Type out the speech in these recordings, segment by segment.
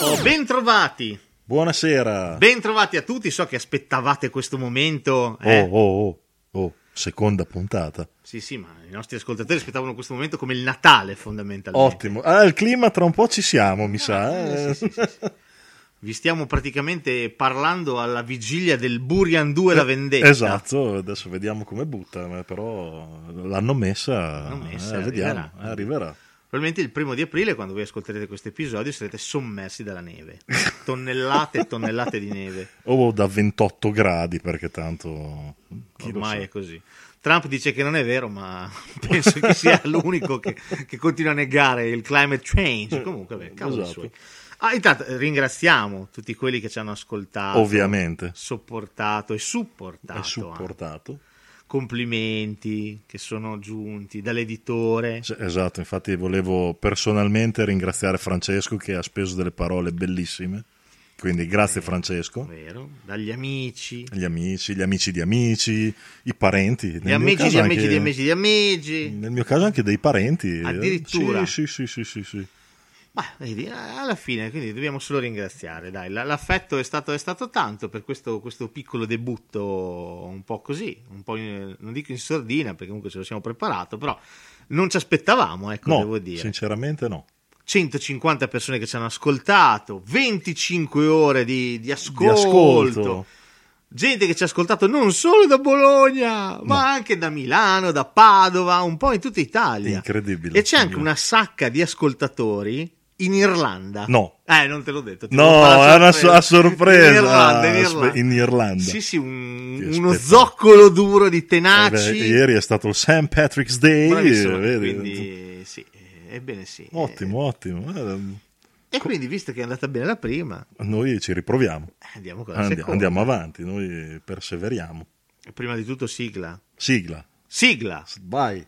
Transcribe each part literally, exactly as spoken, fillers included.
Oh, bentrovati. Buonasera. Bentrovati a tutti, so che aspettavate questo momento. Eh? Oh, oh, oh, oh, seconda puntata. Sì, sì, ma i nostri ascoltatori aspettavano questo momento come il Natale, fondamentalmente. Ottimo. Ah, il clima tra un po' ci siamo, mi ah, sa. Eh? Sì, sì, sì, sì. Vi stiamo praticamente parlando alla vigilia del Burian due La Vendetta. Esatto, adesso vediamo come butta, però l'hanno messa, l'hanno messa eh, vediamo, arriverà. Eh, arriverà. Probabilmente il primo di aprile, quando voi ascolterete questo episodio, sarete sommersi dalla neve. Tonnellate e tonnellate di neve. O da ventotto gradi, perché tanto... Ormai so. È così. Trump dice che non è vero, ma penso che sia l'unico che, che continua a negare il climate change. Comunque, beh, cavolo esatto. suoi. Ah, intanto ringraziamo tutti quelli che ci hanno ascoltato. Ovviamente. Sopportato e supportato. E supportato. Anche. Complimenti che sono giunti dall'editore. Esatto, infatti volevo personalmente ringraziare Francesco che ha speso delle parole bellissime, quindi grazie vero, Francesco. Vero, dagli amici. Gli amici, gli amici di amici, i parenti. Gli amici di amici di amici di amici. Nel mio caso anche dei parenti. Addirittura. Sì, sì, sì, sì, sì. Ma vedi, alla fine, quindi dobbiamo solo ringraziare, dai, l'affetto è stato, è stato tanto per questo, questo piccolo debutto un po' così, un po' in, non dico in sordina perché comunque ce lo siamo preparato, però non ci aspettavamo, ecco, no, devo dire. Sinceramente no. centocinquanta persone che ci hanno ascoltato, venticinque ore di, di, ascolto, di ascolto, gente che ci ha ascoltato non solo da Bologna, no. ma anche da Milano, da Padova, un po' in tutta Italia. Incredibile. E c'è anche una sacca di ascoltatori in Irlanda. No. Eh, non te l'ho detto. Ti no, è una so- a sorpresa. In Irlanda, in Irlanda. In Irlanda. Sì, sì, un, uno zoccolo duro di tenaci. Eh beh, ieri è stato il Saint Patrick's Day. Bravissimo, quindi sì, ebbene sì. Ottimo, eh. ottimo. E quindi, visto che è andata bene la prima, noi ci riproviamo. Andiamo con la Andi- seconda. Andiamo avanti, noi perseveriamo. Prima di tutto sigla. Sigla. Sigla. Vai.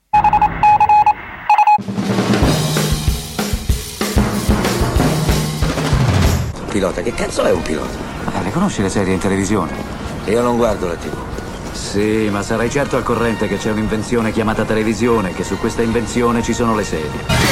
Pilota, che cazzo è un pilota? Eh, le conosci le serie in televisione? Io non guardo la tivù. Sì, ma sarai certo al corrente che c'è un'invenzione chiamata televisione, che su questa invenzione ci sono le serie.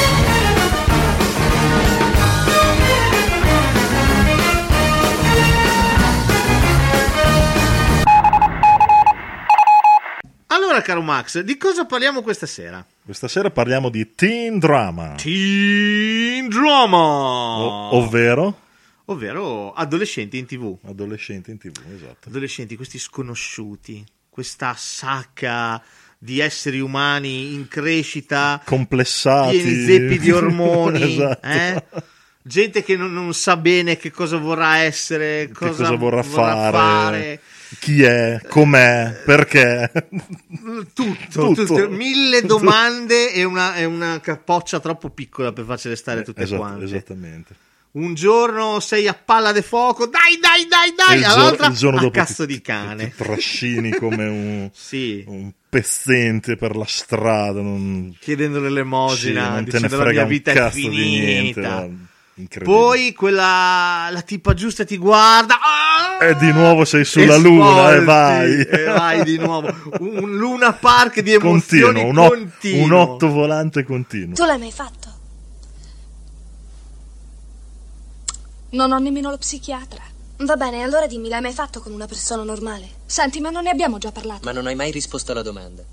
Allora, caro Max, di cosa parliamo questa sera? Questa sera parliamo di teen drama. Teen drama! O- ovvero? Ovvero adolescenti in tivù. Adolescenti in tivù, esatto. Adolescenti, questi sconosciuti, questa sacca di esseri umani in crescita, complessati, pieni zeppi di ormoni, esatto. eh? Gente che non, non sa bene che cosa vorrà essere, cosa, che cosa vorrà, vorrà fare, fare, chi è, com'è, perché. Tutto, tutto. tutto. Mille domande e una, e una capoccia troppo piccola per farcele stare tutte esatto, quante. Esattamente. Un giorno sei a palla de fuoco, dai dai dai dai, il all'altra il giorno a dopo cazzo ti, di cane. Ti, ti trascini come un, sì. un pezzente per la strada, non... chiedendo l'elemosina, sì, non te ne dicendo frega la mia vita un è cazzo finita. Di niente, no? Poi quella la tipa giusta ti guarda, ah! e di nuovo sei sulla e luna svolti, e vai e vai di nuovo un Luna Park di emozioni continuo, un, o- continuo. un otto volante continuo. Tu l'hai mai fatto? Non ho nemmeno lo psichiatra. Va bene, allora dimmi, l'hai mai fatto con una persona normale? Senti, ma non ne abbiamo già parlato? Ma non hai mai risposto alla domanda.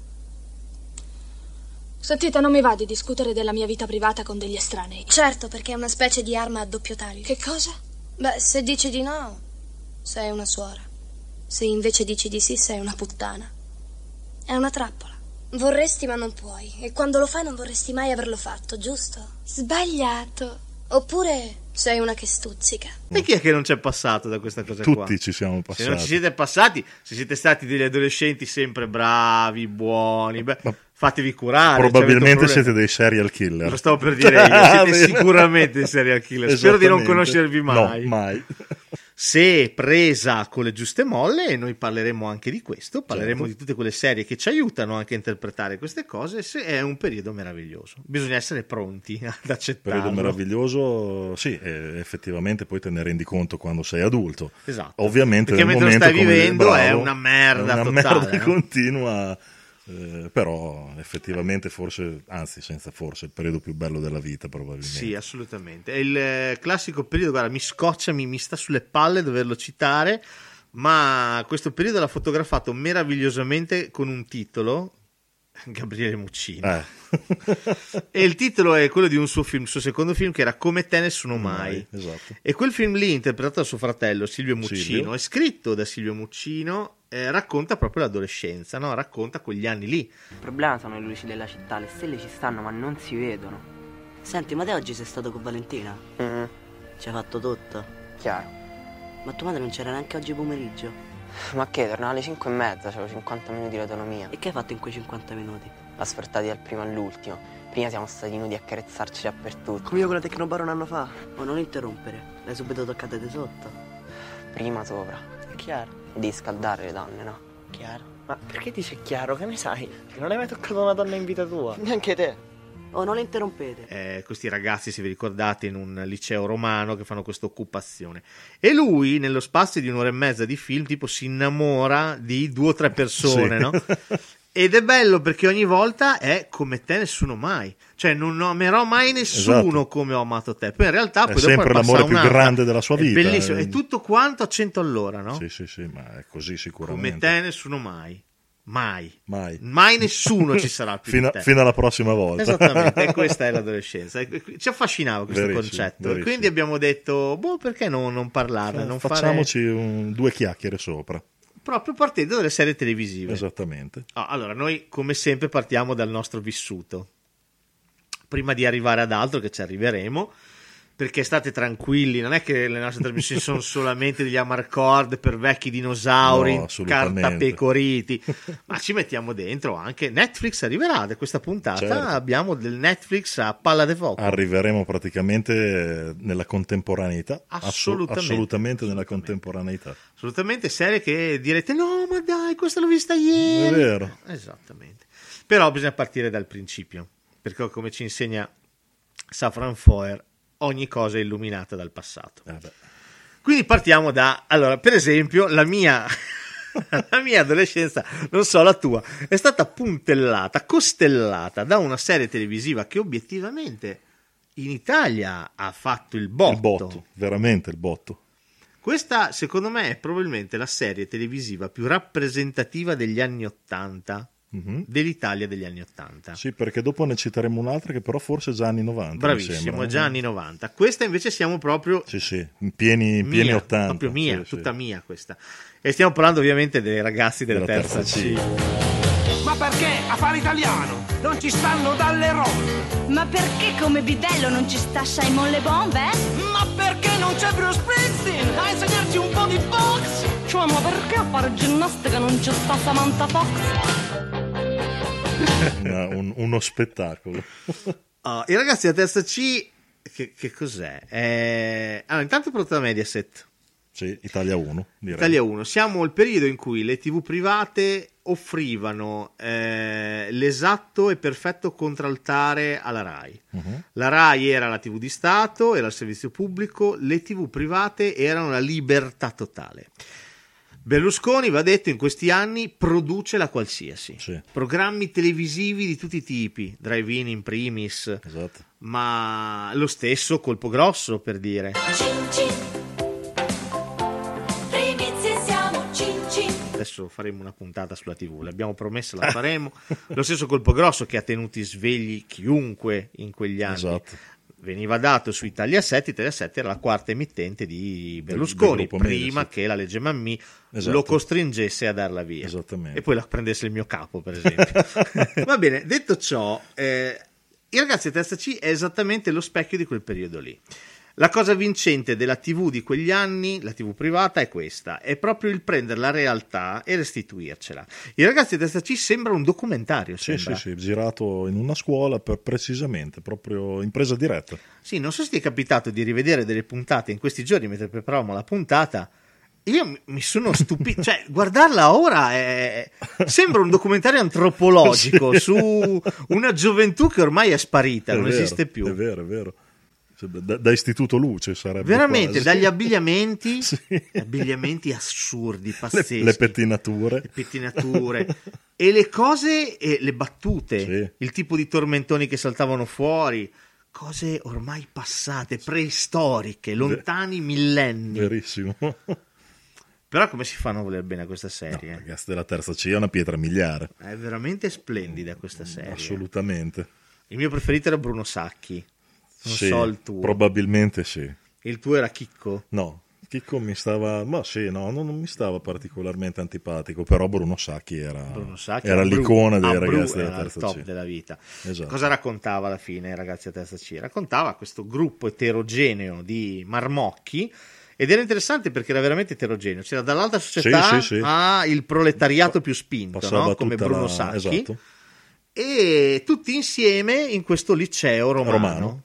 Sentite, non mi va di discutere della mia vita privata con degli estranei. Certo, perché è una specie di arma a doppio taglio. Che cosa? Beh, se dici di no, sei una suora. Se invece dici di sì, sei una puttana. È una trappola. Vorresti ma non puoi. E quando lo fai non vorresti mai averlo fatto, giusto? Sbagliato. Oppure sei una che stuzzica. E chi è che non c'è passato da questa cosa Tutti qua? Tutti ci siamo passati. Se non ci siete passati, se siete stati degli adolescenti sempre bravi, buoni, beh, ma fatevi curare. Probabilmente siete dei serial killer. Lo stavo per dire io, siete sicuramente dei serial killer. Spero di non conoscervi mai. No, mai. Se presa con le giuste molle, noi parleremo anche di questo, parleremo certo. di tutte quelle serie che ci aiutano anche a interpretare queste cose. Se è un periodo meraviglioso, bisogna essere pronti ad accettarlo. Periodo meraviglioso, sì, effettivamente poi te ne rendi conto quando sei adulto. Esatto. Ovviamente perché nel mentre momento lo stai vivendo bravo, è una merda è una totale, merda no? continua. Eh, però effettivamente forse, anzi senza forse, il periodo più bello della vita probabilmente. Sì, assolutamente. È il eh, classico periodo, guarda, mi scoccia, mi, mi sta sulle palle doverlo citare, ma questo periodo l'ha fotografato meravigliosamente con un titolo, Gabriele Muccino. Eh. E il titolo è quello di un suo film, il suo secondo film, che era Come te nessuno mai. mai esatto. E quel film lì, interpretato da suo fratello Silvio Muccino, Silvio. è scritto da Silvio Muccino, eh, racconta proprio l'adolescenza, no? Racconta quegli anni lì. Il problema sono le luci della città, le stelle ci stanno ma non si vedono. Senti, ma te oggi sei stato con Valentina? Mm-hmm. Ci hai fatto tutto? Chiaro. Ma tua madre non c'era neanche oggi pomeriggio? Ma che, tornavo alle cinque e mezza, avevo cinquanta minuti di autonomia. E che hai fatto in quei cinquanta minuti? Aspettati dal primo all'ultimo. Prima siamo stati nudi a accarezzarci dappertutto. Come io con la Tecnobar un anno fa. Oh, non interrompere, l'hai subito toccata di sotto. Prima sopra. È chiaro. Devi scaldare le donne, no? Chiaro. Ma perché dici chiaro? Che ne sai? Che non hai mai toccato una donna in vita tua. Neanche te. Oh, non le interrompete. Eh, questi ragazzi, se vi ricordate, in un liceo romano che fanno questa occupazione. E lui, nello spazio di un'ora e mezza di film, tipo si innamora di due o tre persone, sì. no? Ed è bello perché ogni volta è come te nessuno mai. Cioè non amerò mai nessuno esatto. come ho amato te. Poi in realtà è poi sempre dopo l'amore più un'altra. grande della sua vita. È bellissimo. È... E tutto quanto a cento all'ora, no? Sì, sì, sì, ma è così sicuramente. Come te nessuno mai. Mai. Mai. Mai nessuno ci sarà più fino, di te. fino alla prossima volta. Esattamente, e questa è l'adolescenza. Ci affascinava questo verissimo, concetto. verissimo. E quindi abbiamo detto, boh, perché no, non parlarne? Non Facciamoci fare... un, due chiacchiere sopra. Proprio partendo dalle serie televisive. Esattamente. Oh, allora, noi come sempre partiamo dal nostro vissuto. Prima di arrivare ad altro, che ci arriveremo, perché state tranquilli, non è che le nostre trasmissioni sono solamente degli amarcord per vecchi dinosauri, no, assolutamente. cartapecoriti, ma ci mettiamo dentro anche Netflix. Arriverà da questa puntata, certo. Abbiamo del Netflix a palla de fuoco. Arriveremo praticamente nella contemporaneità, assolutamente, assolutamente nella contemporaneità. Assolutamente, serie che direte no ma dai, questa l'ho vista ieri. È vero. Esattamente. Però bisogna partire dal principio, perché come ci insegna Safran Foer, ogni cosa è illuminata dal passato. Eh beh. Quindi partiamo da, allora, per esempio, la mia, la mia adolescenza, non so la tua, è stata puntellata, costellata da una serie televisiva che obiettivamente in Italia ha fatto il botto. Il botto, veramente il botto. Questa, secondo me, è probabilmente la serie televisiva più rappresentativa degli anni Ottanta. Mm-hmm. Dell'Italia degli anni Ottanta. Sì, perché dopo ne citeremo un'altra che però forse è già anni novanta. Bravissimo, già anni novanta. Questa invece siamo proprio sì, sì, in pieni, mia, pieni ottanta. Proprio mia, sì, tutta sì. mia questa. E stiamo parlando ovviamente dei ragazzi della, della terza, terza C. C. Ma perché a fare italiano non ci stanno dalle ronde? Ma perché come bidello non ci sta Simon Le Bon, eh? Ma perché non c'è Bruce Springsteen a insegnarci un po' di box? Cioè, ma perché a fare ginnastica non ci sta Samantha Fox? Una, un, uno spettacolo. Oh, i ragazzi della terza C, che, che cos'è? Eh, allora, intanto prodotto da Mediaset. Sì, Italia uno. Direi. Italia uno. Siamo al periodo in cui le tivù private offrivano eh, l'esatto e perfetto contraltare alla Rai. Uh-huh. La Rai era la tivù di Stato, era il servizio pubblico, le tivù private erano la libertà totale. Berlusconi, va detto, in questi anni produce la qualsiasi. Sì. Programmi televisivi di tutti i tipi, drive-in in primis, esatto. Ma lo stesso Colpo Grosso, per dire. Cin, cin. Primizie siamo cin, cin. Adesso faremo una puntata sulla tivù, l'abbiamo promesso, la faremo. Lo stesso Colpo Grosso che ha tenuti svegli chiunque in quegli anni. Esatto. Veniva dato su Italia sette. Italia sette era la quarta emittente di Berlusconi, prima medio, sì. che la legge Mammì esatto. lo costringesse a darla via e poi la prendesse il mio capo, per esempio. Va bene, detto ciò, eh, i ragazzi di terza C è esattamente lo specchio di quel periodo lì. La cosa vincente della tivù di quegli anni, la tivù privata, è questa: è proprio il prendere la realtà e restituircela. I ragazzi di terza C sembra un documentario. Sì, sembra. sì, sì, girato in una scuola per, precisamente, proprio in presa diretta. Sì, non so se ti è capitato di rivedere delle puntate in questi giorni mentre preparavamo la puntata. Io mi sono stupito, cioè guardarla ora è... sembra un documentario antropologico sì. su una gioventù che ormai è sparita, è non vero, esiste più. È vero, è vero. Da, da istituto luce sarebbe veramente, quasi. dagli abbigliamenti, sì. abbigliamenti assurdi, pazzeschi, le, le pettinature, le pettinature e le cose e le battute, sì. il tipo di tormentoni che saltavano fuori, cose ormai passate, preistoriche, lontani millenni. Verissimo. Però come si fa a non voler bene a questa serie? No, Ragazzi della Terza C è una pietra miliare. È veramente splendida questa serie. Assolutamente. Il mio preferito era Bruno Sacchi. Non sì, so il tuo. Probabilmente sì. Il tuo era Chicco? No, Chicco mi stava, ma sì, no, non, non mi stava particolarmente antipatico, però Bruno Sacchi era, Bruno Sacchi era l'icona Bru, dei ah, ragazzi Bru della era Terza il top C. della vita. Esatto. Cosa raccontava alla fine, ragazzi a Terza C? Raccontava questo gruppo eterogeneo di marmocchi. Ed era interessante perché era veramente eterogeneo. C'era dall'alta società sì, sì, sì. a il proletariato più spinto, no? Come Bruno la... Sacchi. Esatto. E tutti insieme in questo liceo romano. romano.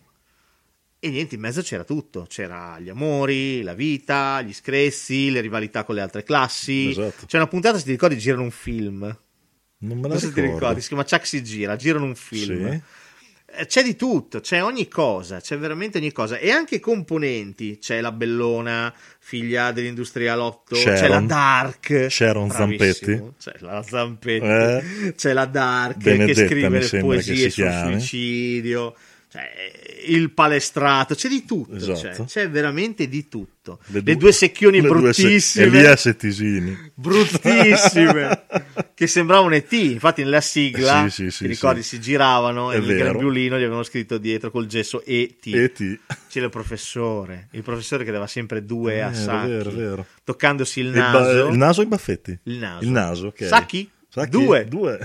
E niente, in mezzo c'era tutto. C'era gli amori, la vita, gli scressi, le rivalità con le altre classi. Esatto. C'è una puntata, se ti ricordi, girano un film. Non me la Non so se ti ricordo. ricordi, si chiama Chuck si gira, girano un film. Sì. C'è di tutto, c'è ogni cosa, c'è veramente ogni cosa e anche componenti, c'è la Bellona, figlia dell'industrialotto, Sharon, c'è la Dark, Sharon Zampetti, c'è la Zampetti, eh, c'è la Dark Benedetta, che scrive le poesie sul chiami. suicidio, c'è il palestrato, c'è di tutto, esatto. c'è, c'è veramente di tutto. Le, le due secchioni le bruttissime, due se- Elia Settisini, bruttissime, che sembravano E T. Infatti nella sigla, sì, sì, sì, ti ricordi, sì. si giravano È e nel vero. grembiulino gli avevano scritto dietro col gesso E T. E T. C'è il professore, il professore che dava sempre due a Eh, Sacchi, vero, vero. toccandosi il Il, ba- naso. il naso e i baffetti. Il naso. Il naso, ok. Sacchi? Sacchi? Due. Due.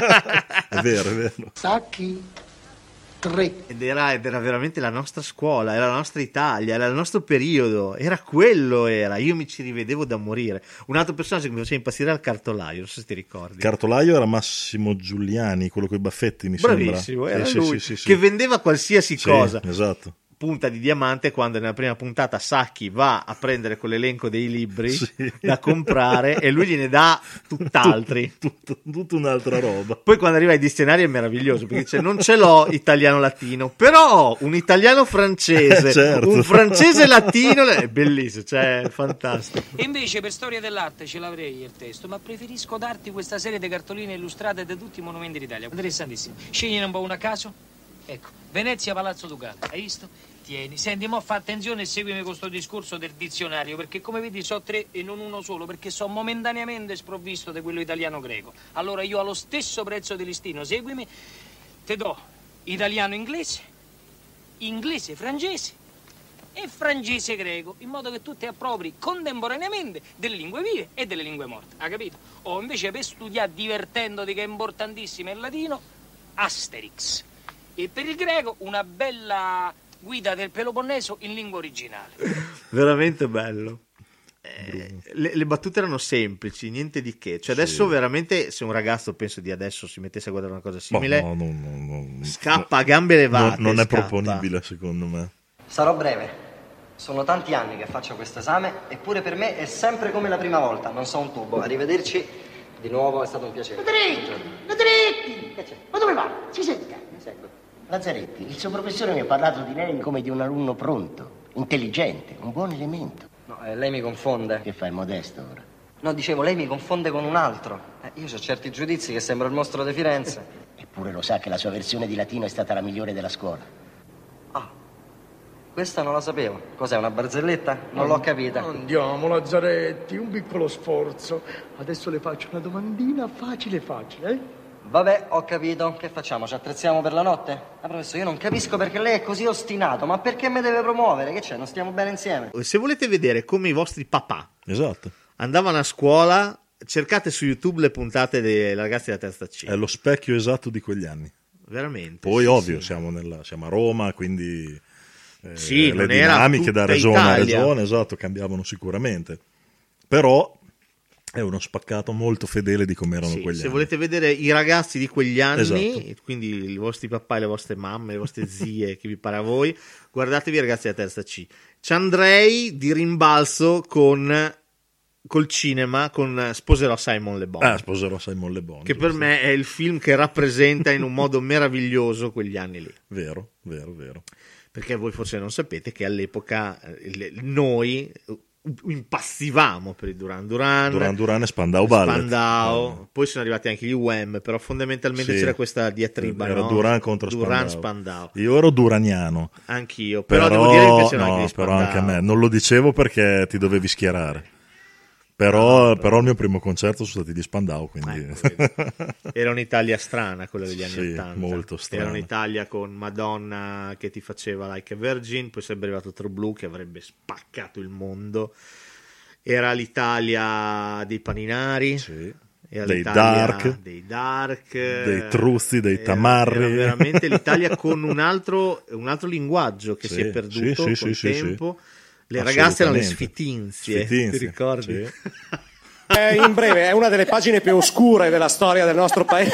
È vero, è vero. Sacchi? Tre. Ed era, ed era veramente la nostra scuola, era la nostra Italia, era il nostro periodo, era quello, era. Io mi ci rivedevo da morire. Un altro personaggio che mi faceva impazzire era il cartolaio, non so se ti ricordi. Il cartolaio era Massimo Giuliani, quello con i baffetti, mi Bravissimo, sembra. era Eh, lui, sì, sì, sì, che sì. vendeva qualsiasi Sì, cosa. esatto. Punta di diamante quando nella prima puntata Sacchi va a prendere quell'elenco dei libri Sì. da comprare e lui gliene dà tutt'altri. Tutta tut, un'altra roba. Poi quando arriva ai dizionari è meraviglioso perché dice non ce l'ho italiano-latino, però un italiano-francese, Eh, certo. un francese-latino, è bellissimo, cioè è fantastico. E invece per storia dell'arte ce l'avrei il testo, ma preferisco darti questa serie di cartoline illustrate di tutti i monumenti d'Italia. Interessantissimo. Scegli un po' una a caso. Ecco, Venezia, Palazzo Ducale. Hai visto? Tieni. Senti, mo fa attenzione e seguimi questo discorso del dizionario, perché come vedi so tre e non uno solo, perché so momentaneamente sprovvisto di quello italiano-greco. Allora io allo stesso prezzo di listino, seguimi, te do italiano-inglese, inglese-francese e francese-greco, in modo che tu ti appropri contemporaneamente delle lingue vive e delle lingue morte, ha capito? O invece per studiare divertendoti, che è importantissimo il latino, Asterix. E per il greco una bella guida del Peloponneso in lingua originale. Veramente bello. Eh, le, le battute erano semplici, niente di che. Cioè adesso Sì. veramente se un ragazzo, penso di adesso, si mettesse a guardare una cosa simile, No, no, no, no, no. scappa a gambe levate. No, non è scappa. proponibile secondo me. Sarò breve. Sono tanti anni che faccio questo esame, eppure per me è sempre come la prima volta. Non so un tubo. Arrivederci. Di nuovo, è stato un piacere. Lazzaretti! Lazzaretti! Che c'è? Ma dove va? Si senta. Mi segue. Lazzaretti, il suo professore mi ha parlato di lei come di un alunno pronto, intelligente, un buon elemento. No, eh, lei mi confonde. Che fa il modesto ora? No, dicevo, lei mi confonde con un altro. Eh, io ho certi giudizi che sembra il mostro di Firenze. Eppure lo sa che la sua versione di latino è stata la migliore della scuola. Ah, questa non la sapevo. Cos'è, una barzelletta? Non l'ho capita. Andiamo, Lazzaretti, un piccolo sforzo. Adesso le faccio una domandina facile facile, eh? Vabbè, ho capito. Che facciamo? Ci attrezziamo per la notte? Ah, professore, io non capisco perché lei è così ostinato. Ma perché mi deve promuovere? Che c'è? Non stiamo bene insieme? Se volete vedere come i vostri papà Esatto. andavano a scuola, cercate su YouTube le puntate dei ragazzi della Terza C. È lo specchio esatto di quegli anni. Veramente. Poi sì, ovvio, sì. Siamo, nella, siamo a Roma, quindi eh, Sì, le non era dinamiche da tutta regione a Italia. regione, esatto, cambiavano sicuramente. Però è uno spaccato molto fedele di come erano Sì, quegli se anni. volete vedere i ragazzi di quegli anni, Esatto. quindi i vostri papà e le vostre mamme, le vostre zie, che vi pare a voi, guardatevi i ragazzi della Terza C. Ci andrei di rimbalzo con col cinema, con Sposerò Simon Le Bon. Ah, Sposerò Simon Le Bon. Che per me è il film che rappresenta in un modo meraviglioso quegli anni lì. Vero, vero, vero. perché voi forse non sapete che all'epoca eh, noi impazzivamo per i Duran Duran, Duran Duran e Spandau Ballet. Spandau. No. Poi sono arrivati anche gli U M, però fondamentalmente Sì. c'era questa diatriba, Era no? Duran contro Duran, Spandau. Spandau. Io ero duraniano. Anch'io, però, Però, devo dire che mi piacevano no, anche gli però Spandau. anche a me. Non lo dicevo perché ti dovevi schierare. Però, No, però il mio primo concerto sono stati gli Spandau, quindi... Eh, era un'Italia strana quella degli anni Sì, ottanta. molto strana. Era un'Italia con Madonna che ti faceva Like a Virgin, poi sarebbe arrivato True Blue che avrebbe spaccato il mondo. Era l'Italia dei Paninari, sì. era Dei l'Italia Dark, dei Dark, dei Truzzi, dei era, Tamarri. Era veramente l'Italia con un altro, un altro linguaggio che Sì, si è perduto sì, sì, col sì, tempo. sì. Le ragazze erano le Assolutamente. sfitinzie, Sfitinzie, ti ricordi? sì. Eh, in breve, è una delle pagine più oscure della storia del nostro paese,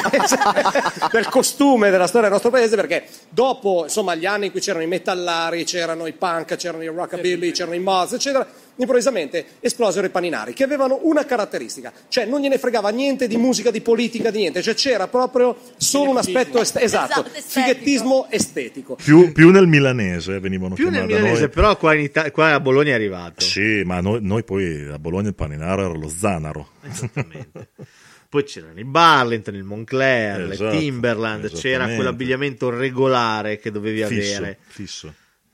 del costume della storia del nostro paese, perché dopo, insomma, gli anni in cui c'erano i metallari, c'erano i punk, c'erano i rockabilly, c'erano i mods, eccetera, improvvisamente esplosero i paninari, che avevano una caratteristica, cioè non gliene fregava niente di musica, di politica, di niente, cioè c'era proprio solo un aspetto est- esatto, Esatto, estetico. fighettismo estetico. Più, più nel milanese venivano Più nel chiamati da milanese, noi. però qua, in Ita- qua a Bologna è arrivato. Sì, ma noi, noi poi a Bologna il paninaro era lo Zanaro. Esattamente. Poi c'erano i Barlington, il Moncler, Esatto, le Timberland, c'era esattamente. quell'abbigliamento regolare che dovevi Fisso, avere. fisso.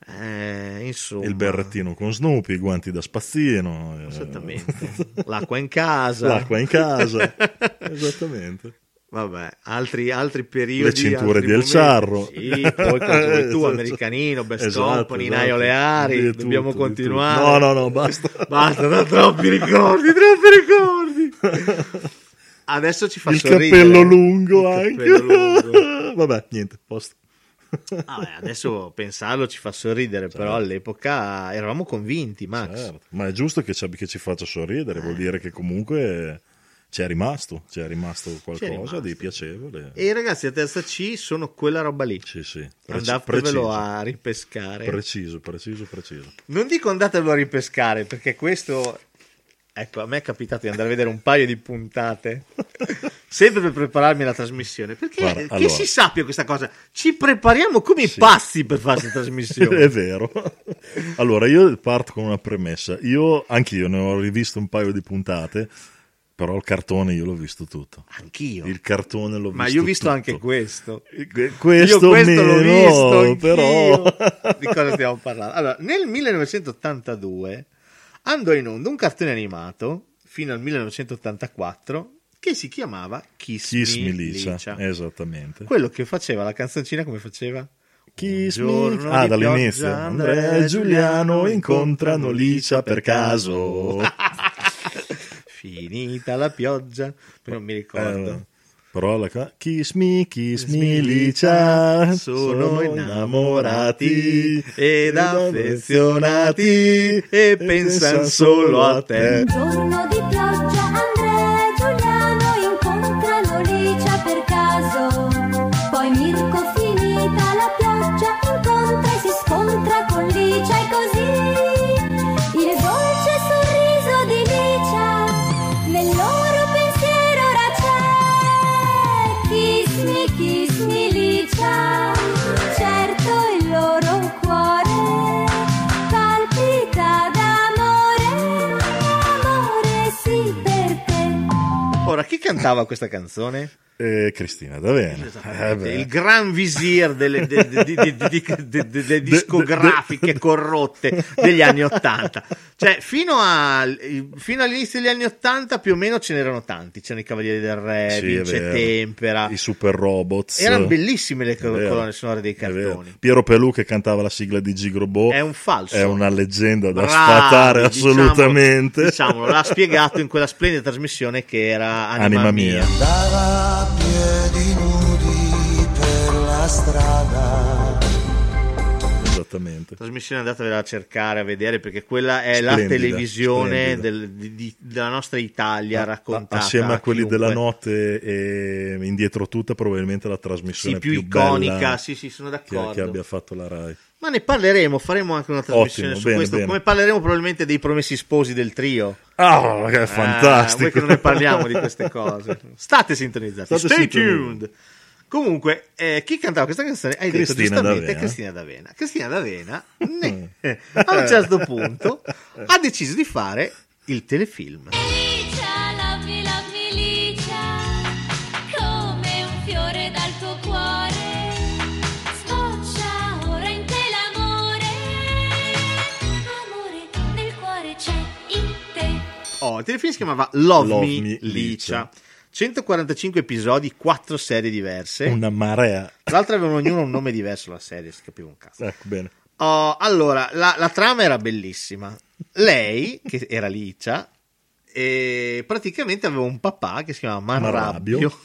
Eh, insomma, Il berrettino con Snoopy, i guanti da spazzino. eh, esattamente. L'acqua in casa. L'acqua in casa. Esattamente. Vabbè, altri, altri periodi. Le cinture altri di El momenti. Charro. Sì, poi cosa vuoi tu, Esatto. americanino, Best Esatto, Company, esatto. Naio Leari, Di dobbiamo tutto, di continuare. tutto. No, no, no, basta. Basta, da troppi ricordi, troppi ricordi. Adesso ci fa Il sorridere. cappello lungo Il anche. cappello lungo. Vabbè, niente, posto. Vabbè, adesso pensarlo ci fa sorridere, Certo. però all'epoca eravamo convinti, Max. Certo. Ma è giusto che ci, che ci faccia sorridere, vuol dire che comunque c'è rimasto, c'è rimasto qualcosa rimasto. di piacevole. E i ragazzi a terza C sono quella roba lì. Sì, sì. Preci- Andatevelo preciso. a ripescare. Preciso, preciso, preciso. Non dico andatelo a ripescare, perché questo... Ecco, a me è capitato di andare a vedere un paio di puntate, sempre per prepararmi alla trasmissione, perché Guarda, che allora. si sappia questa cosa, ci prepariamo come i Sì. pazzi per fare questa trasmissione. È vero. Allora, io parto con una premessa. Io, anch'io, ne ho rivisto un paio di puntate, però il cartone io l'ho visto tutto. Anch'io. Il cartone l'ho Ma visto io ho visto tutto. anche questo. Questo, io questo l'ho meno, visto anch'io. però... Di cosa stiamo parlando? Allora, nel millenovecentottantadue andò in onda un cartone animato fino al millenovecentottantaquattro che si chiamava Kiss, Kiss Me Me Licia, Licia. esattamente. Quello che faceva la canzoncina, come faceva? Kiss Un Me. giorno Ah, di dall'inizio. pioggia, Andrea e Giuliano incontrano Licia per caso. Finita la pioggia, non mi ricordo. Eh, però la ca- Kiss me, kiss me, Licia. Sono innamorati ed affezionati e pensano solo a te. Un giorno di pioggia Andrea e Giuliano incontrano Licia per caso. Poi Mirko, finita la pioggia, incontra e si scontra con Licia e così il dolce sorriso di Licia nel loro pensiero ora c'è. Kiss me, kiss me Licia, certo il loro cuore palpita d'amore, amore sì per te. Ora, chi cantava questa canzone? Eh, Cristina D'Avena. Eh, beh. Il gran visir delle, de- de- de- de- de- de- de- de- discografiche corrotte degli anni Ottanta. Cioè, fino, a, fino all'inizio degli anni Ottanta più o meno ce n'erano tanti. C'erano i Cavalieri del Re, Sì, è Vince vero. Tempera. I Super Robots. Erano bellissime le È vero, colonne sonore dei è vero. cartoni. Piero Pelù che cantava la sigla di Gigrobot È un falso. è una leggenda da Bravi, sfatare diciamo- assolutamente. Diciamolo, l'ha spiegato in quella splendida trasmissione che era Anima, Anima Mia. Mia. Dava piedi nudi per la strada. Esattamente. Trasmissione andatevela a cercare, a vedere, perché quella è la Splendida, televisione splendida. del- di- di- della nostra Italia raccontata Assieme a quelli chiunque. della notte e indietro tutta, probabilmente la trasmissione Sì, più più iconica, bella sì, sì, sono che, d'accordo. che abbia fatto la Rai. Ma ne parleremo, faremo anche una trasmissione Ottimo, su bene, questo, bene. come parleremo probabilmente dei Promessi Sposi del trio. Ah, che Ah, fantastico! voi che non ne parliamo di queste cose. State sintonizzati. State Stay sintonizzati. tuned. Comunque, eh, chi cantava questa canzone? Hai Cristina detto giustamente D'Avena. Cristina D'Avena. Cristina D'Avena, ne, a un certo punto, ha deciso di fare il telefilm. Licia, love me, love me, Licia, come un fiore dal tuo cuore, sboccia ora in te l'amore, amore nel cuore c'è in te. Oh, il telefilm si chiamava Love, Love Me, Me, Licia. Licia. centoquarantacinque episodi, quattro serie diverse. Una marea. Tra l'altro avevano ognuno un nome diverso la serie, si capiva un cazzo. Ecco, bene. Oh, allora, la, la trama era bellissima. Lei, che era Licia, e praticamente aveva un papà che si chiamava Marrabbio, Marrabbio.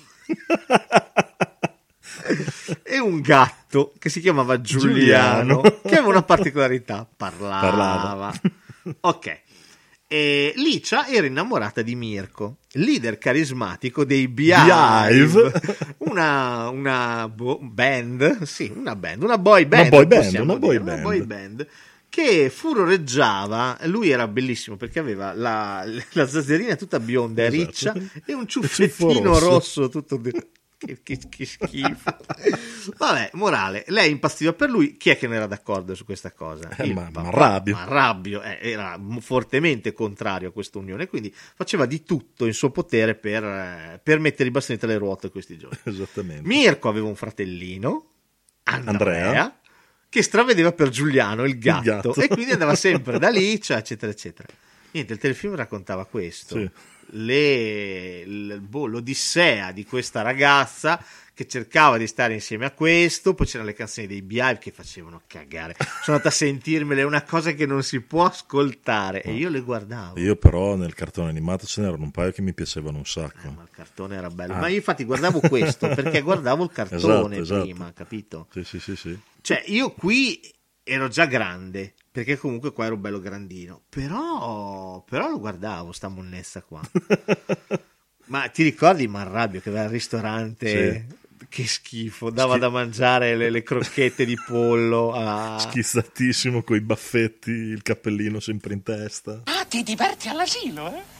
e un gatto che si chiamava Giuliano, Giuliano. che aveva una particolarità, parlava. Parlava. Ok. E Licia era innamorata di Mirko, leader carismatico dei Beehive, Beehive. una, una bo- band, sì, una band, una boy band, Una boy band, possiamo una boy dire, band. una boy band che furoreggiava. Lui era bellissimo perché aveva la, la zazzerina tutta bionda e Esatto. riccia e un Ciuffo ciuffettino rosso. rosso tutto di- Che, che- che schifo. Vabbè, morale, lei impazziva per lui. Chi è che non era d'accordo su questa cosa? Eh, Il ma- papà Marrabbio. Marrabbio, eh, era m- fortemente contrario a questa unione, quindi faceva di tutto in suo potere per, eh, per mettere i bastoni tra le ruote questi giorni. Esattamente. Mirko aveva un fratellino, Andrea, Andrea. che stravedeva per Giuliano, il gatto, gatto. e quindi andava sempre da Licia, eccetera, eccetera. Niente, il telefilm raccontava questo. Sì. Le, l- boh, l'odissea di questa ragazza che cercava di stare insieme a questo. Poi c'erano le canzoni dei Beehive che facevano cagare. Sono andata a sentirmele, è una cosa che non si può ascoltare, e io le guardavo. Io però nel cartone animato ce n'erano un paio che mi piacevano un sacco. Eh, ma il cartone era bello. Ah. Ma io infatti guardavo questo perché guardavo il cartone Esatto, esatto. prima, capito? Sì, sì, sì, sì. Cioè, io qui ero già grande, perché comunque qua ero bello grandino, però, però lo guardavo, sta monnezza qua. Ma ti ricordi Marrabbio che aveva il ristorante? Che schifo, dava Schi- da mangiare le, le crocchette di pollo a... Schizzatissimo coi baffetti, il cappellino sempre in testa. Ah, ti diverti all'asilo, eh?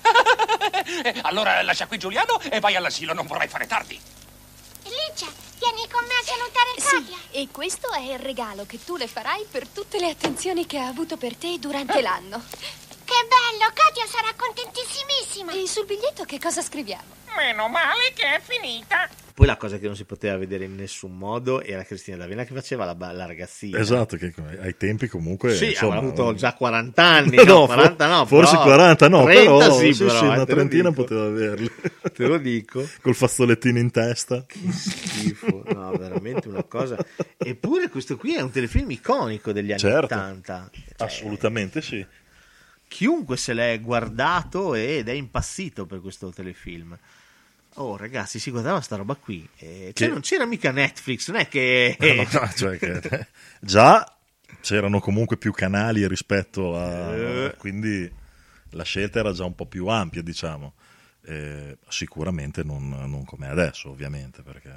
Eh, allora lascia qui Giuliano e vai all'asilo, non vorrai fare tardi. Licia, vieni con me a salutare Katia. Sì, e questo è il regalo che tu le farai per tutte le attenzioni che ha avuto per te durante l'anno. Che bello, Katia sarà contentissimissima. E sul biglietto che cosa scriviamo? Meno male che è finita. Poi la cosa che non si poteva vedere in nessun modo era Cristina D'Avena che faceva la, ba- la ragazzina. Esatto, che ai tempi comunque... Sì, insomma, ha avuto già quaranta anni, No, no, for- quaranta no, forse però quaranta no, trenta però sì, sì, però, sì, eh, una te lo trentina dico. poteva averli. Te lo dico. Col fazzolettino in testa. Che schifo, no, veramente una cosa. Eppure questo qui è un telefilm iconico degli anni Certo. ottanta. Cioè, Assolutamente sì. chiunque se l'è guardato ed è impazzito per questo telefilm. Oh ragazzi, si guardava sta roba qui, eh, cioè Che- non c'era mica Netflix, non è che... No, no, cioè che- già c'erano comunque più canali rispetto a... Eh. quindi la scelta era già un po' più ampia, diciamo. Eh, sicuramente non, non come adesso, ovviamente, perché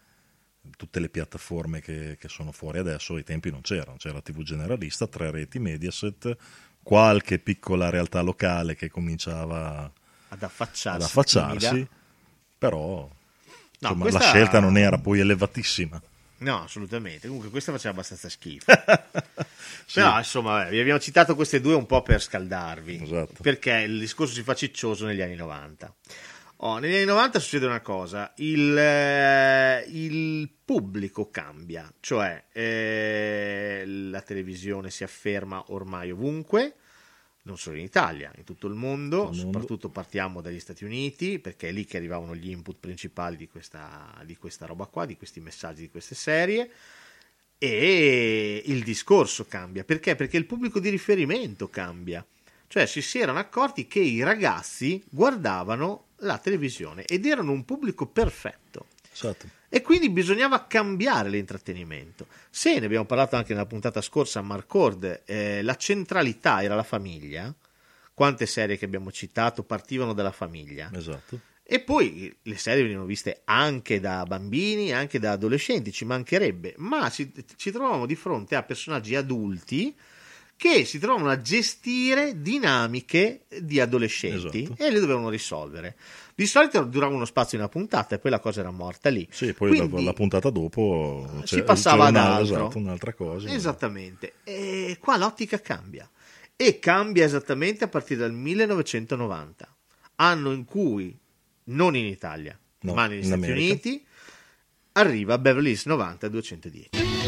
tutte le piattaforme che, che sono fuori adesso ai tempi non c'erano. C'era tivù generalista, tre reti, Mediaset, qualche piccola realtà locale che cominciava ad affacciarsi, ad affacciarsi, timida. Però insomma, questa- la scelta non era poi elevatissima. No, assolutamente. Comunque questa faceva abbastanza schifo. Però insomma, vabbè, vi abbiamo citato queste due un po' per scaldarvi. Esatto. Perché il discorso si fa ciccioso negli anni novanta. Oh, negli anni novanta succede una cosa, il, eh, il pubblico cambia, cioè eh, la televisione si afferma ormai ovunque, non solo in Italia, in tutto il mondo, Tutto il mondo. soprattutto partiamo dagli Stati Uniti, perché è lì che arrivavano gli input principali di questa, di questa roba qua, di questi messaggi, di queste serie, e il discorso cambia. Perché? Perché il pubblico di riferimento cambia. Cioè si, si erano accorti che i ragazzi guardavano la televisione ed erano un pubblico perfetto. Esatto. E quindi bisognava cambiare l'intrattenimento. Se ne abbiamo parlato anche nella puntata scorsa a Marcord, eh, la centralità era la famiglia. Quante serie che abbiamo citato partivano dalla famiglia. Esatto. E poi le serie venivano viste anche da bambini, anche da adolescenti, ci mancherebbe, ma ci, ci trovavamo di fronte a personaggi adulti che si trovavano a gestire dinamiche di adolescenti, Esatto. e le dovevano risolvere. Di solito durava uno spazio di una puntata e poi la cosa era morta lì. Sì, poi Quindi la, la puntata dopo si c'è- passava ad c'era una- altro. esatto, un'altra cosa. Esattamente. E qua l'ottica cambia. E cambia esattamente a partire dal millenovecentonovanta, anno in cui, non in Italia, No, ma negli in Stati America. Uniti, arriva Beverly Hills novanta duecentodieci.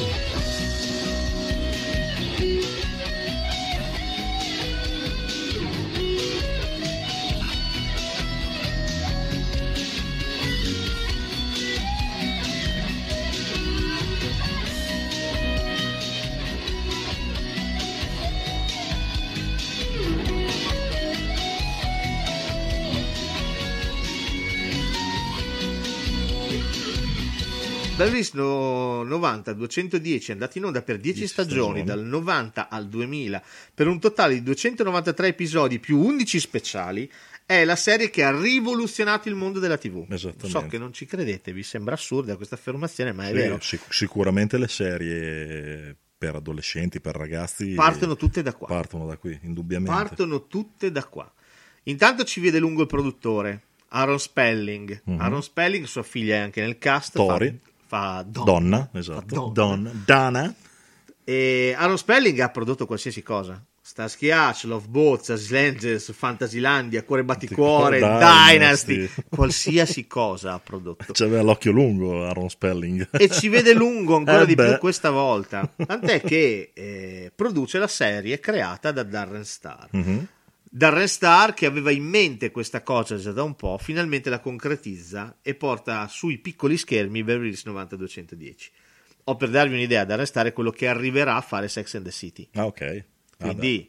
Beverly Hills no- novanta duecentodieci è andato in onda per dieci stagioni, stagioni. dal novanta al duemila, per un totale di duecentonovantatré episodi più undici speciali. È la serie che ha rivoluzionato il mondo della tivù. Esattamente. So che non ci credete, vi sembra assurda questa affermazione, ma è Sì, vero. sic- sicuramente le serie per adolescenti, per ragazzi Partono tutte da qua. Partono da qui, indubbiamente. Partono tutte da qua. Intanto ci vede lungo il produttore, Aaron Spelling. Mhm. Aaron Spelling, sua figlia è anche nel cast. Tori. Fa, fa donna. Donna, esatto. Fa Donna. Dana. E Aaron Spelling ha prodotto qualsiasi cosa. Starsky Hutch, Love Boat, Angels, Fantasilandia, Cuore Batticuore, Dynasty. Dynasty, qualsiasi cosa ha prodotto. C'aveva l'occhio lungo Aaron Spelling. E ci vede lungo ancora Eh di beh. più questa volta. Tant'è che eh, produce la serie creata da Darren Star. Mhm. Darren Star, che aveva in mente questa cosa già da un po', finalmente la concretizza e porta sui piccoli schermi Beverly Hills novanta duecentodieci. O, per darvi un'idea, Darren Star è quello che arriverà a fare Sex and the City. Ah, ok. Ah, Quindi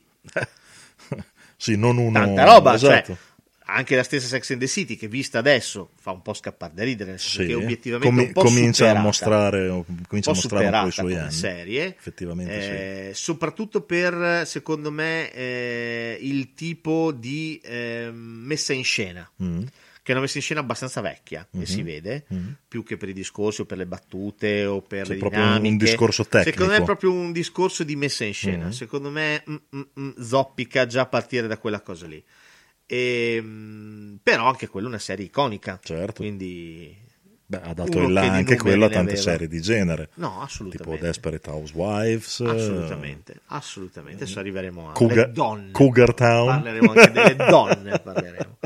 sì, non uno... tanta roba, esatto. cioè, anche la stessa Sex and the City che vista adesso fa un po' scappare da ridere, nel senso Sì, che obiettivamente comi- è un po' comincia superata, a mostrare, comincia a un po' mostrare un po' i superata suoi come anni. serie, Effettivamente eh, soprattutto per, secondo me, eh, il tipo di eh, messa in scena, sì. Mm. che è una messa in scena abbastanza vecchia, Mhm. e si vede, Mhm. più che per i discorsi o per le battute o per C'è le proprio un- un dinamiche. discorso tecnico. Secondo me è proprio un discorso di messa in scena. Mhm. Secondo me mm, mm, mm, zoppica già a partire da quella cosa lì. E, mm, però anche quella è una serie iconica. Certo. Quindi Beh, ha dato uno il là che di anche numeri quello a ne tante aveva. serie di genere. No, assolutamente. Tipo Desperate Housewives. eh, Assolutamente, assolutamente. Adesso arriveremo alle Cougar- donne. Cougar Town. Parleremo anche delle donne. Parleremo.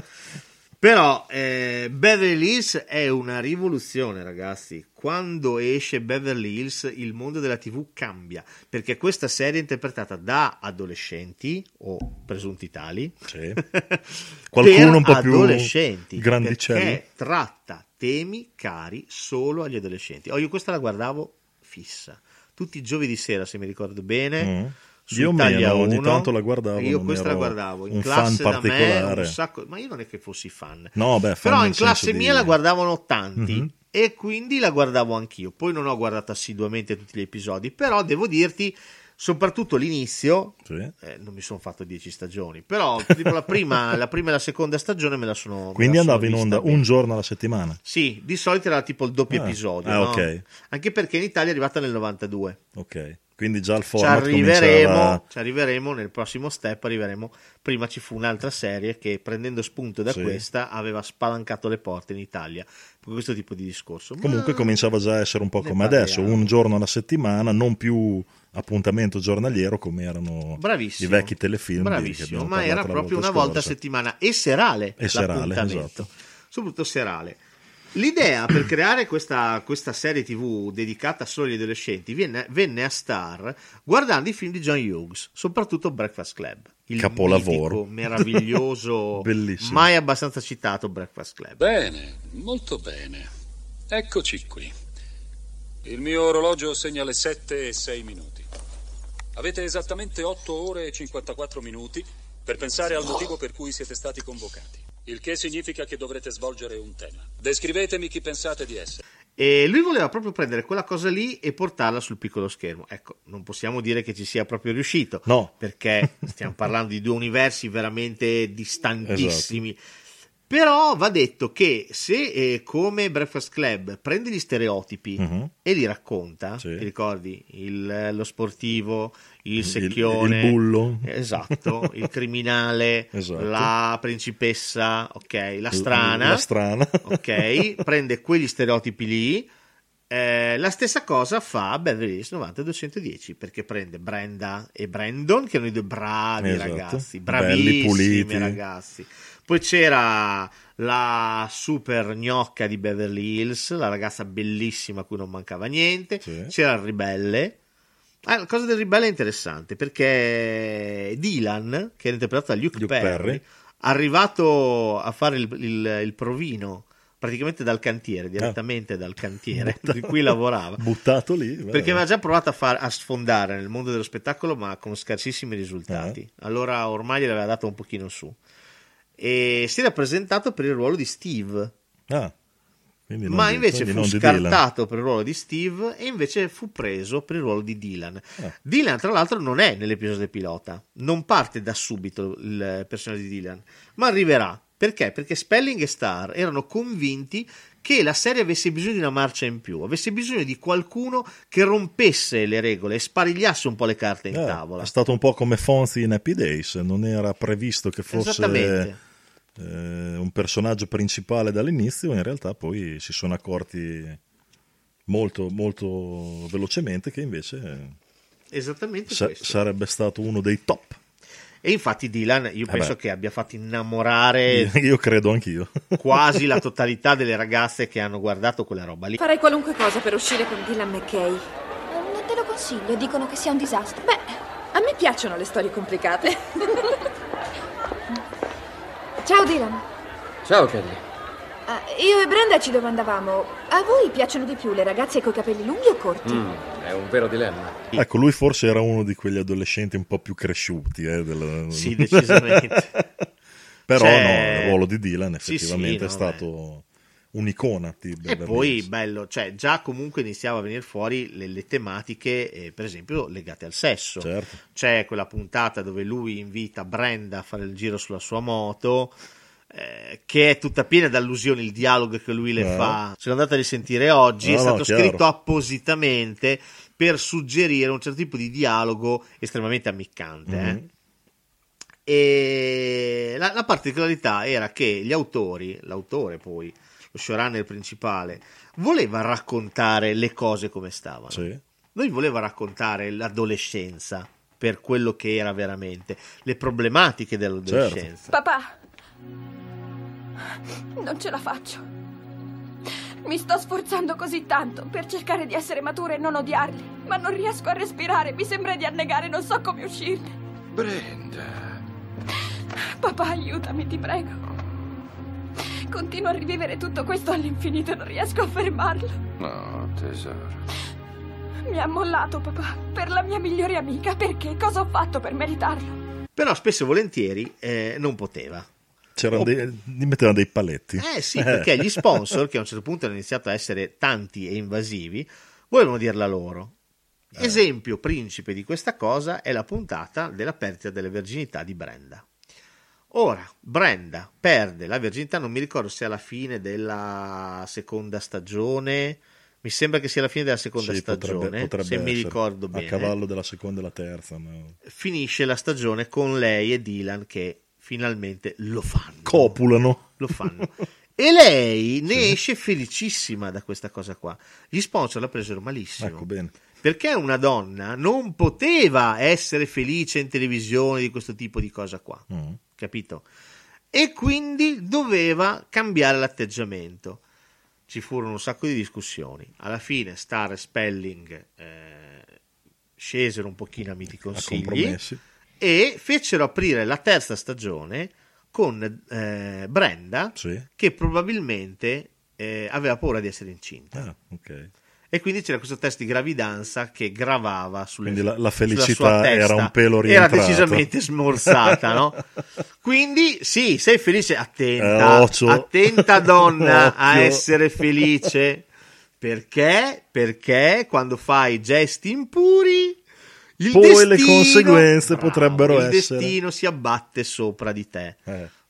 Però eh, Beverly Hills è una rivoluzione, ragazzi. Quando esce Beverly Hills il mondo della tivù cambia, perché questa serie è interpretata da adolescenti o presunti tali, Sì. Qualcuno un po' più adolescenti, grandicelli. perché tratta temi cari solo agli adolescenti. Oh, io questa la guardavo fissa tutti i giovedì sera, se mi ricordo bene. Mm. Su Io Italia meno, ogni uno. tanto la guardavo, Io non questa la ero guardavo in un classe fan da me, particolare. un sacco, ma io non è che fossi fan. No, beh, fan però nel in classe senso mia di- la guardavano tanti. Mhm. E quindi la guardavo anch'io. Poi non ho guardato assiduamente tutti gli episodi, però devo dirti, soprattutto l'inizio, Sì. eh, non mi sono fatto dieci stagioni, però tipo la prima, la prima e la seconda stagione me la sono. Quindi me la sono andava in vista onda bene. un giorno alla settimana. Sì, di solito era tipo il doppio Ah, episodio. ah, no? ok. Anche perché in Italia è arrivata nel novantadue. Ok. Quindi già il Ci format arriveremo, cominciava... ci arriveremo nel prossimo step. Arriveremo. Prima ci fu un'altra serie che, prendendo spunto da Sì. questa, aveva spalancato le porte in Italia per questo tipo di discorso. Ma Comunque cominciava già a essere un po' ne come parliamo. adesso, un giorno alla settimana, non più appuntamento giornaliero come erano Bravissimo. i vecchi telefilm. di- che Bravissimo, abbiamo ma parlato era la proprio una volta volta a scorsa. settimana e serale. E serale, l'appuntamento. esatto. Soprattutto serale. L'idea per creare questa, questa serie tivù dedicata solo agli adolescenti venne, venne a Star guardando i film di John Hughes, soprattutto Breakfast Club, il Capolavoro. mitico, meraviglioso, Bellissimo. mai abbastanza citato Breakfast Club. Bene, molto bene. Eccoci qui. Il mio orologio segna le sette e sei minuti. Avete esattamente otto ore e cinquantaquattro minuti per pensare al motivo per cui siete stati convocati. Il che significa che dovrete svolgere un tema. Descrivetemi chi pensate di essere. E lui voleva proprio prendere quella cosa lì e portarla sul piccolo schermo. Ecco, non possiamo dire che ci sia proprio riuscito, No. perché stiamo parlando di due universi veramente distantissimi. Però va detto che se eh, come Breakfast Club prende gli stereotipi uh-huh. e li racconta, sì. ti ricordi il, lo sportivo, il secchione, il, il bullo, esatto, il criminale, esatto. la principessa, ok, la strana, la strana. ok, prende quegli stereotipi lì. Eh, la stessa cosa fa Beverly Hills novanta duecentodieci, perché prende Brenda e Brandon, che erano i due bravi esatto. ragazzi, belli, bravissimi puliti. ragazzi. Poi c'era la super gnocca di Beverly Hills, la ragazza bellissima a cui non mancava niente. Sì. C'era il ribelle. Ah, la cosa del ribelle è interessante perché Dylan, che era interpretato da Luke, Luke Perry, Perry, arrivato a fare il, il, il provino praticamente dal cantiere, direttamente ah. dal cantiere di cui lavorava, buttato lì, beh. perché aveva già provato a, far, a sfondare nel mondo dello spettacolo, ma con scarsissimi risultati. Ah. Allora ormai gliel'aveva dato un pochino su, e si era presentato per il ruolo di Steve, ah, ma di, invece fu Dylan. scartato per il ruolo di Steve e invece fu preso per il ruolo di Dylan. Ah. Dylan tra l'altro non è nell'episodio pilota, non parte da subito il personaggio di Dylan, ma arriverà. Perché? Perché Spelling e Starr erano convinti che la serie avesse bisogno di una marcia in più, avesse bisogno di qualcuno che rompesse le regole e sparigliasse un po' le carte in eh, tavola. È stato un po' come Fonzie in Happy Days, non era previsto che fosse eh, un personaggio principale dall'inizio, in realtà poi si sono accorti molto, molto velocemente che invece Esattamente sa- questo. sarebbe stato uno dei top. E infatti Dylan io penso eh che abbia fatto innamorare io credo anch'io quasi la totalità delle ragazze che hanno guardato quella roba lì. Farei qualunque cosa per uscire con Dylan McKay. Non te lo consiglio, dicono che sia un disastro. Beh, a me piacciono le storie complicate. Ciao Dylan. Ciao Kelly. Uh, io e Brenda ci domandavamo, a voi piacciono di più le ragazze coi capelli lunghi o corti? Mm, è un vero dilemma. Ecco, lui forse era uno di quegli adolescenti un po' più cresciuti. Eh, del... Sì, decisamente. Però C'è... no, il ruolo di Dylan effettivamente sì, sì, no, è stato beh. un'icona. Di e poi bello, cioè già comunque iniziava a venire fuori le, le tematiche, eh, per esempio legate al sesso. Certo. C'è quella puntata dove lui invita Brenda a fare il giro sulla sua moto, Eh, che è tutta piena d'allusioni, il dialogo che lui le eh. fa. Sono andato a risentire oggi, no, è stato no, scritto chiaro. appositamente per suggerire un certo tipo di dialogo estremamente ammiccante. Mm-hmm. eh. E la, la particolarità era che gli autori, l'autore poi, lo showrunner principale, voleva raccontare le cose come stavano. Sì. Lui voleva raccontare l'adolescenza per quello che era veramente, le problematiche dell'adolescenza. Certo. Papà, non ce la faccio. Mi sto sforzando così tanto per cercare di essere matura e non odiarli, ma non riesco a respirare, mi sembra di annegare, non so come uscirne. Brenda. Papà, aiutami, ti prego. Continuo a rivivere tutto questo all'infinito e non riesco a fermarlo. No, tesoro. Mi ha mollato, papà, per la mia migliore amica. Perché? Cosa ho fatto per meritarlo? Però spesso e volentieri eh, non poteva. C'erano Oh. dei, gli mettevano dei paletti. Eh sì, perché gli sponsor, che a un certo punto hanno iniziato a essere tanti e invasivi, volevano dirla loro. Eh. Esempio principe di questa cosa è la puntata della perdita delle verginità di Brenda. Ora, Brenda perde la verginità, non mi ricordo se alla fine della seconda stagione, mi sembra che sia alla fine della seconda Sì, stagione, potrebbe, potrebbe se mi essere. ricordo bene. A cavallo della seconda e la terza. Ma... Finisce la stagione con lei e Dylan che finalmente lo fanno. Copulano. Lo fanno. E lei ne sì. esce felicissima da questa cosa qua. Gli sponsor la presero malissimo. Ecco, bene. Perché una donna non poteva essere felice in televisione di questo tipo di cosa qua. Mm. Capito? E quindi doveva cambiare l'atteggiamento. Ci furono un sacco di discussioni. Alla fine Starr e Spelling eh, scesero un pochino a miti consigli e fecero aprire la terza stagione con eh, Brenda, sì. che probabilmente eh, aveva paura di essere incinta. Ah, okay. E quindi c'era questo test di gravidanza che gravava sulle, quindi la, la felicità sulla sua testa. Era un pelo rientrato. Era decisamente smorzata, no? Quindi sì, sei felice, attenta, eh, attenta donna Occhio. a essere felice, perché? Perché quando fai gesti impuri il poi destino, le conseguenze bravo, potrebbero il essere il destino si abbatte sopra di te. Eh. Cioè,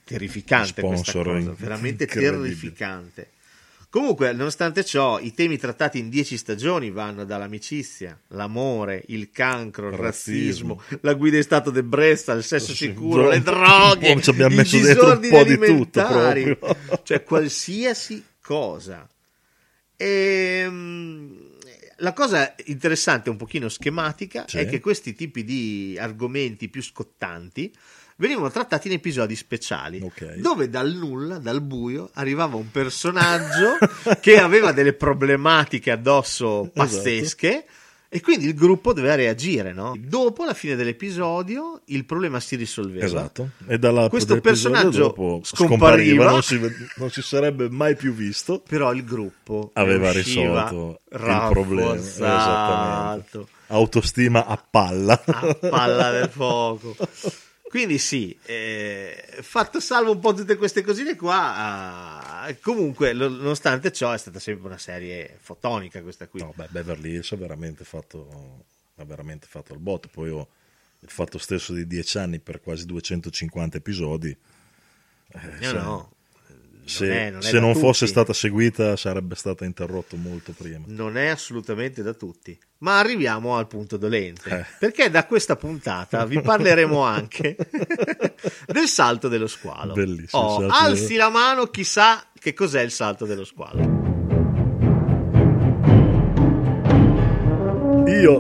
terrificante questa Sponsor cosa, in- veramente incredibile. terrificante. Comunque, nonostante ciò, i temi trattati in dieci stagioni vanno dall'amicizia, l'amore, il cancro, il razzismo, Razzismo. la guida in stato d'ebbrezza, il sesso Sì, sicuro, bro- le droghe, boh, ci abbiamo i messo dentro un disordini po' di tutto alimentari, proprio. cioè qualsiasi cosa. E la cosa interessante, un pochino schematica, Sì. è che questi tipi di argomenti più scottanti venivano trattati in episodi speciali, dove dal nulla, dal buio, arrivava un personaggio che aveva delle problematiche addosso pazzesche, e quindi il gruppo doveva reagire, no? Dopo la fine dell'episodio il problema si risolveva. Esatto. E dalla Questo dall'episodio personaggio dopo scompariva, non si, ved- non si sarebbe mai più visto. però il gruppo Aveva usciva risolto il problema. rafforzato. Esattamente. Autostima a palla. A palla del fuoco. Quindi sì, eh, fatto salvo un po' tutte queste cosine qua, eh, comunque lo- nonostante ciò è stata sempre una serie fotonica questa qui. No, beh, Beverly Hills ha veramente fatto, ha veramente fatto il botto. Poi ho il fatto stesso di dieci anni per quasi duecentocinquanta episodi. Eh, No, se no, se non non, è- non è se da non fosse tutti. stata seguita sarebbe stata interrotta molto prima. Non è assolutamente da tutti, ma arriviamo al punto dolente, Eh. perché da questa puntata vi parleremo anche del salto dello squalo. Bellissimo, Oh, salto alzi dello- la mano chi sa che cos'è il salto dello squalo. Io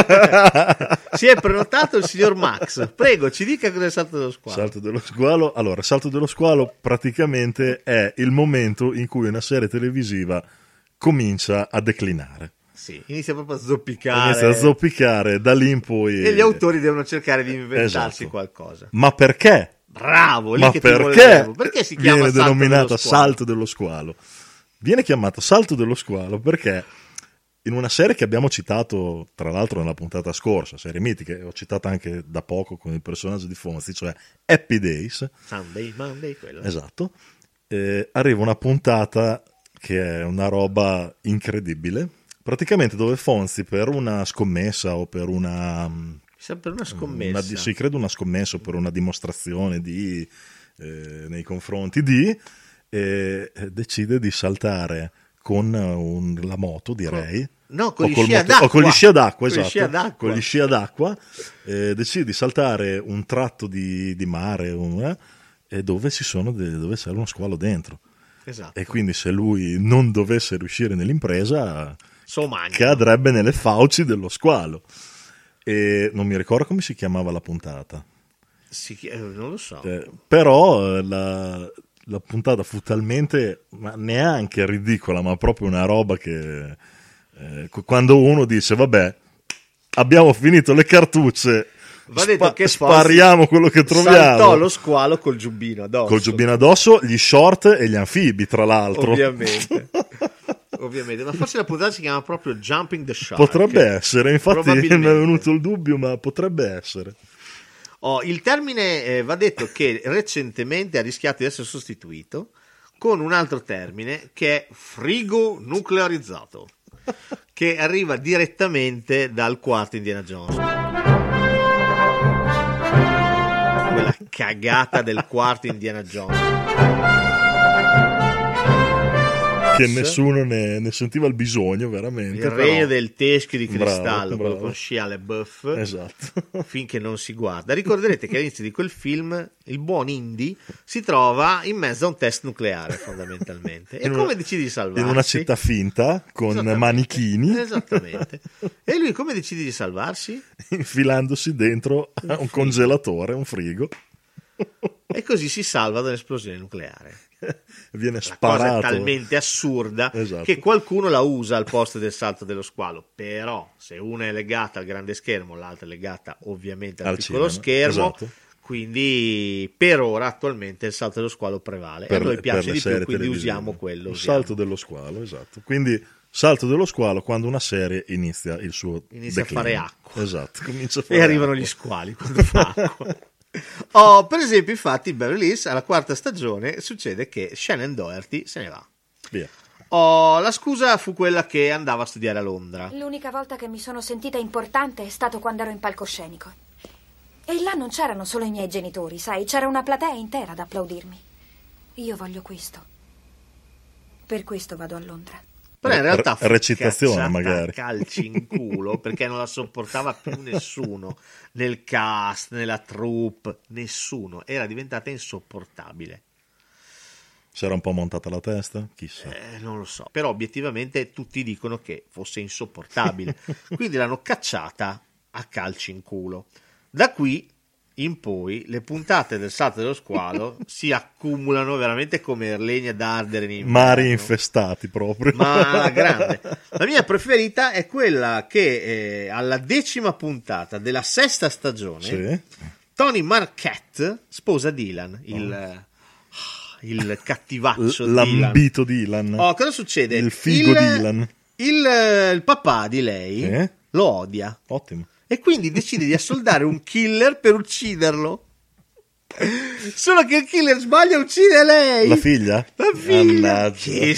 Si è prenotato il signor Max, prego ci dica cos'è il salto dello squalo. Salto dello squalo. Allora, Salto dello squalo praticamente è il momento in cui una serie televisiva comincia a declinare. Sì, inizia proprio a zoppicare. Inizia a zoppicare, da lì in poi. E gli autori devono cercare di inventarsi Esatto. qualcosa. Ma perché? Bravo, lì Ma che ti perché, volevo. Perché si chiama viene salto denominata dello squalo? Salto dello squalo? Viene chiamato Salto dello squalo perché in una serie che abbiamo citato, tra l'altro nella puntata scorsa, serie mitiche, ho citato anche da poco con il personaggio di Fonzi, cioè Happy Days. Sunday, Monday, quello. Esatto. Eh, arriva una puntata che è una roba incredibile, praticamente dove Fonzi per una scommessa o per una... Sempre una scommessa. una di- sì, credo una scommessa o per una dimostrazione di, eh, nei confronti di, eh, decide di saltare con un- la moto, direi. No, con O gli col sci ad moto- o con gli acqua. sci ad acqua, Con gli esatto. sci ad acqua. Con gli sci ad acqua, eh, decide di saltare un tratto di, di mare un- eh, e dove, ci sono de- dove c'è uno squalo dentro. Esatto. E quindi se lui non dovesse riuscire nell'impresa, So magno. cadrebbe nelle fauci dello squalo. E non mi ricordo come si chiamava la puntata. Si chi- eh, non lo so. Eh, però eh, la, la puntata fu talmente, ma neanche ridicola, ma proprio una roba che eh, qu- quando uno dice vabbè, abbiamo finito le cartucce, Va detto spa- che spariamo quello che troviamo. Saltò lo squalo col giubbino addosso. Col giubbino addosso, gli short e gli anfibi, tra l'altro. Ovviamente. Ovviamente, ma forse la puntata si chiama proprio Jumping the Shark. Potrebbe essere, infatti mi è Probabilmente. venuto il dubbio, ma potrebbe essere. Oh, il termine eh, va detto che recentemente ha rischiato di essere sostituito con un altro termine che è frigo nuclearizzato, che arriva direttamente dal quarto Indiana Jones. Quella cagata del quarto Indiana Jones. Che nessuno ne, ne sentiva il bisogno, veramente. Il però- regno del teschio di cristallo, Bravo, quello bravo. con Shia LaBeouf, Esatto. finché non si guarda. Ricorderete che all'inizio di quel film il buon Indy si trova in mezzo a un test nucleare, fondamentalmente. E In come una- decide di salvarsi? In una città finta, con Esattamente. manichini, Esattamente. E lui come decide di salvarsi? infilandosi dentro a un congelatore, un frigo. E così si salva dall'esplosione nucleare. Viene La cosa è sparato. talmente assurda Esatto. che qualcuno la usa al posto del salto dello squalo. Però se una è legata al grande schermo, l'altra è legata ovviamente al, Al piccolo cinema, schermo, esatto. quindi per ora attualmente il salto dello squalo prevale. e a noi per piace le di più, serie quindi televisive. usiamo quello. Il usiamo. salto dello squalo, esatto. Quindi salto dello squalo quando una serie inizia il suo Inizia a declino. fare acqua. Esatto, comincia a fare E arrivano acqua. gli squali quando fa acqua. Oh, per esempio, infatti, in Beverly Hills alla quarta stagione succede che Shannon Doherty se ne va. Via. Oh, la scusa fu quella che andava a studiare a Londra. L'unica volta che mi sono sentita importante è stato quando ero in palcoscenico. E là non c'erano solo i miei genitori, sai, c'era una platea intera ad applaudirmi. Io voglio questo. Per questo vado a Londra. Però in realtà fu recitazione cacciata magari a calci in culo perché non la sopportava più nessuno nel cast, nella troupe, nessuno, era diventata insopportabile. C'era un po' montata la testa? Chissà. Eh, non lo so, però obiettivamente tutti dicono che fosse insopportabile, quindi l'hanno cacciata a calci in culo. Da qui in poi le puntate del Salto dello Squalo si accumulano veramente come legna d'ardere in inverno. Mari infestati proprio. Ma grande. La mia preferita è quella che eh, alla decima puntata della sesta stagione Sì. Tony Marquette sposa Dylan, il, oh. il cattivaccio L- l'ambito Dylan. Oh, cosa succede? Il figo il, Dylan. Il, il papà di lei Eh? lo odia. Ottimo. E quindi decide di assoldare un killer per ucciderlo. Solo che il killer sbaglia e uccide lei. La figlia? La figlia. Mannaggia. Che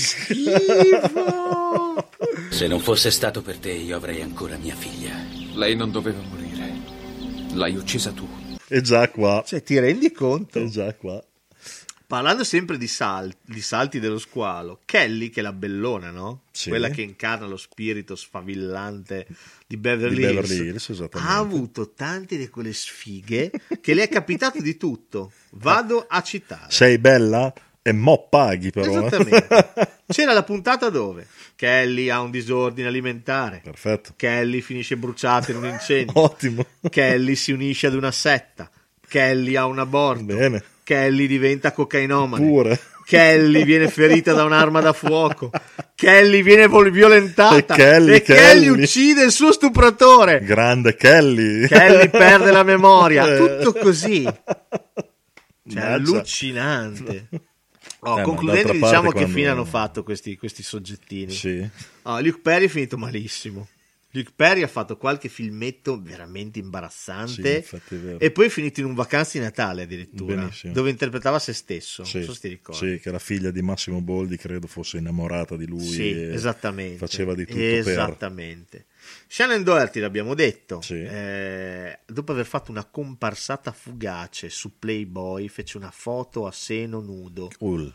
schifo. Se non fosse stato per te, io avrei ancora mia figlia. Lei non doveva morire. L'hai uccisa tu. È già qua. Cioè, ti rendi conto? È già qua. Parlando sempre di, sal- di salti dello squalo, Kelly, che è la bellona, no? Sì. Quella che incarna lo spirito sfavillante di Beverly, Di Beverly Hills, Hills, esattamente. ha avuto tante di quelle sfighe che le è capitato di tutto. Vado a citare. Sei bella? E mo paghi però. eh. Esattamente. C'era la puntata dove Kelly ha un disordine alimentare. Perfetto. Kelly finisce bruciata in un incendio. Ottimo. Kelly si unisce ad una setta. Kelly ha un aborto. Bene. Kelly diventa cocainomane. Pure. Kelly viene ferita da un'arma da fuoco. Kelly viene vol- violentata. E Kelly, e Kelly Kelly. uccide il suo stupratore. Grande Kelly. Kelly perde la memoria. Eh. Tutto così. Cioè, Mannaggia. allucinante. Oh, Eh, ma concludendo, d'altra diciamo parte che quando- fine hanno fatto questi, questi soggettini. Sì. Oh, Luke Perry è finito malissimo. Luke Perry ha fatto qualche filmetto veramente imbarazzante. Sì, infatti è vero. E poi è finito in un Vacanze di Natale addirittura, Benissimo. dove interpretava se stesso. Sì, Non so se ti ricordi. sì, che la figlia di Massimo Boldi credo fosse innamorata di lui. Sì, e esattamente. Faceva di tutto Esattamente. Shannon Doherty, l'abbiamo detto, Sì. eh, dopo aver fatto una comparsata fugace su Playboy, fece una foto a seno nudo. per... Ul.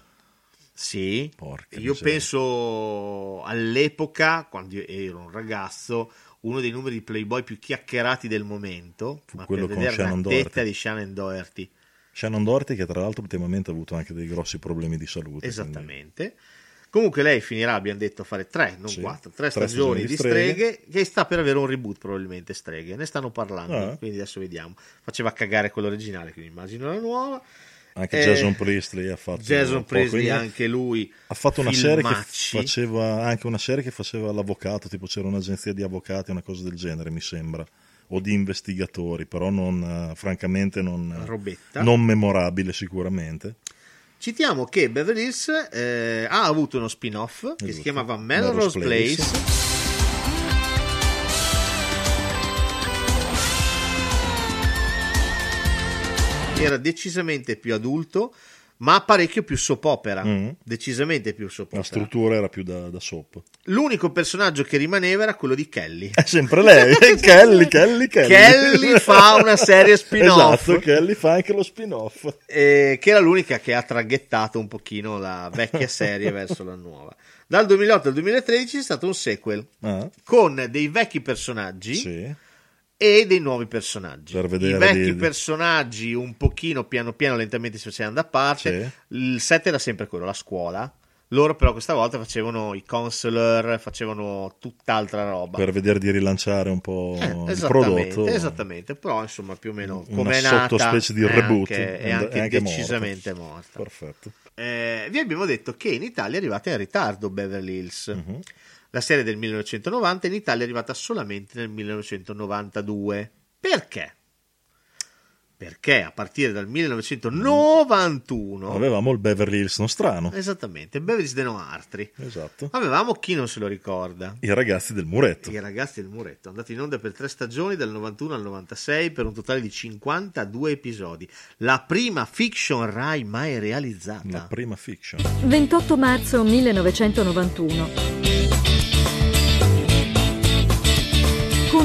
Sì, Porca io miseria. penso all'epoca, quando io ero un ragazzo, uno dei numeri di Playboy più chiacchierati del momento, Fu ma quello per con vedere la Shannon tetta Doherty. di Shannon Doherty. Shannon Doherty che tra l'altro ultimamente ha avuto anche dei grossi problemi di salute. Esattamente. Comunque lei finirà, abbiamo detto, a fare tre, non Sì, quattro, tre tre stagioni, stagioni di di streghe, che sta per avere un reboot probabilmente Streghe, ne stanno parlando, Ah. quindi adesso vediamo. Faceva cagare quello originale, quindi immagino la nuova. Anche Eh, Jason Priestley ha fatto Jason un po', Priestley, quindi anche lui ha fatto una serie che filmacci. faceva anche una serie che faceva l'avvocato, tipo c'era un'agenzia di avvocati, una cosa del genere mi sembra, o di investigatori, però non eh, francamente non, Robetta. non memorabile sicuramente. Citiamo che Beverly Hills eh, ha avuto uno spin-off che si Esatto. chiamava Melrose Melrose Place. Place. Era decisamente più adulto, ma parecchio più soap opera. Mm. Decisamente più soap La opera. struttura era più da, da soap. L'unico personaggio che rimaneva era quello di Kelly. È sempre lei, Kelly, Kelly, Kelly. Kelly fa una serie spin-off. Esatto, Kelly fa anche lo spin-off. eh, che era l'unica che ha traghettato un pochino la vecchia serie verso la nuova. Dal duemilaotto al duemilatredici è stato un sequel Ah, con dei vecchi personaggi sì. e dei nuovi personaggi. Per I vedere vecchi di- personaggi un pochino piano piano lentamente si facevano da parte. Il set era sempre quello, la scuola. Loro però questa volta facevano i counselor, facevano tutt'altra roba. Per vedere di rilanciare un po' Eh, il esattamente, prodotto. esattamente, però insomma più o meno Una come è nata sottospecie di è reboot, anche, è è anche anche decisamente morta. Perfetto. Eh, vi abbiamo detto che in Italia è arrivata in ritardo Beverly Hills. Mhm. La serie del millenovecentonovanta in Italia è arrivata solamente nel millenovecentonovantadue. Perché? Perché a partire dal millenovecentonovantuno Avevamo il Beverly Hills nostrano. esattamente, Beverly Hills de Noartri. Esatto. Avevamo, chi non se lo ricorda, I ragazzi del muretto. I ragazzi del muretto, andati in onda per tre stagioni dal novantuno al novantasei per un totale di cinquantadue episodi. La prima fiction Rai mai realizzata. La prima fiction. ventotto marzo millenovecentonovantuno. Con I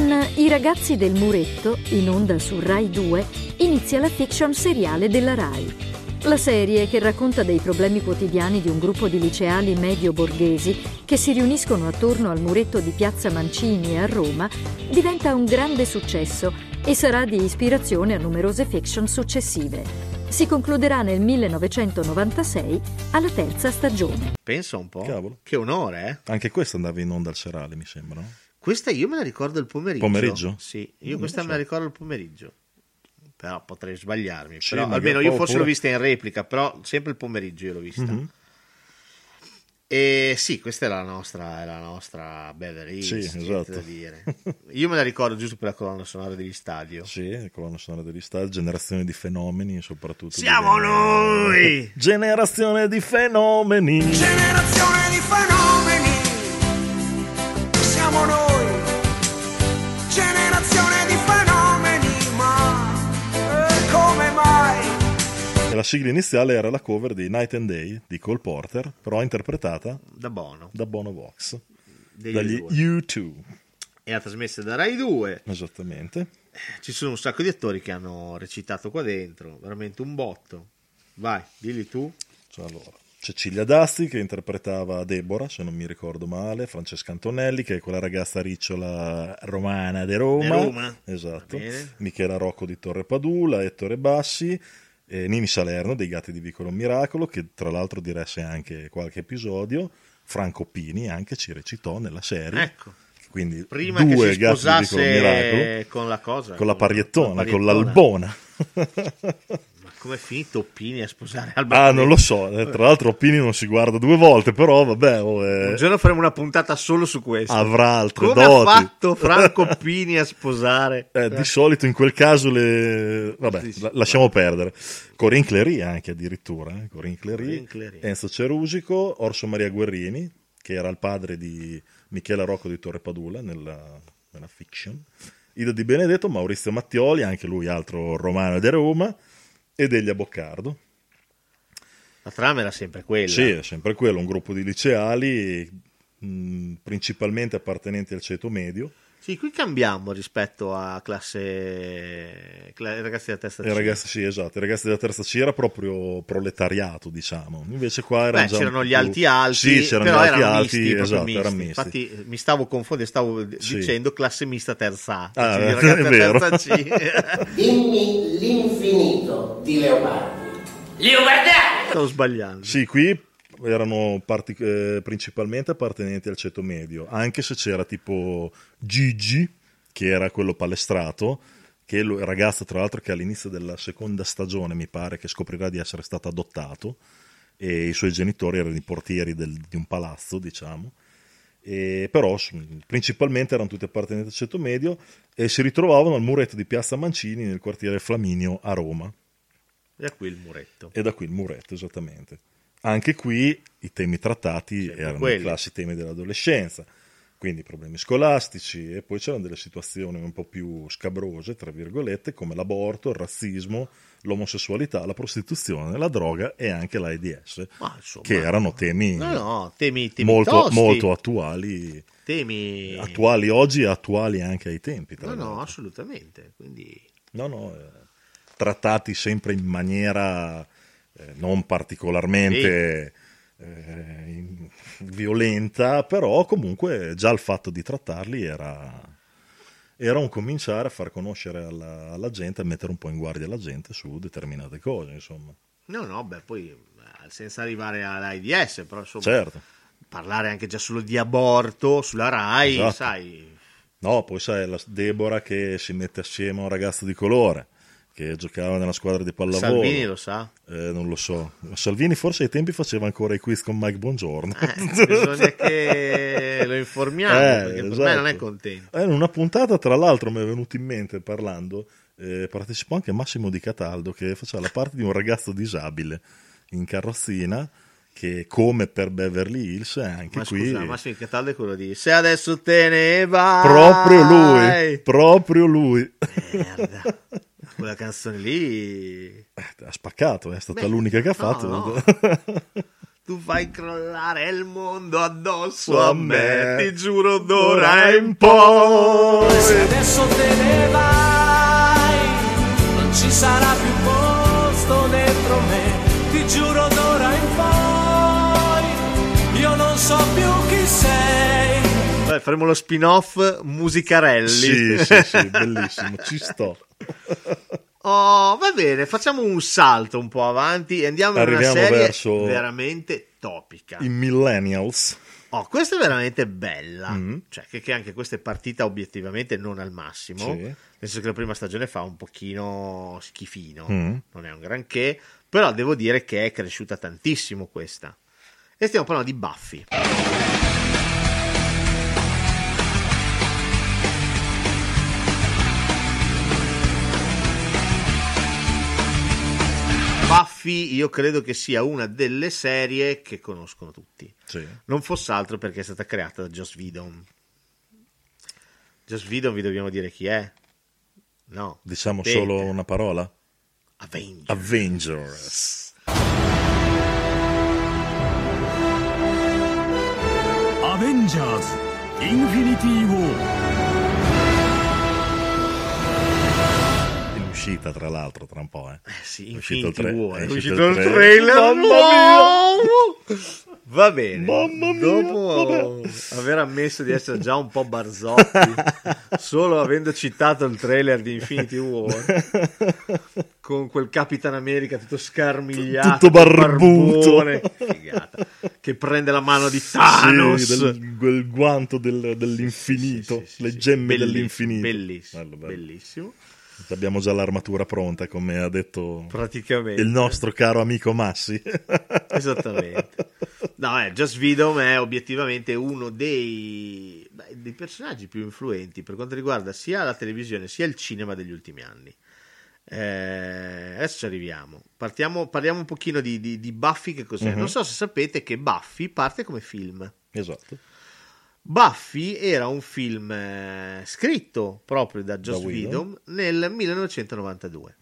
ragazzi del Muretto, in onda su Rai due, inizia la fiction seriale della Rai. La serie, che racconta dei problemi quotidiani di un gruppo di liceali medio-borghesi che si riuniscono attorno al muretto di Piazza Mancini a Roma, diventa un grande successo e sarà di ispirazione a numerose fiction successive. Si concluderà nel millenovecentonovantasei alla terza stagione. Pensa un po'. Cavolo. Che onore, eh? Anche questa andava in onda al serale, mi sembra, no? Questa io me la ricordo il pomeriggio. Pomeriggio? Sì, io Non questa so. me la ricordo il pomeriggio. Però potrei sbagliarmi. Sì, Però, magari almeno io forse oppure- l'ho vista in replica, però sempre il pomeriggio io l'ho vista. Mhm. E sì, questa è la nostra, è la nostra Beverly Hills, Sì, niente esatto. da dire. Io me la ricordo giusto per la colonna sonora degli stadio. Sì, la colonna sonora degli stadi, generazione di fenomeni, soprattutto. Siamo di- noi! Generazione di fenomeni! Generazione di fenomeni, siamo noi. Generazione di fenomeni, ma eh, come mai? E la sigla iniziale era la cover di Night and Day di Cole Porter, però interpretata Da Bono. da Bono Vox, Degli dagli U due. U due. Era trasmessa da Rai due. Esattamente. Ci sono un sacco di attori che hanno recitato qua dentro, veramente un botto. Vai, dilli tu. Cioè, allora, Cecilia D'Asti che interpretava Deborah, se non mi ricordo male, Francesca Antonelli che è quella ragazza ricciola romana di Roma, Di Roma. esatto. Va bene. Michela Rocco di Torre Padula, Ettore Bassi, eh, Nini Salerno dei Gatti di Vicolo Miracolo, che tra l'altro diresse anche qualche episodio, Franco Pini anche ci recitò nella serie. Ecco. Quindi Prima due che si Gatti di Vicolo sposasse Miracolo con la cosa. con la pariettona, con pariettona. l'albona. Ma come è finito Oppini a sposare Alberto? Ah, non lo so, eh, tra l'altro Oppini non si guarda due volte, però vabbè, oh, eh, Un giorno faremo una puntata solo su questo. avrà altre Come doti. ha fatto Franco Oppini a sposare? Eh, di solito in quel caso le... vabbè, Sì, sì, la- lasciamo perdere. Corinne Clery anche addirittura, eh. Corinne Clery, Corinne Clery. Enzo Cerusico, Orso Maria Guerrini, che era il padre di Michela Rocco di Torre Padula nella, nella fiction, Ida Di Benedetto, Maurizio Mattioli, anche lui altro romano di Roma, e Delia Boccardo. La trama era sempre quella. Sì, è sempre quello, un gruppo di liceali mh, principalmente appartenenti al ceto medio. Sì, qui cambiamo rispetto a classe cla- i ragazzi della terza I C. ragazzi, sì, esatto, i ragazzi della terza C era proprio proletariato, diciamo. Invece qua erano Beh, già un c'erano po' gli più- alti alti, Sì, c'erano però gli alti erano alti, misti, proprio esatto, misti. erano misti. Infatti eh, mi stavo confondendo, stavo d- Sì. dicendo classe mista terza A. Ah, Quindi è ragazzi della vero. terza C. Dimmi l'infinito di Leopardi. Leopardiano! Stavo sbagliando. Sì, qui erano parti- eh, principalmente appartenenti al ceto medio, anche se c'era tipo Gigi, che era quello palestrato, che è il ragazzo tra l'altro che all'inizio della seconda stagione mi pare che scoprirà di essere stato adottato e i suoi genitori erano i portieri del- di un palazzo, diciamo. E però s- principalmente erano tutti appartenenti al ceto medio e si ritrovavano al muretto di Piazza Mancini nel quartiere Flaminio a Roma. E da qui il muretto. E da qui il muretto, esattamente. Anche qui i temi trattati erano quelli. i classici temi dell'adolescenza, quindi problemi scolastici, e poi c'erano delle situazioni un po' più scabrose, tra virgolette, come l'aborto, il razzismo, l'omosessualità, la prostituzione, la droga e anche l'AIDS, Ma, insomma, che erano temi, No, no, temi, temi molto, tosti. molto attuali, Temi... attuali oggi e attuali anche ai tempi. Tra No, no, l'altro. assolutamente. Quindi... No, no, eh, trattati sempre in maniera eh, non particolarmente eh, in- violenta, però comunque già il fatto di trattarli era, era un cominciare a far conoscere alla, alla gente, a mettere un po' in guardia la gente su determinate cose, insomma. No, no, beh, poi eh, senza arrivare all'AIDS, però insomma, Certo. parlare anche già solo di aborto sulla Rai, Esatto. sai, No, poi sai, la Deborah che si mette assieme a un ragazzo di colore che giocava nella squadra di pallavolo. Salvini lo sa. Eh, non lo so. Salvini forse ai tempi faceva ancora i quiz con Mike Bongiorno. Eh, bisogna che lo informiamo, Eh, perché per esatto. me non è contento. Eh, in una puntata, tra l'altro, mi è venuto in mente parlando, eh, partecipò anche Massimo Di Cataldo che faceva la parte di un ragazzo disabile in carrozzina che, come per Beverly Hills, è anche Ma qui scusa, Massimo Cataldo è quello di se adesso te ne vai. proprio lui, proprio lui. Merda. Quella canzone lì Eh, ha spaccato, è stata Beh, l'unica che ha no, fatto. no. tu fai crollare il mondo addosso a a me, me. ti giuro d'ora in poi. Se adesso te ne vai, non ci sarà più posto dentro me, ti giuro d'ora in poi, io non so più chi sei. Beh, faremo lo spin-off Musicarelli. Sì, sì, sì, bellissimo, ci sto. Oh, va bene, facciamo un salto un po' avanti e andiamo Arriviamo in una serie verso veramente topica. i millennials. Oh, questa è veramente bella, Mm. cioè che, che anche questa è partita obiettivamente non al massimo, Sì. nel senso che la prima stagione fa un pochino schifino, Mm. non è un granché, però devo dire che è cresciuta tantissimo questa. E stiamo parlando di Buffy. Buffy io credo che sia una delle serie che conoscono tutti. Sì. Non fosse altro perché è stata creata da Joss Whedon. Joss Whedon vi dobbiamo dire chi è? No. Diciamo Bene. solo una parola? Avengers. Avengers. Avengers Infinity War. In uscita, tra l'altro, tra un po', eh. Eh sì, È uscito Infinity il tre- War. è È uscito uscito il il tre- trailer. Mamma nuovo! Va bene. Mamma mia, Dopo aver ammesso di essere già un po' Barzotti, solo avendo citato il trailer di Infinity War, con quel Capitan America tutto scarmigliato, tutto barbuto, barbone, figata, che prende la mano di Thanos. Sì, del, quel guanto del- dell'infinito, Sì, sì, sì, le sì, gemme bellissimo, dell'infinito. bellissimo, Bello, bello. bellissimo. Abbiamo già l'armatura pronta, come ha detto Praticamente il nostro caro amico Massi. Esattamente. No, eh, Joss Whedon è obiettivamente uno dei, beh, dei personaggi più influenti per quanto riguarda sia la televisione sia il cinema degli ultimi anni. Eh, adesso ci arriviamo. Partiamo, parliamo un pochino di, di, di Buffy, che cos'è. Mhm. Non so se sapete che Buffy parte come film. Esatto. Buffy era un film eh, scritto proprio da Joss Da Whedon. Whedon nel millenovecentonovantadue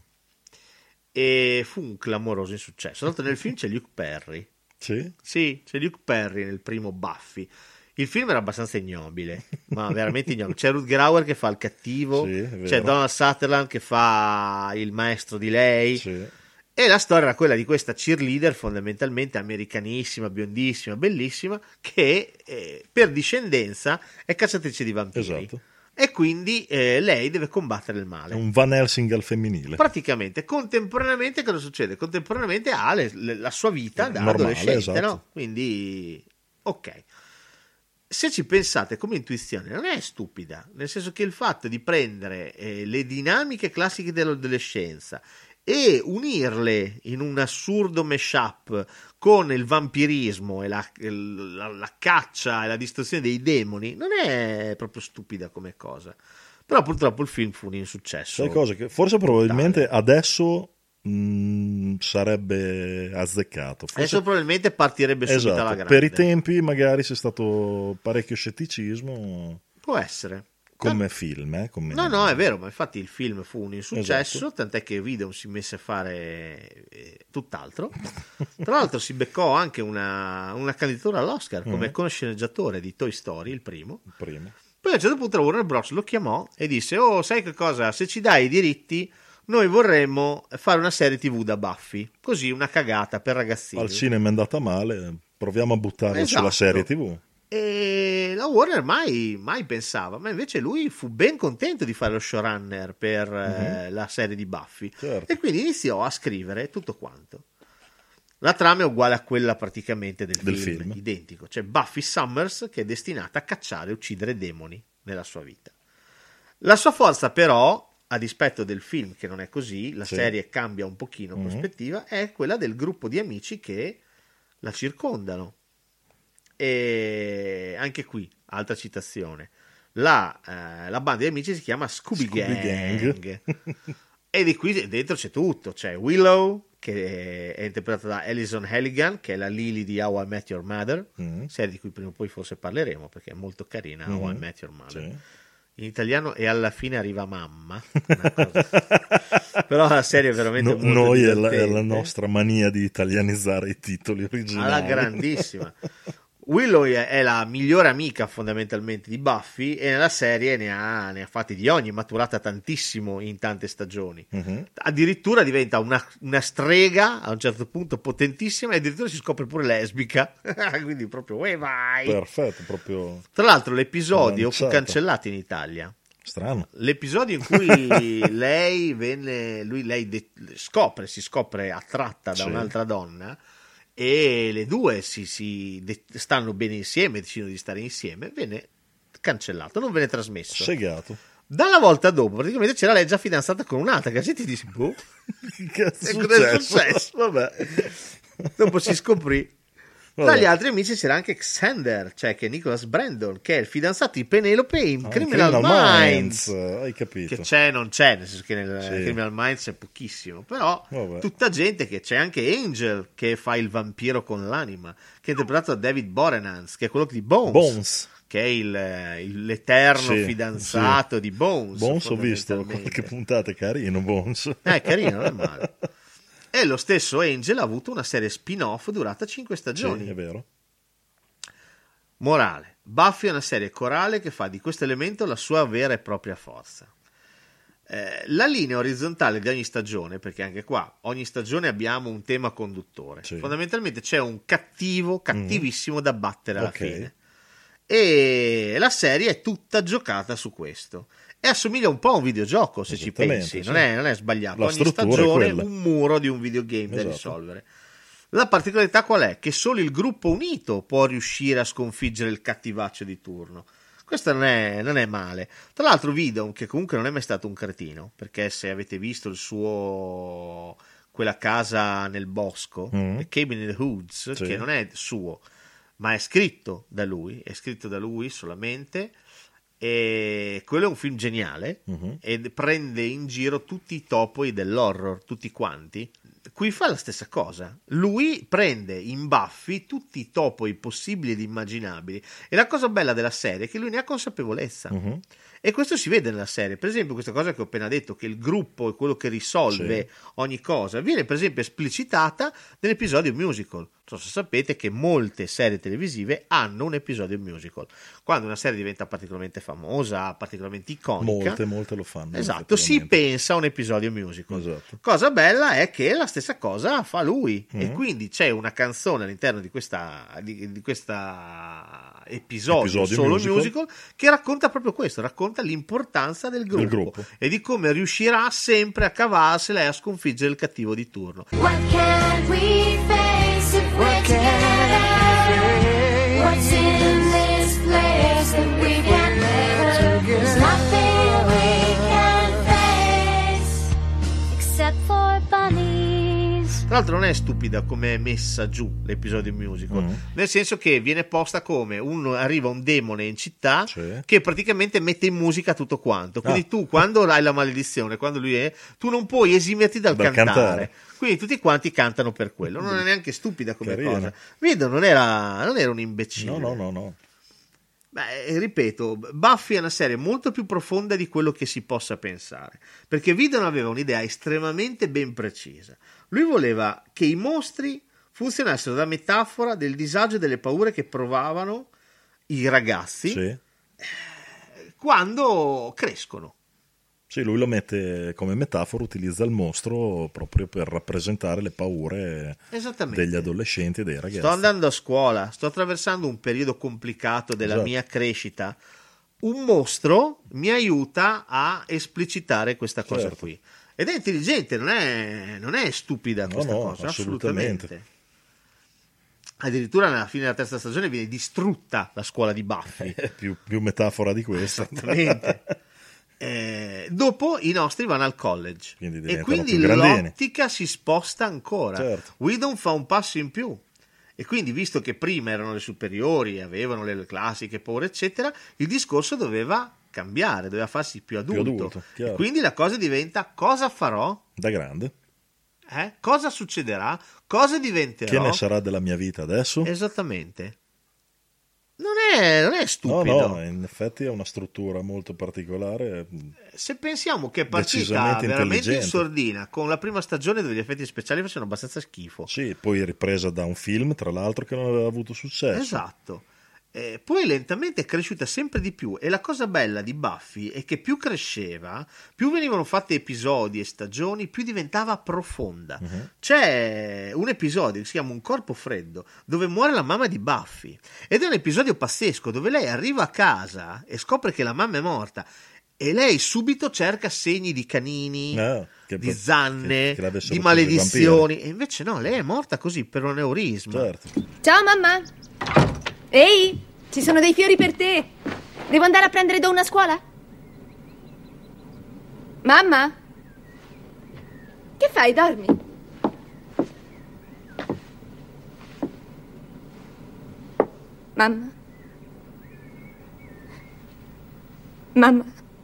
e fu un clamoroso insuccesso. Tra l'altro nel film c'è Luke Perry. Sì? Sì, c'è Luke Perry nel primo Buffy. Il film era abbastanza ignobile, ma veramente ignobile. C'è Rutger Hauer che fa il cattivo, Sì, è vero. c'è Donald Sutherland che fa il maestro di lei. Sì. E la storia era quella di questa cheerleader fondamentalmente americanissima, biondissima, bellissima, che eh, per discendenza è cacciatrice di vampiri. Esatto. E quindi eh, lei deve combattere il È male. un Van Helsing al femminile. Praticamente, contemporaneamente cosa succede? Contemporaneamente ha le- le- la sua vita da Normale, adolescente, esatto. no? Quindi, ok. Se ci pensate come intuizione, non è stupida, nel senso che il fatto di prendere eh, le dinamiche classiche dell'adolescenza e unirle in un assurdo mashup con il vampirismo e la, la, la caccia e la distruzione dei demoni non è proprio stupida come cosa. Però purtroppo il film fu un insuccesso. Sai cosa? Che forse probabilmente adesso mh, sarebbe azzeccato. Forse... Adesso probabilmente partirebbe subito Esatto. alla grande. Per i tempi magari c'è stato parecchio scetticismo Può essere. come film. Eh? Come... No, no, è vero, ma infatti il film fu un insuccesso, Esatto. tant'è che Whedon si mise a fare eh, tutt'altro. Tra l'altro si beccò anche una, una candidatura all'Oscar come Mm. consceneggiatore di Toy Story, il primo. Il primo. Poi a un certo punto la Warner Bros. Lo chiamò e disse: oh, sai che cosa? Se ci dai i diritti, noi vorremmo fare una serie tivù da Buffy. Così, una cagata per ragazzini. Al cinema è andata male, proviamo a buttarlo Esatto. sulla serie tivù. E la Warner mai, mai pensava, ma invece lui fu ben contento di fare lo showrunner per eh, Mhm. la serie di Buffy. Certo. E quindi iniziò a scrivere tutto quanto. La trama è uguale a quella praticamente del, Del film, film. identico. C'è Buffy Summers che è destinata a cacciare e uccidere demoni nella sua vita. La sua forza però, a dispetto del film che non è così, la Sì. serie cambia un pochino Mhm. prospettiva, è quella del gruppo di amici che la circondano. E anche qui, altra citazione, la, eh, la banda di amici si chiama Scooby, Scooby Gang, Gang. e di qui dentro c'è tutto, c'è Willow che è interpretata da Alison Halligan, che è la Lily di How I Met Your Mother, Mm. serie di cui prima o poi forse parleremo perché è molto carina. How I Mhm. Met Your Mother, Sì. in italiano E alla fine arriva mamma, una cosa. Però la serie è veramente No, molto noi è la, divertente. è la nostra mania di italianizzare i titoli originali. Alla grandissima. Willow è la migliore amica fondamentalmente di Buffy e nella serie ne ha, ne ha fatti di ogni, maturata tantissimo in tante stagioni. Mhm. Addirittura diventa una, una strega a un certo punto potentissima e addirittura si scopre pure lesbica. Quindi proprio, uè vai! Perfetto, proprio Tra l'altro l'episodio fu lanciata. cancellato in Italia. Strano. L'episodio in cui lei venne, lui, lei de- scopre, si scopre attratta da Sì. un'altra donna e le due si, si de- stanno bene insieme, decidono di stare insieme, venne cancellato, non venne trasmesso. Segato. Dalla volta dopo, praticamente c'era lei già fidanzata con un'altra, che ti dici, boh, che e cosa è successo? Vabbè. Dopo si scoprì. Tra Vabbè. gli altri amici c'era anche Xander, cioè che è Nicholas Brandon, che è il fidanzato di Penelope in Ah, Criminal, Criminal Minds. Minds, hai capito. Che c'è, non c'è, nel senso che nel Sì. Criminal Minds c'è pochissimo, però Vabbè. tutta gente che c'è anche Angel che fa il vampiro con l'anima, che è interpretato da David Boreanaz, che è quello di Bones, Bones. che è il, il- l'eterno Sì, fidanzato sì. di Bones. Bones ho visto fondamentalmente. qualche puntata, è carino Bones. Eh, è carino, non è male. E lo stesso Angel ha avuto una serie spin-off durata cinque stagioni. Sì, è vero. Morale: Buffy è una serie corale che fa di questo elemento la sua vera e propria forza. Eh, la linea orizzontale di ogni stagione, perché anche qua ogni stagione abbiamo un tema conduttore, Sì. fondamentalmente c'è un cattivo, cattivissimo da battere alla Ok. fine, e la serie è tutta giocata su questo e assomiglia un po' a un videogioco, se ci Esattamente, pensi, sì. non è, non è sbagliato. La Ogni struttura è stagione quella. un muro di un videogame da Esatto. risolvere. La particolarità qual è? Che solo il gruppo unito può riuscire a sconfiggere il cattivaccio di turno. Questo non è, non è male. Tra l'altro Whedon, che comunque non è mai stato un cretino, perché se avete visto il suo quella casa nel bosco, Mm. The Cabin in the Woods, Sì. che non è suo, ma è scritto da lui, è scritto da lui solamente, e quello è un film geniale Mhm. ed prende in giro tutti i topoi dell'horror, tutti quanti. Qui fa la stessa cosa. Lui prende in Buffy tutti i topoi possibili ed immaginabili. E la cosa bella della serie è che lui ne ha consapevolezza. Mhm. E questo si vede nella serie. Per esempio, questa cosa che ho appena detto, che il gruppo è quello che risolve ogni cosa, viene per esempio esplicitata nell'episodio musical. Non so se sapete che molte serie televisive hanno un episodio musical. Quando una serie diventa particolarmente famosa, particolarmente iconica, Molte, molte lo fanno. esatto, si effettivamente. pensa a un episodio musical. Esatto. Cosa bella è che la stessa cosa fa lui e Mhm. quindi c'è una canzone all'interno di questa di, di questa episodio, Episodio solo musical. musical. Che racconta proprio questo, racconta l'importanza del gruppo, gruppo. e di come riuscirà sempre a cavarsela e a sconfiggere il cattivo di turno. What can we face if we're together? What's in this place that we can never? There's nothing we can face except for bunnies. Tra l'altro non è stupida come è messa giù l'episodio musical, Mhm. nel senso che viene posta come un, arriva un demone in città Sì. che praticamente mette in musica tutto quanto. Quindi Ah. tu quando hai la maledizione, quando lui è, tu non puoi esimerti dal, Dal cantare. cantare. Quindi tutti quanti cantano per quello. Non è neanche stupida come Carina. cosa. Vedo, non era, non era un imbecille. No, no, no, no. Beh, ripeto, Buffy è una serie molto più profonda di quello che si possa pensare, perché Whedon aveva un'idea estremamente ben precisa. Lui voleva che i mostri funzionassero da metafora del disagio e delle paure che provavano i ragazzi Sì. quando crescono. Sì, lui lo mette come metafora, utilizza il mostro proprio per rappresentare le paure Esattamente. degli adolescenti e dei ragazzi. Sto andando a scuola, sto attraversando un periodo complicato della Esatto. mia crescita. Un mostro mi aiuta a esplicitare questa cosa Certo. qui. Ed è intelligente, non è, non è stupida No, questa no, cosa, assolutamente. assolutamente. Addirittura nella fine della terza stagione viene distrutta la scuola di Buffy. più, più metafora di questo. Esattamente. Eh, dopo i nostri vanno al college Quindi e diventano quindi più grandini. l'ottica si sposta ancora. Certo. Whedon fa un passo in più e quindi, visto che prima erano le superiori, avevano le classiche paure eccetera, il discorso doveva cambiare, doveva farsi più adulto, Più adulto, chiaro. e quindi la cosa diventa: cosa farò? Da grande. Eh? Cosa succederà? Cosa diventerò? Che ne sarà della mia vita adesso? Esattamente. Non è, non è stupido. No, no, in effetti ha una struttura molto particolare. Se pensiamo che è partita veramente in sordina con la prima stagione dove gli effetti speciali facevano abbastanza schifo. Sì, poi ripresa da un film, tra l'altro, che non aveva avuto successo. Esatto. Eh, poi lentamente è cresciuta sempre di più, e la cosa bella di Buffy è che più cresceva, più venivano fatte episodi e stagioni, più diventava profonda. Uh-huh. C'è un episodio che si chiama Un corpo freddo, dove muore la mamma di Buffy, ed è un episodio pazzesco dove lei arriva a casa e scopre che la mamma è morta, e lei subito cerca segni di canini, no, che, di zanne, che, che di maledizioni, e invece no, lei è morta così per un aneurisma. Certo. Ciao mamma. Ehi, ci sono dei fiori per te. Devo andare a prendere Dawn a scuola? Mamma? Che fai, dormi? Mamma? Mamma?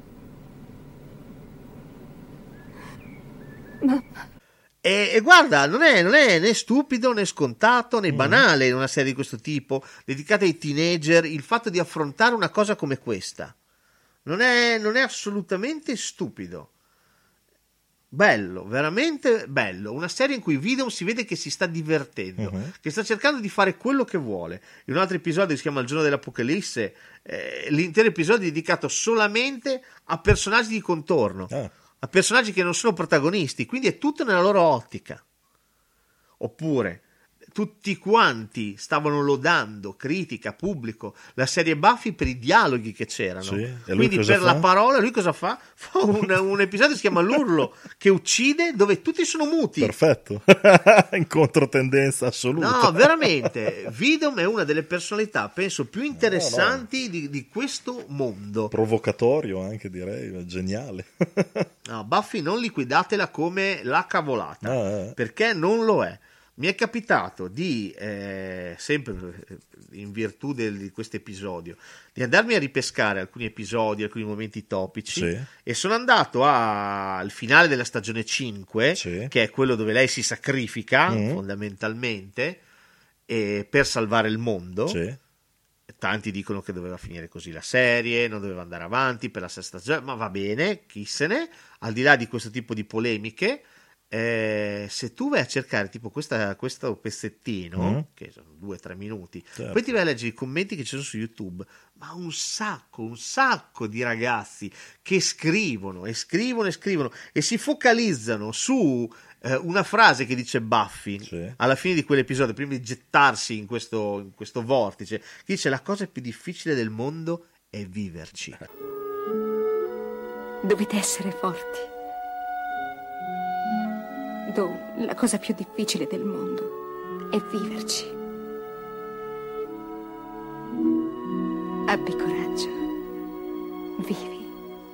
Mamma? E, e guarda, non è, non è né stupido né scontato né banale in una serie di questo tipo, dedicata ai teenager, il fatto di affrontare una cosa come questa. Non è, non è assolutamente stupido. Bello, veramente bello. Una serie in cui Widow si vede che si sta divertendo, uh-huh. che sta cercando di fare quello che vuole. In un altro episodio che si chiama Il giorno dell'Apocalisse, eh, l'intero episodio è dedicato solamente a personaggi di contorno. Uh. A personaggi che non sono protagonisti, quindi è tutto nella loro ottica. Oppure tutti quanti stavano lodando, critica, pubblico, la serie Buffy per i dialoghi che c'erano. Sì, quindi per fa? la parola, lui cosa fa? Fa un, un episodio che si chiama L'urlo che uccide, dove tutti sono muti. Perfetto, in controtendenza assoluta. No, veramente, Widom è una delle personalità, penso, più interessanti no, no. Di, di questo mondo. Provocatorio anche, direi, geniale. No, Buffy non liquidatela come la cavolata, ah, eh. perché non lo è. Mi è capitato di, eh, sempre in virtù del, di questo episodio, di andarmi a ripescare alcuni episodi, alcuni momenti topici, sì. e sono andato a, al finale della stagione cinque, sì. che è quello dove lei si sacrifica mm. fondamentalmente e, per salvare il mondo. Sì. Tanti dicono che doveva finire così la serie, non doveva andare avanti per la sesta stagione, ma va bene, chi se ne, al di là di questo tipo di polemiche. Eh, se tu vai a cercare tipo questa, questo pezzettino mm. che sono due o tre minuti, certo. poi ti vai a leggere i commenti che ci sono su YouTube, ma un sacco, un sacco di ragazzi che scrivono e scrivono e scrivono e si focalizzano su eh, una frase che dice Buffy sì. alla fine di quell'episodio, prima di gettarsi in questo, in questo vortice, che dice: la cosa più difficile del mondo è viverci. Dovete essere forti. Dawn, la cosa più difficile del mondo è viverci. Abbi coraggio. Vivi.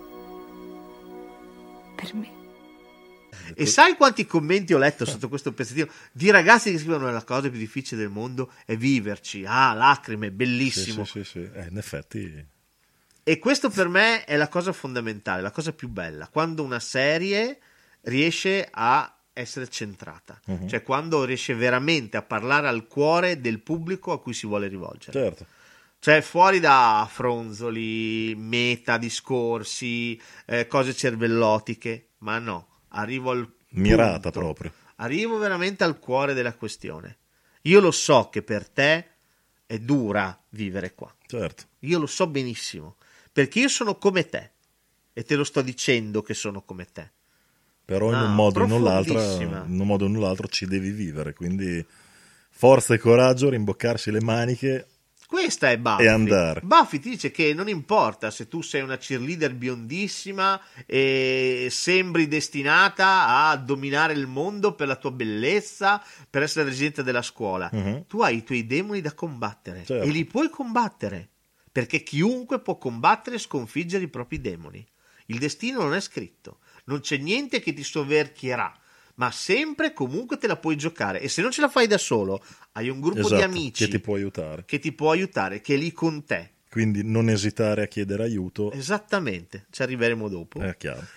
Per me. E sai quanti commenti ho letto sotto questo pezzettino di ragazzi che scrivono: la cosa più difficile del mondo è viverci. Ah, lacrime, bellissimo. Sì, sì, sì, sì. Eh, in effetti. E questo per me è la cosa fondamentale, la cosa più bella, quando una serie riesce a essere centrata, uh-huh. cioè quando riesce veramente a parlare al cuore del pubblico a cui si vuole rivolgere. Certo. Cioè fuori da fronzoli, meta discorsi, eh, cose cervellotiche, ma no, arrivo al mirata punto, proprio. Arrivo veramente al cuore della questione. Io lo so che per te è dura vivere qua. Certo. Io lo so benissimo, perché io sono come te e te lo sto dicendo che sono come te. Però in, no, un modo o in, in un modo o nell'altro ci devi vivere, quindi forza e coraggio, rimboccarsi le maniche. Questa è Buffy. E andare. Buffy ti dice che non importa se tu sei una cheerleader biondissima e sembri destinata a dominare il mondo per la tua bellezza, per essere residente della scuola. Uh-huh. Tu hai i tuoi demoni da combattere, certo. e li puoi combattere, perché chiunque può combattere e sconfiggere i propri demoni. Il destino non è scritto. Non c'è niente che ti soverchierà, ma sempre comunque te la puoi giocare, e se non ce la fai da solo hai un gruppo esatto, di amici che ti può aiutare, che ti può aiutare, che è lì con te. Quindi non esitare a chiedere aiuto. Esattamente, ci arriveremo dopo. È chiaro.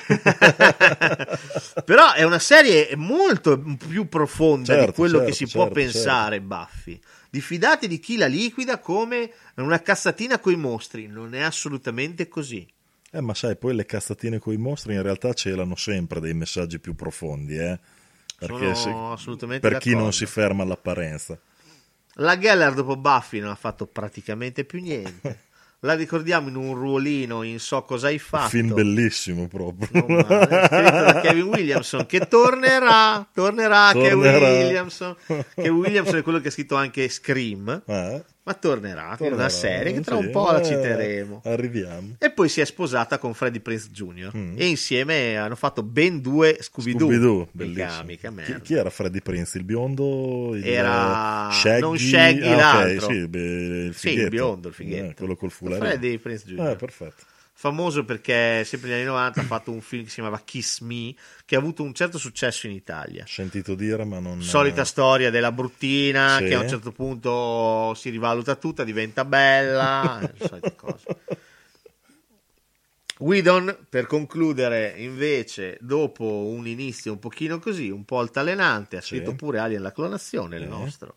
Però è una serie molto più profonda certo, di quello certo, che si certo, può pensare, certo. Buffy. Diffidate di chi la liquida come una cassatina coi mostri, non è assolutamente così. Eh, ma sai, poi le cazzatine coi mostri in realtà celano sempre dei messaggi più profondi, eh? Perché Sono se- assolutamente per chi d'accordo. non si ferma all'apparenza. La Geller dopo Buffy non ha fatto praticamente più niente. La ricordiamo in un ruolino in So cosa hai fatto. Film bellissimo proprio. Non male, scritto da Kevin Williamson, che tornerà, tornerà, Kevin Tornerà. Williamson. Kevin Williamson è quello che ha scritto anche Scream, Eh? ma tornerà, è Tornerà, una serie che tra sì, un po' la eh, citeremo. Arriviamo. E poi si è sposata con Freddie Prinze Junior Mm. e insieme hanno fatto ben due Scooby-Doo. Scooby-Doo, Mica- bellissimo. mica Chi, merda. chi era Freddie Prinze? Il biondo? Il Era Shaggy? non Shaggy, Ah, ok, l'altro. sì, beh, il Sì, il fighetto. biondo, il fighetto. Eh, quello col fularino. Freddie Prinze Junior Eh, perfetto. Famoso perché sempre negli anni novanta ha fatto un film che si chiamava Kiss Me, che ha avuto un certo successo in Italia. Sentito dire, ma non... Solita storia della bruttina Sì. che a un certo punto si rivaluta tutta, diventa bella, le solite cose. Whedon, per concludere, invece, dopo un inizio un pochino così, un po' altalenante, ha Sì. scritto pure Alien la clonazione, il Sì. nostro.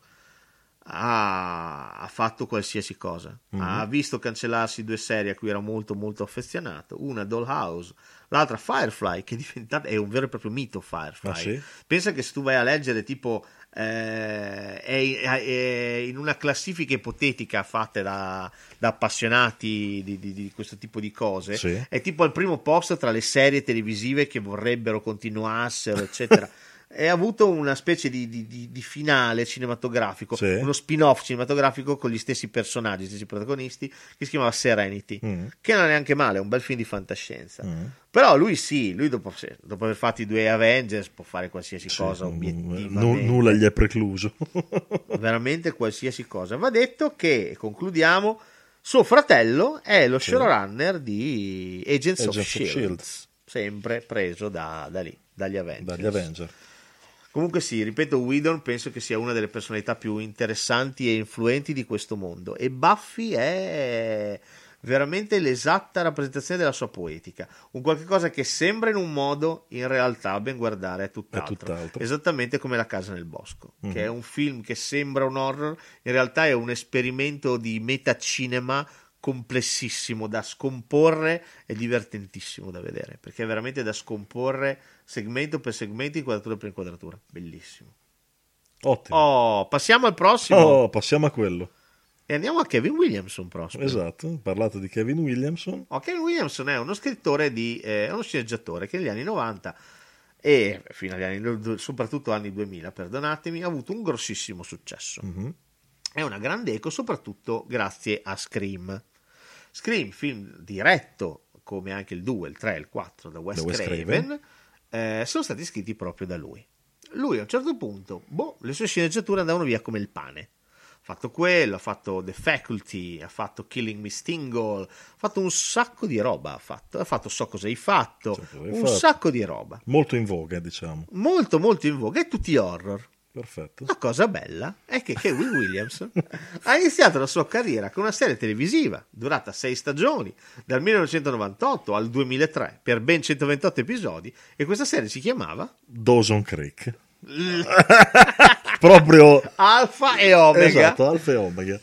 Ha, ha fatto qualsiasi cosa. Mhm. Ha visto cancellarsi due serie a cui era molto molto affezionato, una Dollhouse, l'altra Firefly, che è diventata è un vero e proprio mito Firefly. Ah, sì? Pensa che se tu vai a leggere tipo eh, è, è in una classifica ipotetica fatta da, da appassionati di, di- di questo tipo di cose, Sì. è tipo al primo posto tra le serie televisive che vorrebbero continuassero, eccetera. E ha avuto una specie di, di- di- di finale cinematografico, Sì. uno spin-off cinematografico con gli stessi personaggi, gli stessi protagonisti, che si chiamava Serenity, Mm. che non è neanche male, è un bel film di fantascienza. Mm. Però lui sì, lui dopo, se- dopo aver fatto i due Avengers può fare qualsiasi Sì, cosa, nu- obiettivamente. nulla gli è precluso. Veramente qualsiasi cosa. Va detto che, e concludiamo, suo fratello è lo Sì. showrunner di Agents, of Agents of Shield, Shield. sempre preso da, da lì, dagli Avengers. Dagli Avenger. Comunque sì, ripeto, Whedon penso che sia una delle personalità più interessanti e influenti di questo mondo, e Buffy è veramente l'esatta rappresentazione della sua poetica, un qualche cosa che sembra in un modo, in realtà a ben guardare è tutt'altro, È tutt'altro. esattamente come La casa nel bosco, Mhm. che è un film che sembra un horror, in realtà è un esperimento di metacinema complessissimo da scomporre e divertentissimo da vedere, perché è veramente da scomporre segmento per segmento, inquadratura per inquadratura, bellissimo. Ottimo. Oh, passiamo al prossimo Oh, passiamo a quello. e andiamo a Kevin Williamson prossimo. Esatto, parlato di Kevin Williamson. Oh, Kevin Williamson è uno scrittore di eh, è uno sceneggiatore che negli anni novanta e fino agli anni soprattutto anni duemila, perdonatemi, ha avuto un grossissimo successo. Mhm. È una grande eco soprattutto grazie a Scream. Scream, film diretto come anche il due, il tre e il quattro da Wes, Da Wes Craven, Craven. eh, sono stati scritti proprio da lui. Lui a un certo punto, boh, le sue sceneggiature andavano via come il pane. Ha fatto quello, ha fatto The Faculty, ha fatto Killing Me Stingle, ha fatto un sacco di roba, ha fatto, ha fatto So cosa hai fatto, hai un fatto. sacco di roba. Molto in voga, diciamo. Molto molto in voga, e tutti horror. Perfetto. La cosa bella è che Kevin Williamson ha iniziato la sua carriera con una serie televisiva durata sei stagioni, dal millenovecentonovantotto al duemilatré, per ben centoventotto episodi, e questa serie si chiamava Dawson Creek. Proprio Alfa e Omega. Esatto, Alfa e Omega.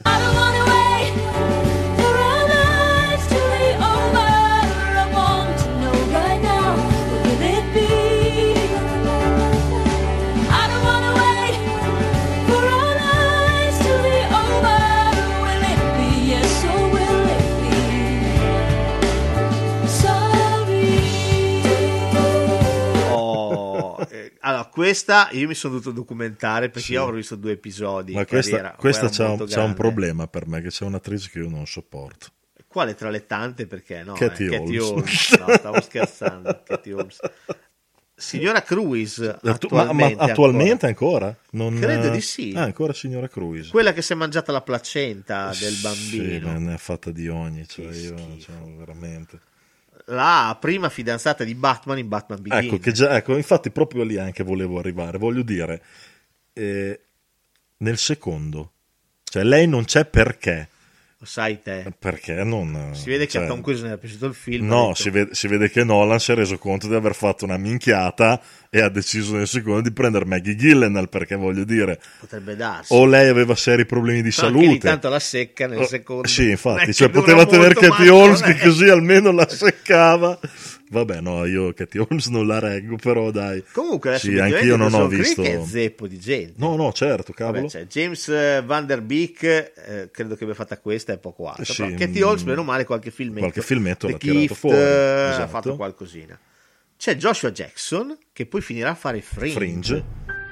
Oh, eh, allora, questa io mi sono dovuto documentare perché Sì. io avrò visto due episodi. Ma in questa, carriera, questa era c'ha, un, molto c'ha un grande. problema per me, che c'è un'attrice che io non sopporto. Quale tra le tante? Perché no? Katie eh, Katie Holmes. Holmes. No, stavo scherzando. Katie Holmes. Signora Cruise, Ma, ma attualmente, attualmente ancora? Non, Credo di sì. Ah, ancora signora Cruise. quella che si è mangiata la placenta del Sì, bambino, ma ne ha fatta di ogni, cioè io, cioè, veramente. la prima fidanzata di Batman in Batman Begins. Ecco, che già, ecco, infatti proprio lì anche volevo arrivare. Voglio dire, eh, nel secondo, cioè lei non c'è perché Lo sai te. Perché non... Si vede che cioè, a Tom Cruise non è piaciuto il film. No, detto, si vede, si vede che Nolan si è reso conto di aver fatto una minchiata e ha deciso nel secondo di prendere Maggie Gyllenhaal, perché voglio dire... Potrebbe darsi. O lei aveva seri problemi di Però salute. anche lì tanto la secca nel Oh, secondo. sì, infatti, Non cioè è che poteva dura tenere molto, Katie ma Holmes non è- che così almeno la seccava. Vabbè, no, io Katie Holmes non la reggo, però dai. Comunque adesso sì, anch'io non ho visto... che è zeppo di gente. No, no, certo, cavolo. Vabbè, c'è James eh, Van Der Beek, eh, credo che abbia fatta questa e poco altro. Sì, Però Katie Holmes, meno male, qualche filmetto. Qualche filmetto The l'ha tirato Gift, fuori, eh, esatto. ha fatto qualcosina. C'è Joshua Jackson, che poi finirà a fare Fringe. Fringe.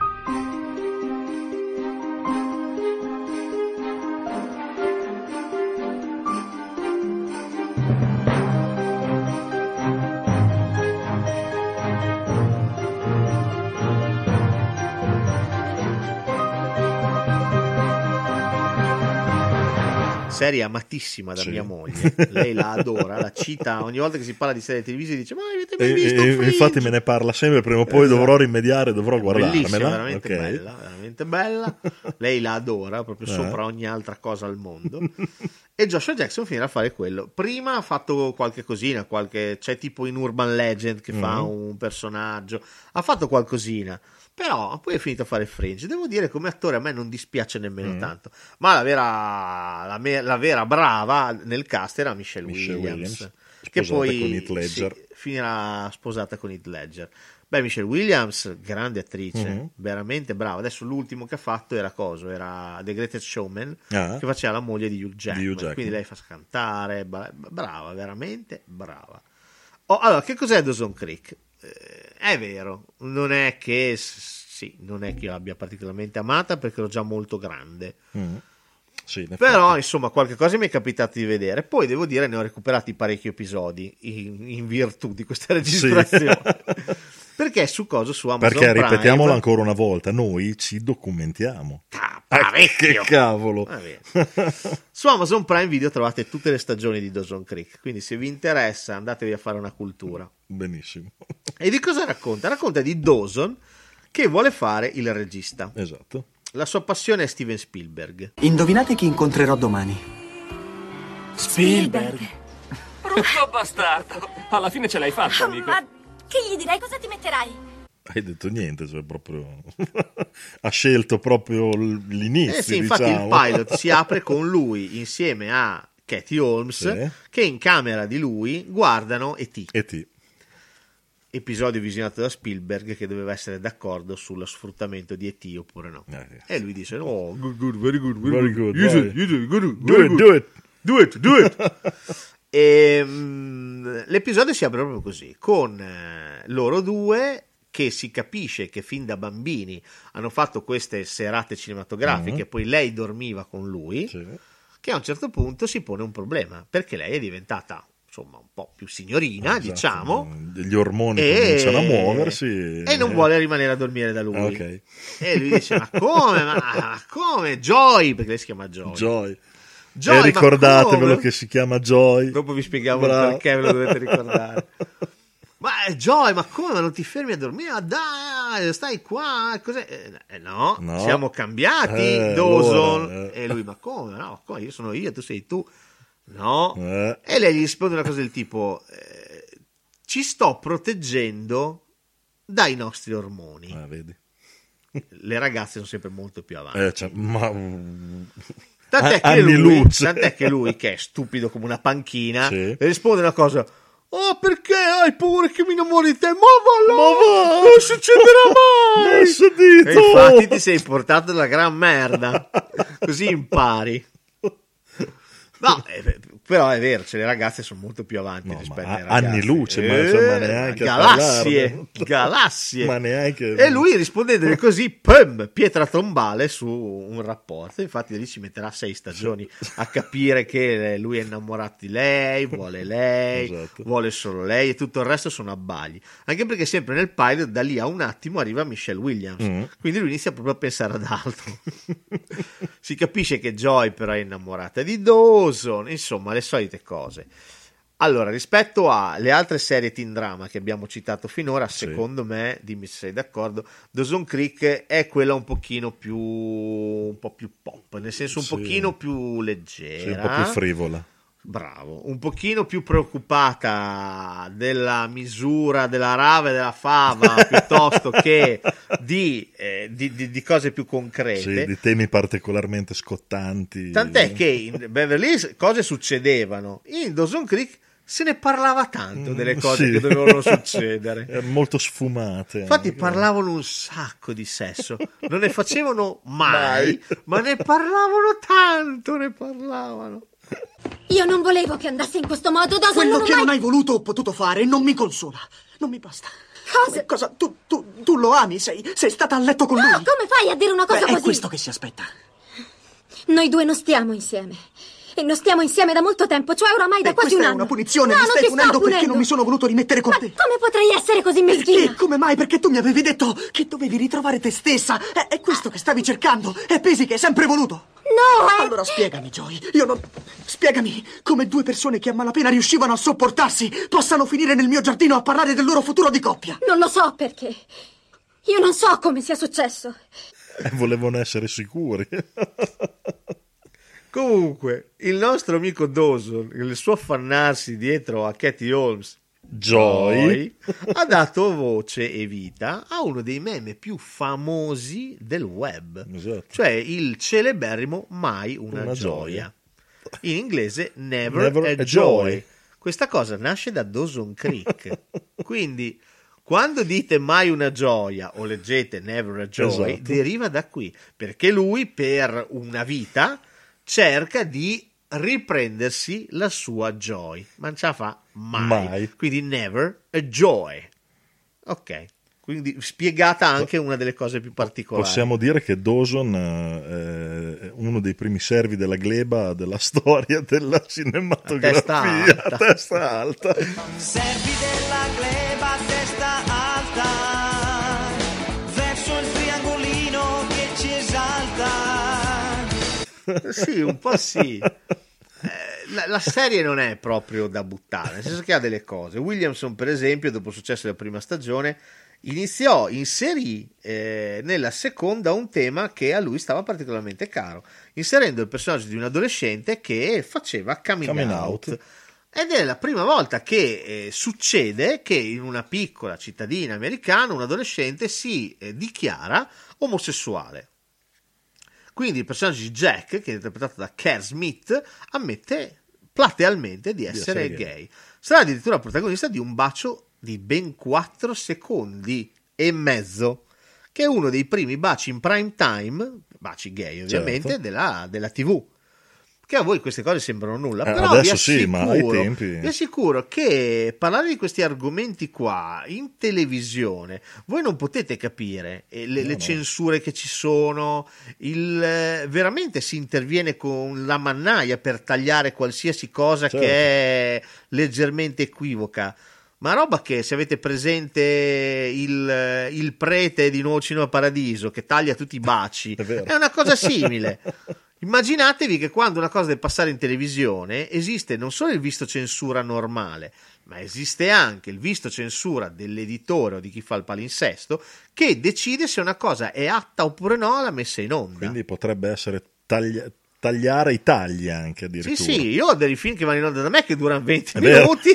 Serie amatissima da Sì. mia moglie, lei la adora, la cita ogni volta che si parla di serie televisive, dice ma avete mai E, visto e- Fringe? infatti me ne parla sempre, prima o poi Esatto. dovrò rimediare, dovrò Bellissima, guardarmela. veramente Ok. bella, veramente bella. Lei la adora proprio Eh. sopra ogni altra cosa al mondo. E Joshua Jackson finirà a fare quello. Prima ha fatto qualche cosina, qualche... c'è tipo in Urban Legend che fa Mhm. un personaggio, ha fatto qualcosina. Però poi è finito a fare Fringe. Devo dire, come attore a me non dispiace nemmeno Mm. tanto. Ma la vera, la, me- la vera brava nel cast era Michelle, Michelle Williams, Williams, che sposata poi con Heath Ledger. sì, finirà sposata con Heath Ledger. Beh, Michelle Williams, grande attrice, Mhm. veramente brava. Adesso l'ultimo che ha fatto era cosa? Era The Greatest Showman, Ah. che faceva la moglie di Hugh Jackman. Hugh Jackman. Quindi lei fa cantare, bra- brava, veramente brava. Oh, allora, che cos'è Dawson Creek? Eh, è vero, non è che sì, non è che io l'abbia particolarmente amata perché ero già molto grande. Mm. Sì, in effetti. Però, insomma, qualche cosa mi è capitato di vedere. Poi devo dire, ne ho recuperati parecchi episodi in, in virtù di questa registrazione. Perché su cosa? Su Amazon Perché, Prime. ripetiamolo ancora una volta, noi ci documentiamo. parecchio. Che cavolo. Va bene. Su Amazon Prime Video trovate tutte le stagioni di Dawson Creek, quindi se vi interessa andatevi a fare una cultura. Benissimo. E di cosa racconta? Racconta di Dawson che vuole fare il regista. Esatto. La sua passione è Steven Spielberg. Indovinate chi incontrerò domani? Spielberg. Brutto bastardo. Alla fine ce l'hai fatto, amico. Ma che gli direi? Cosa ti metterai? Hai detto niente, cioè proprio ha scelto proprio l- l'inizio. Eh sì, infatti diciamo. il pilot si apre con lui insieme a Katie Holmes Sì. che in camera di lui guardano E T. E T. Episodio visionato da Spielberg che doveva essere d'accordo sullo sfruttamento di E T oppure no. Eh, E lui dice no, good, good, very good, Very good, Use vai. it, use it, good, Do very it, good. do it. Do it, do it. E, mm, l'episodio si apre proprio così, con eh, loro due che si capisce che fin da bambini hanno fatto queste serate cinematografiche, Mhm. poi lei dormiva con lui, che a un certo punto si pone un problema, perché lei è diventata insomma un po' più signorina, Esatto. diciamo, Gli ormoni e- cominciano a muoversi e non vuole rimanere a dormire da lui. Ah, ok. E lui dice ma come, ma, ma come, Joy, perché lei si chiama Joy. Joy. Joy, e ma ricordatevelo come? che si chiama Joy. Dopo vi spieghiamo Bravo. perché ve lo dovete ricordare. Ma eh, Joy, ma come? Ma non ti fermi a dormire? Ma dai, stai qua. Cos'è? Eh, eh, no, No. siamo cambiati, Eh, Dawson. allora, eh. E lui, ma come? No, come? Io sono io, tu sei tu. No. Eh. E lei gli risponde una cosa del tipo: eh, ci sto proteggendo dai nostri ormoni. Ah, vedi. Le ragazze sono sempre molto più avanti. Eh, cioè, ma... Tant'è, A- che anni lui, luce. tant'è che lui, che è stupido come una panchina, Sì. risponde una cosa: oh, perché hai paura che mi innamori di te? Ma va là, non succederà mai. Mosso dito. E infatti ti sei portato della gran merda, così impari. No, eh, però è vero, cioè, le ragazze sono molto più avanti rispetto a- ai ragazzi. anni luce, ma Eh, insomma, neanche a galassie, parlarne. galassie. Ma neanche- E lui rispondendogli così, pum, pietra tombale su un rapporto. Infatti lì ci metterà sei stagioni a capire che lui è innamorato di lei, vuole lei, Esatto. vuole solo lei e tutto il resto sono abbagli. Anche perché sempre nel pilot da lì a un attimo arriva Michelle Williams. Mm. Quindi lui inizia proprio a pensare ad altro. Si capisce che Joy però è innamorata di Dawson, insomma le solite cose. Allora, rispetto alle altre serie teen drama che abbiamo citato finora, Sì. secondo me, dimmi se sei d'accordo, Dawson Creek è quella un pochino più un po' più pop, nel senso un Sì. pochino più leggera, Sì, un po' più frivola. bravo, un pochino più preoccupata della misura della rava e della fava piuttosto che di, eh, di, di, di cose più concrete. Sì, di temi particolarmente scottanti. Tant'è che in Beverly Hills cose succedevano, in Dawson Creek se ne parlava tanto delle cose Sì. che dovevano succedere. Erano molto sfumate. Infatti anche. parlavano un sacco di sesso, non ne facevano mai, Mai. ma ne parlavano tanto, ne parlavano. Io non volevo che andasse in questo modo, Dawson. Quello non ho che mai... non hai voluto o potuto fare non mi consola. Non mi basta. Cosa? Cosa? Tu, tu, tu lo ami? Sei, sei stata a letto con lui? No, come fai a dire una cosa Beh, così? è questo che si aspetta. Noi due non stiamo insieme. E non stiamo insieme da molto tempo, cioè oramai da E quasi questa un è anno. una punizione, no, mi non stai ti sto punendo perché punendo. non mi sono voluto rimettere con Ma te. come potrei essere così meschina? Perché? Come mai? Perché tu mi avevi detto che dovevi ritrovare te stessa. È, è questo che stavi cercando. È Pesi che hai sempre voluto. No, è... Allora spiegami, Joy. Io non... Spiegami come due persone che a malapena riuscivano a sopportarsi possano finire nel mio giardino a parlare del loro futuro di coppia. Non lo so perché. Io non so come sia successo. Eh, volevano essere sicuri. Comunque, il nostro amico Dawson, il suo affannarsi dietro a Katie Holmes, Joy, ha dato voce e vita a uno dei meme più famosi del web, Esatto. cioè il celeberrimo Mai una, Una gioia. gioia. In inglese Never, Never a, a joy. joy. Questa cosa nasce da Dawson Creek. Quindi quando dite mai una gioia o leggete Never a joy, Esatto. deriva da qui, perché lui per una vita cerca di riprendersi la sua joy, ma non ce la fa mai. Mai. Quindi never a joy. Ok, quindi spiegata anche una delle cose più particolari. Possiamo dire che Dawson eh, è uno dei primi servi della gleba della storia della cinematografia. A testa alta. A testa alta. Servi della gleba, testa alta, verso il triangolino che ci esalta. Sì, un po' sì. Eh, La, la serie non è proprio da buttare, nel senso che ha delle cose. Williamson, per esempio, dopo il successo della prima stagione, iniziò, inserì eh, nella seconda un tema che a lui stava particolarmente caro, inserendo il personaggio di un adolescente che faceva coming, Coming out. out. Ed è la prima volta che eh, succede che in una piccola cittadina americana un adolescente si eh, dichiara omosessuale. Quindi il personaggio di Jack, che è interpretato da Kerr Smith, ammette platealmente di essere, essere gay. gay. Sarà addirittura protagonista di un bacio di ben quattro secondi e mezzo, che è uno dei primi baci in prime time, baci gay ovviamente, Certo. della, della tivù. Che a voi queste cose sembrano nulla, Eh, però adesso vi sì, ma ai assicuro, tempi- vi assicuro che parlare di questi argomenti qua in televisione voi non potete capire eh, le, No, le no. censure che ci sono, il, eh, veramente si interviene con la mannaia per tagliare qualsiasi cosa Certo. che è leggermente equivoca. Ma roba che, se avete presente il, il prete di Nuovo Cinema Paradiso che taglia tutti i baci, È vero. è una cosa simile. Immaginatevi che quando una cosa deve passare in televisione esiste non solo il visto censura normale, ma esiste anche il visto censura dell'editore o di chi fa il palinsesto che decide se una cosa è atta oppure no alla messa in onda. Quindi potrebbe essere taglia- tagliare i tagli anche Sì, addirittura. sì, io ho dei film che vanno in onda da me che durano venti È vero. minuti.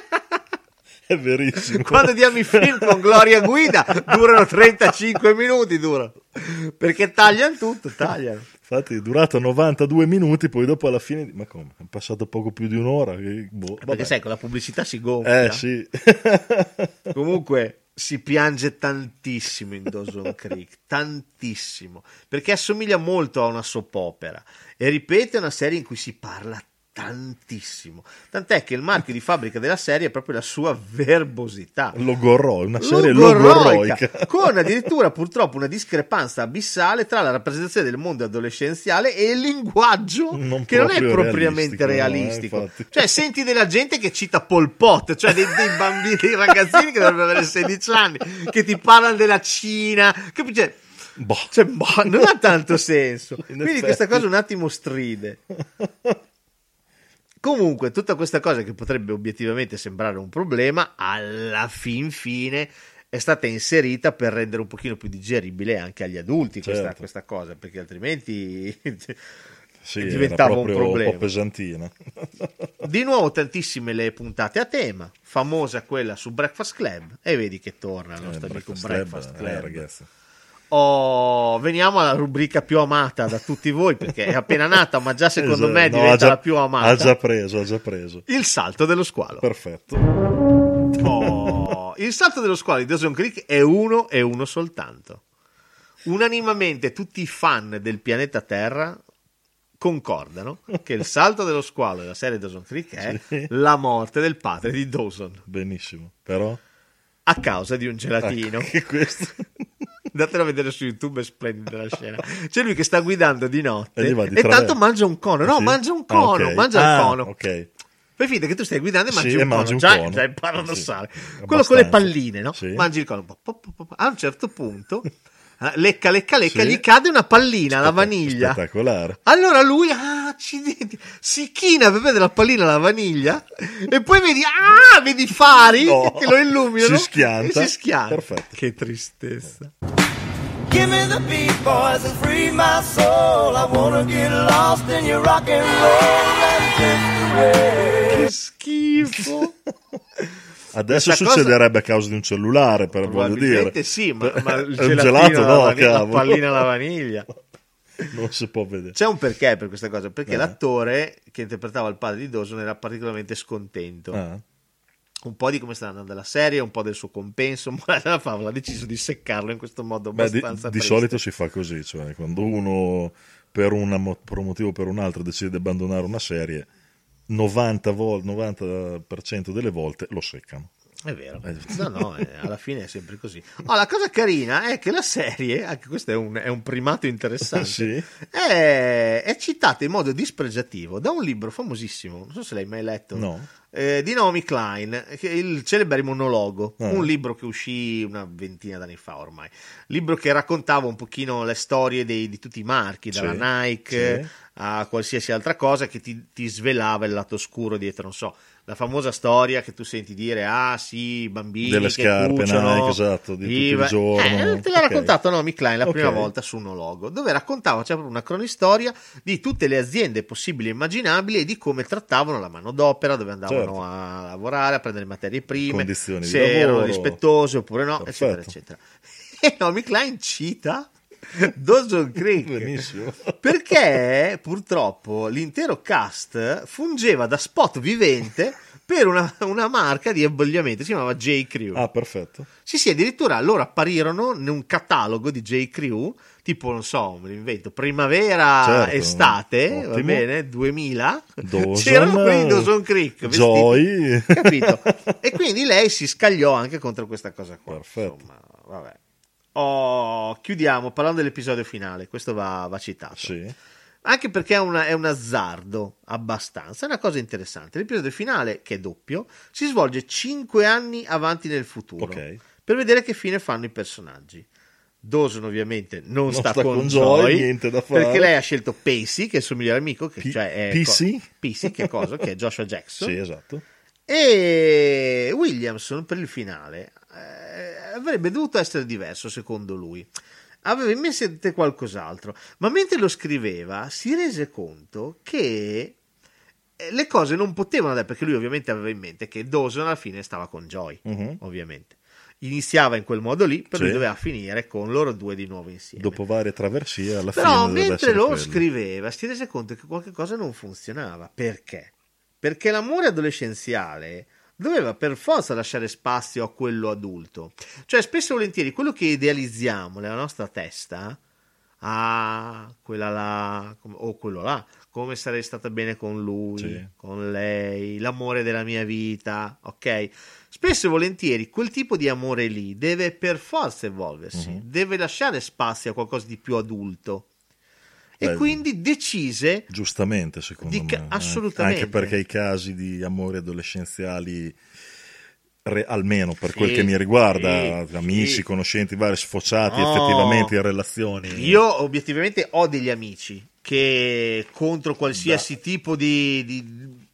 È verissimo. Quando diamo i film con Gloria Guida durano trentacinque minuti, durano. Perché tagliano tutto, tagliano. Infatti è durato novantadue minuti, poi dopo alla fine... Ma come? È passato poco più di un'ora. Che... Boh, Perché vabbè. sai, con la pubblicità si gonfia. Eh sì. Comunque si piange tantissimo in Dawson Creek, tantissimo, perché assomiglia molto a una soap opera e ripete una serie in cui si parla tantissimo, tant'è che il marchio di fabbrica della serie è proprio la sua verbosità, Logorro, una serie logorroica, logorroica. con addirittura purtroppo una discrepanza abissale tra la rappresentazione del mondo adolescenziale e il linguaggio Non che non è proprio propriamente realistico, realistico, no, eh, infatti. cioè senti della gente che cita Pol Pot, cioè dei, dei bambini, dei ragazzini che dovrebbero avere sedici anni che ti parlano della Cina, capisci? Cioè, Boh. cioè, boh, non ha tanto senso. In Quindi effetti. questa cosa un attimo stride. Comunque, tutta questa cosa che potrebbe obiettivamente sembrare un problema, alla fin fine è stata inserita per rendere un pochino più digeribile anche agli adulti questa, Certo. questa cosa, perché altrimenti Sì, diventava era un proprio problema. un po' pesantina. Di nuovo tantissime le puntate a tema, famosa quella su Breakfast Club, e vedi che torna il nostro Eh, amico Breakfast Breakfast Club, Club. eh, ragazzi. Oh, veniamo alla rubrica più amata da tutti voi, perché è appena nata, ma già secondo Esatto. me No, diventa ha già- la più amata. Ha già preso, ha già preso. Il salto dello squalo. Perfetto. Oh, il salto dello squalo di Dawson Creek è uno e uno soltanto. Unanimamente tutti i fan del pianeta Terra concordano che il salto dello squalo della serie Dawson Creek è Sì. la morte del padre di Dawson. Benissimo, però A causa di un gelatino. Ecco, che questo. Datelo a vedere su YouTube, è splendida la scena. C'è lui che sta guidando di notte E e, gli va di tanto traverso. mangia un cono. No, Sì? mangia un Ah, cono, ok. mangia Ah, il cono. ok. Fai finta che tu stai guidando e Sì, mangi e un mangi cono. un Già, cono. già è paradossale. Sì, Quello con le abbastanza. palline, no? Sì. Mangi il cono. Po, po, po, po. A un certo punto, eh, lecca, lecca, lecca, Sì. gli cade una pallina alla vaniglia. Spettacolare. Allora lui, ah, accidenti, si china per vedere la pallina alla vaniglia e poi vedi, ah, vedi i fari No. che lo illuminano Si schianta. e si schianta. Perfetto. Che tristezza. Give me the beat, boys, and free my soul. I wanna get lost in your rock and roll and drift away. Che schifo. Adesso Questa cosa- succederebbe a causa di un cellulare, per voglio dire. Probabilmente sì, ma, ma il È un gelatino gelato alla no, vaniglia, la cavolo. pallina alla vaniglia. Non si può vedere. C'è un perché per questa cosa, perché Eh. l'attore che interpretava il padre di Dawson era particolarmente scontento. Ah. Un po' di come sta andando la serie, un po' del suo compenso. Morale della favola ha deciso di seccarlo in questo modo Beh, di, abbastanza di triste. solito si fa così, cioè quando uno per, una, mo- per un motivo o per un altro decide di abbandonare una serie, novanta, vol- novanta per cento delle volte lo seccano. È vero, no, no, eh, alla fine è sempre così. Oh, la cosa carina è che la serie, anche questo è un, è un primato interessante, Sì. è, è citata in modo dispregiativo da un libro famosissimo, non so se l'hai mai letto, No. eh, di Naomi Klein, che è il celebre monologo, Ah. un libro che uscì una ventina d'anni fa ormai, libro che raccontava un pochino le storie dei- di tutti i marchi, dalla Sì, Nike sì. a qualsiasi altra cosa che ti, ti svelava il lato oscuro dietro, non so, la famosa storia che tu senti dire, ah sì, i bambini Delle che scarpe cuciono, Nike, esatto, di tutto il va- giorno. Eh, te l'ha Ok. raccontato Naomi Klein la prima Ok. volta su uno logo, dove raccontava, c'è proprio una cronistoria di tutte le aziende possibili e immaginabili e di come trattavano la manodopera, dove andavano Certo. a lavorare, a prendere materie prime, Condizioni di se erano lavoro. rispettose oppure no, eccetera, Perfetto. eccetera. E Naomi Klein cita Dawson Creek. Benissimo. Perché purtroppo l'intero cast fungeva da spot vivente per una, una marca di abbigliamento, si chiamava J. Crew. Ah, perfetto. Sì, sì, addirittura loro apparirono in un catalogo di J. Crew, tipo, non so, me lo invento, primavera, Certo, estate, va ottimo. bene, duemila, Dawson, c'erano quelli di Dawson Creek, vestiti, Joy. capito? E quindi lei si scagliò anche contro questa cosa qua. Perfetto. Insomma, vabbè. Oh, chiudiamo parlando dell'episodio finale, questo va, va citato. Sì. Anche perché è, una- è un azzardo abbastanza, è una cosa interessante. L'episodio finale, che è doppio, si svolge cinque anni avanti nel futuro, Ok. per vedere che fine fanno i personaggi. Dawson ovviamente non, Non sta, sta con, con Joy, Joy, niente da fare. perché lei ha scelto Pacey, che è il suo migliore amico, che P- cioè è Pacey? co- Pacey, che è cosa? Che è Joshua Jackson. Sì, esatto. E Williamson per il finale eh, avrebbe dovuto essere diverso secondo lui, aveva in mente qualcos'altro, ma mentre lo scriveva si rese conto che eh, le cose non potevano andare, perché lui ovviamente aveva in mente che Dawson alla fine stava con Joy, Mhm. ovviamente iniziava in quel modo lì, per Sì. lui doveva finire con loro due di nuovo insieme. Dopo varie traversie, alla Però fine doveva mentre essere lo quello. scriveva si rese conto che qualche cosa non funzionava. Perché? Perché l'amore adolescenziale doveva per forza lasciare spazio a quello adulto. Cioè spesso e volentieri quello che idealizziamo nella nostra testa, ah, quella là, com- o quello là, come sarei stata bene con lui, Sì. con lei, l'amore della mia vita, ok? Spesso e volentieri quel tipo di amore lì deve per forza evolversi, Mhm. deve lasciare spazio a qualcosa di più adulto. E Beh, quindi decise Giustamente, secondo Di ca- me. assolutamente. Anche perché i casi di amori adolescenziali, re- almeno per Sì, quel che mi riguarda, sì, amici, sì. conoscenti vari, sfociati No. effettivamente in relazioni. Io obiettivamente ho degli amici che contro qualsiasi tipo di, di-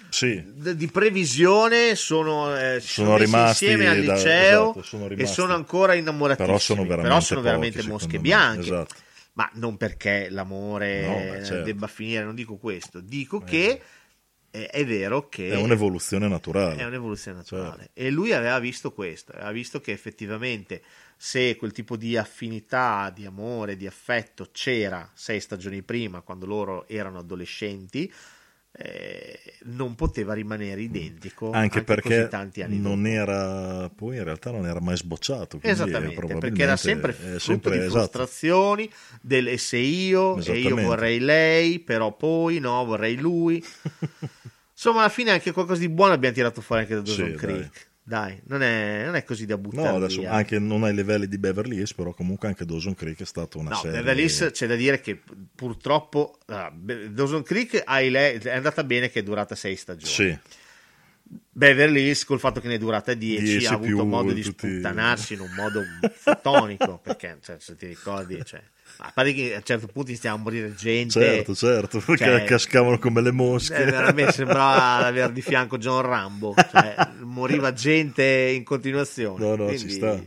sì. di previsione sono, eh, si sono sono messi rimasti insieme al da- liceo esatto, sono e rimasti. sono ancora innamoratissimi, Però sono veramente però sono pochi, veramente secondo mosche me. bianche. Esatto. Ma non perché l'amore No, beh, certo. debba finire, non dico questo, dico che eh, è vero che È un'evoluzione naturale. è un'evoluzione naturale. Certo. E lui aveva visto questo, aveva visto che effettivamente se quel tipo di affinità, di amore, di affetto c'era sei stagioni prima, quando loro erano adolescenti, eh, non poteva rimanere identico Anche anche perché così tanti anni non dopo. era, poi in realtà non era mai sbocciato. quindi Esattamente, probabilmente perché era sempre è frutto sempre- di esatto. frustrazioni, del e se io, e io Esattamente. vorrei lei, però poi no, vorrei lui. Insomma, alla fine anche qualcosa di buono abbiamo tirato fuori anche da Dawson Sì, Creek. Dai, non, è, non è così da buttare No, adesso via. anche non ai livelli di Beverly Hills, però comunque anche Dawson Creek è stata una No, serie. Beverly Hills c'è da dire che purtroppo ah, Be- Dawson Creek ai le- è andata bene che è durata sei stagioni. Sì. Beverly Hills col fatto che ne è durata dieci dieci ha avuto più modo di tutti- sputtanarsi in un modo fotonico, perché cioè, se ti ricordi, cioè, a parte che a un certo punto iniziava a morire gente, Certo, certo, perché cioè, cascavano come le mosche. eh, veramente sembrava avere di fianco John Rambo, cioè, moriva gente in continuazione. No, no, quindi- ci sta.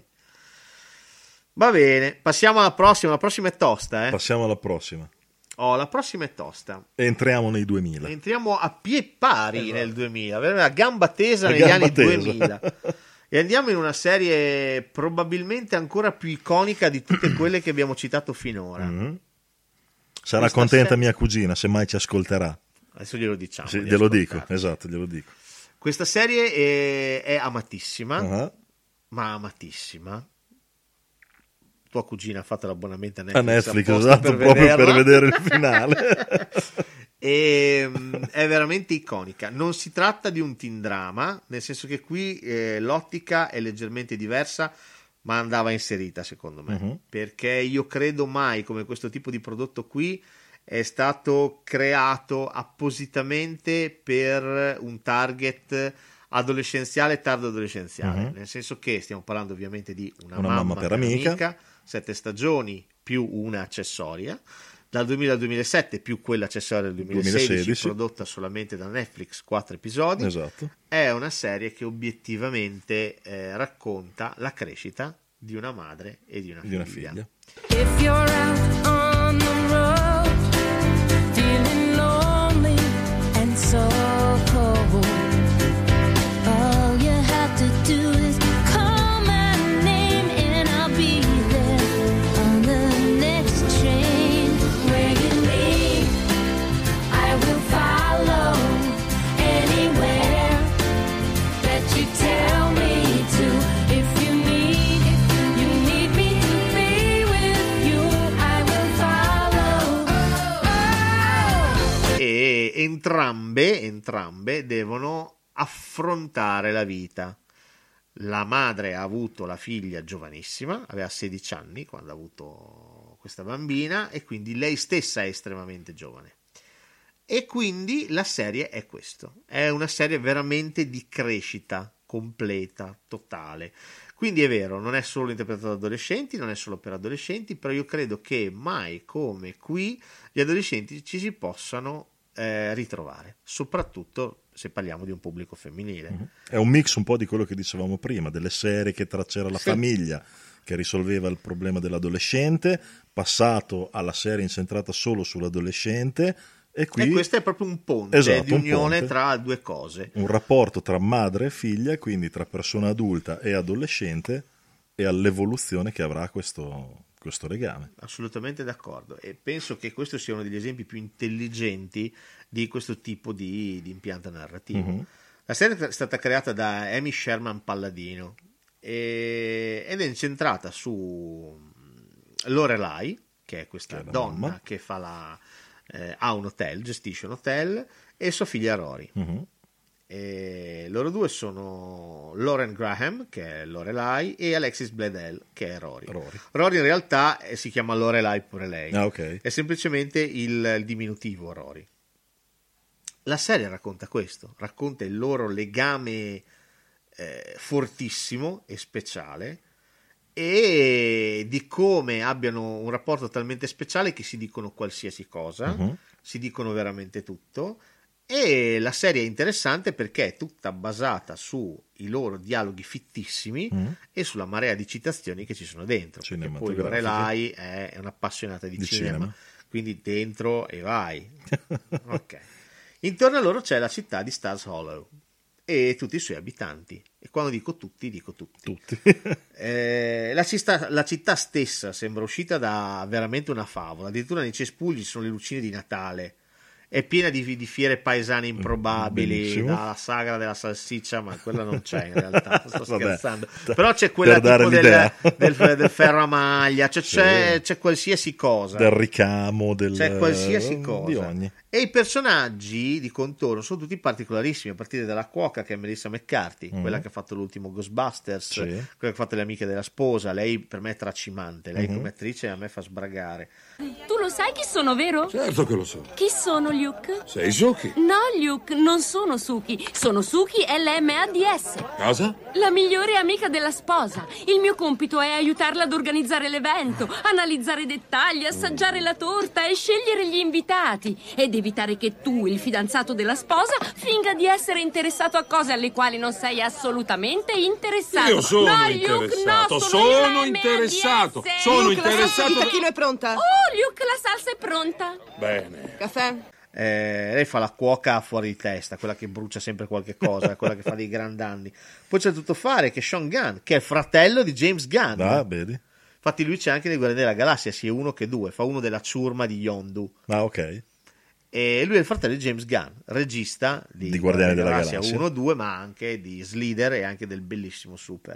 Va bene, passiamo alla prossima, la prossima è tosta, eh. Passiamo alla prossima. Oh, la prossima è tosta. Entriamo nei duemila. Entriamo a pie pari Esatto. nel duemila, veramente a gamba tesa A negli gamba anni tesa. duemila. E andiamo in una serie probabilmente ancora più iconica di tutte quelle che abbiamo citato finora. Mhm. Sarà Questa contenta serie- mia cugina se mai ci ascolterà. Adesso glielo diciamo. Sì, di glielo ascoltare. dico, esatto, glielo dico. Questa serie è, è amatissima, Ah. ma amatissima. Tua cugina ha fatto l'abbonamento a A Netflix, Netflix, apposta esatto, proprio per vederla. vedere il finale. E, mm, è veramente iconica. Non si tratta di un teen drama, nel senso che qui eh, l'ottica è leggermente diversa, ma andava inserita secondo me, Mhm. perché io credo mai come questo tipo di prodotto qui è stato creato appositamente per un target adolescenziale, tardo adolescenziale, Mhm. nel senso che stiamo parlando ovviamente di una, Una mamma per amica. sette stagioni più una accessoria, dal duemila al duemilasette più quella accessoria del duemilasedici, duemilasedici. prodotta solamente da Netflix, quattro episodi. Esatto. È una serie che obiettivamente eh, racconta la crescita di una madre e di una Di una figlia. figlia. If you're out on the road, feeling lonely and so cold, all you have to do is call my name and I'll be there on the next train. Where you lead, I will follow anywhere that you tell me to. If you need, you need me to be with you, I will follow. Oh, oh. E entrambe, entrambe devono affrontare la vita. La madre ha avuto la figlia giovanissima, aveva sedici anni quando ha avuto questa bambina e quindi lei stessa è estremamente giovane. E quindi la serie è questo, è una serie veramente di crescita completa, totale. Quindi è vero, non è solo interpretato da adolescenti, non è solo per adolescenti, però io credo che mai come qui gli adolescenti ci si possano eh, ritrovare, soprattutto se parliamo di un pubblico femminile. È un mix un po' di quello che dicevamo prima, delle serie che tra c'era la Sì. famiglia che risolveva il problema dell'adolescente, passato alla serie incentrata solo sull'adolescente e qui E questo è proprio un ponte Esatto, di un unione ponte. tra due cose. un rapporto tra madre e figlia, quindi tra persona adulta e adolescente e all'evoluzione che avrà questo, questo legame. Assolutamente d'accordo, e penso che questo sia uno degli esempi più intelligenti di questo tipo di, di impianto narrativo. Mhm. La serie è stata creata da Amy Sherman Palladino e- ed è incentrata su Lorelai, che è questa Che è la donna mamma. che fa la, eh, ha un hotel, gestisce un hotel, e sua figlia Rory. Mhm. E loro due sono Lauren Graham, che è Lorelai, e Alexis Bledel, che è Rory. Rory. Rory in realtà eh, si chiama Lorelai pure lei. Ah, ok. È semplicemente il, il diminutivo Rory. La serie racconta questo, racconta il loro legame eh, fortissimo e speciale e di come abbiano un rapporto talmente speciale che si dicono qualsiasi cosa, Mhm. si dicono veramente tutto E la serie è interessante perché è tutta basata sui loro dialoghi fittissimi Mm. e sulla marea di citazioni che ci sono dentro. Perché poi Lorelai è un'appassionata di, Di cinema, cinema. quindi dentro e vai. Ok. Intorno a loro c'è la città di Stars Hollow e tutti i suoi abitanti. E quando dico tutti, dico tutti. Tutti. Eh, la, città, la città stessa sembra uscita da veramente una favola. Addirittura nei cespugli ci sono le lucine di Natale. È piena di, di fiere paesane improbabili, Benissimo. dalla sagra della salsiccia, ma quella non c'è in realtà, sto Vabbè, scherzando. per Però c'è quella dare tipo del, l'idea. del, del ferro a maglia, cioè Sì. c'è, c'è qualsiasi cosa. Del ricamo, del... C'è qualsiasi cosa. di ogni. E i personaggi di contorno sono tutti particolarissimi, a partire dalla cuoca che è Melissa McCarthy, Mm. quella che ha fatto l'ultimo Ghostbusters, Sì. quella che ha fatto Le amiche della sposa. Lei per me è tracimante, lei Mhm. come attrice a me fa sbragare. Tu lo sai chi sono, vero? Certo che lo so. Chi sono, Luke? Sei Suki. No, Luke, non sono Suki. Sono Suki L M A D S. Cosa? La migliore amica della sposa. Il mio compito è aiutarla ad organizzare l'evento, analizzare i dettagli, assaggiare la torta e scegliere gli invitati. Ed evitare che tu, il fidanzato della sposa, finga di essere interessato a cose alle quali non sei assolutamente interessato. Io sono no, Luke, interessato, no, sono io M A D S. interessato, sono Luke, la salsa di interessato. tacchino è pronta? Oh, Luke, la salsa è pronta. Bene. Caffè? Eh, lei fa la cuoca fuori di testa, quella che brucia sempre qualche cosa, quella che fa dei gran danni. Poi c'è tutto fare che è Sean Gunn, che è il fratello di James Gunn. Ah, vedi. Infatti lui c'è anche nei Guardiani della Galassia, sia uno che due, fa uno della ciurma di Yondu. Ah, ok. E lui è il fratello di James Gunn, regista di, Di Guardiani della Galassia. uno due, ma anche di Slither e anche del bellissimo Super.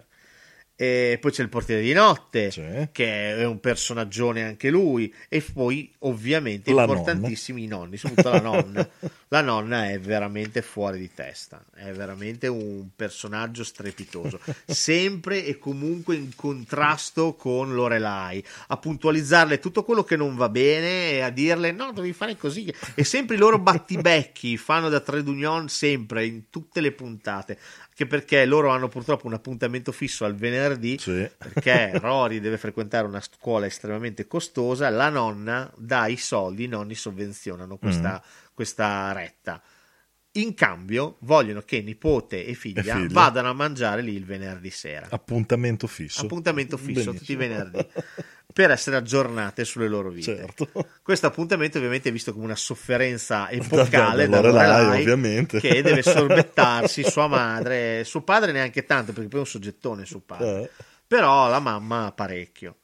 E poi c'è il portiere di notte, che è un personaggione anche lui, e poi ovviamente La importantissimi i nonni, soprattutto la nonna. La nonna è veramente fuori di testa, è veramente un personaggio strepitoso, sempre e comunque in contrasto con Lorelai, a puntualizzarle tutto quello che non va bene e a dirle no, devi fare così, e sempre i loro battibecchi fanno da trade union sempre in tutte le puntate, anche perché loro hanno purtroppo un appuntamento fisso al venerdì, perché Rory deve frequentare una scuola estremamente costosa, la nonna dà i soldi, i nonni sovvenzionano questa, questa retta. In cambio vogliono che nipote e figlia, E figlia. vadano a mangiare lì il venerdì sera. Appuntamento fisso. Appuntamento fisso Benissimo. tutti i venerdì per essere aggiornate sulle loro vite. Certo. Questo appuntamento ovviamente è visto come una sofferenza epocale Da- da da Lorelai, Lorelai, ovviamente. che deve sorbettarsi sua madre, suo padre neanche tanto perché poi è un soggettone suo padre, Eh. però la mamma parecchio.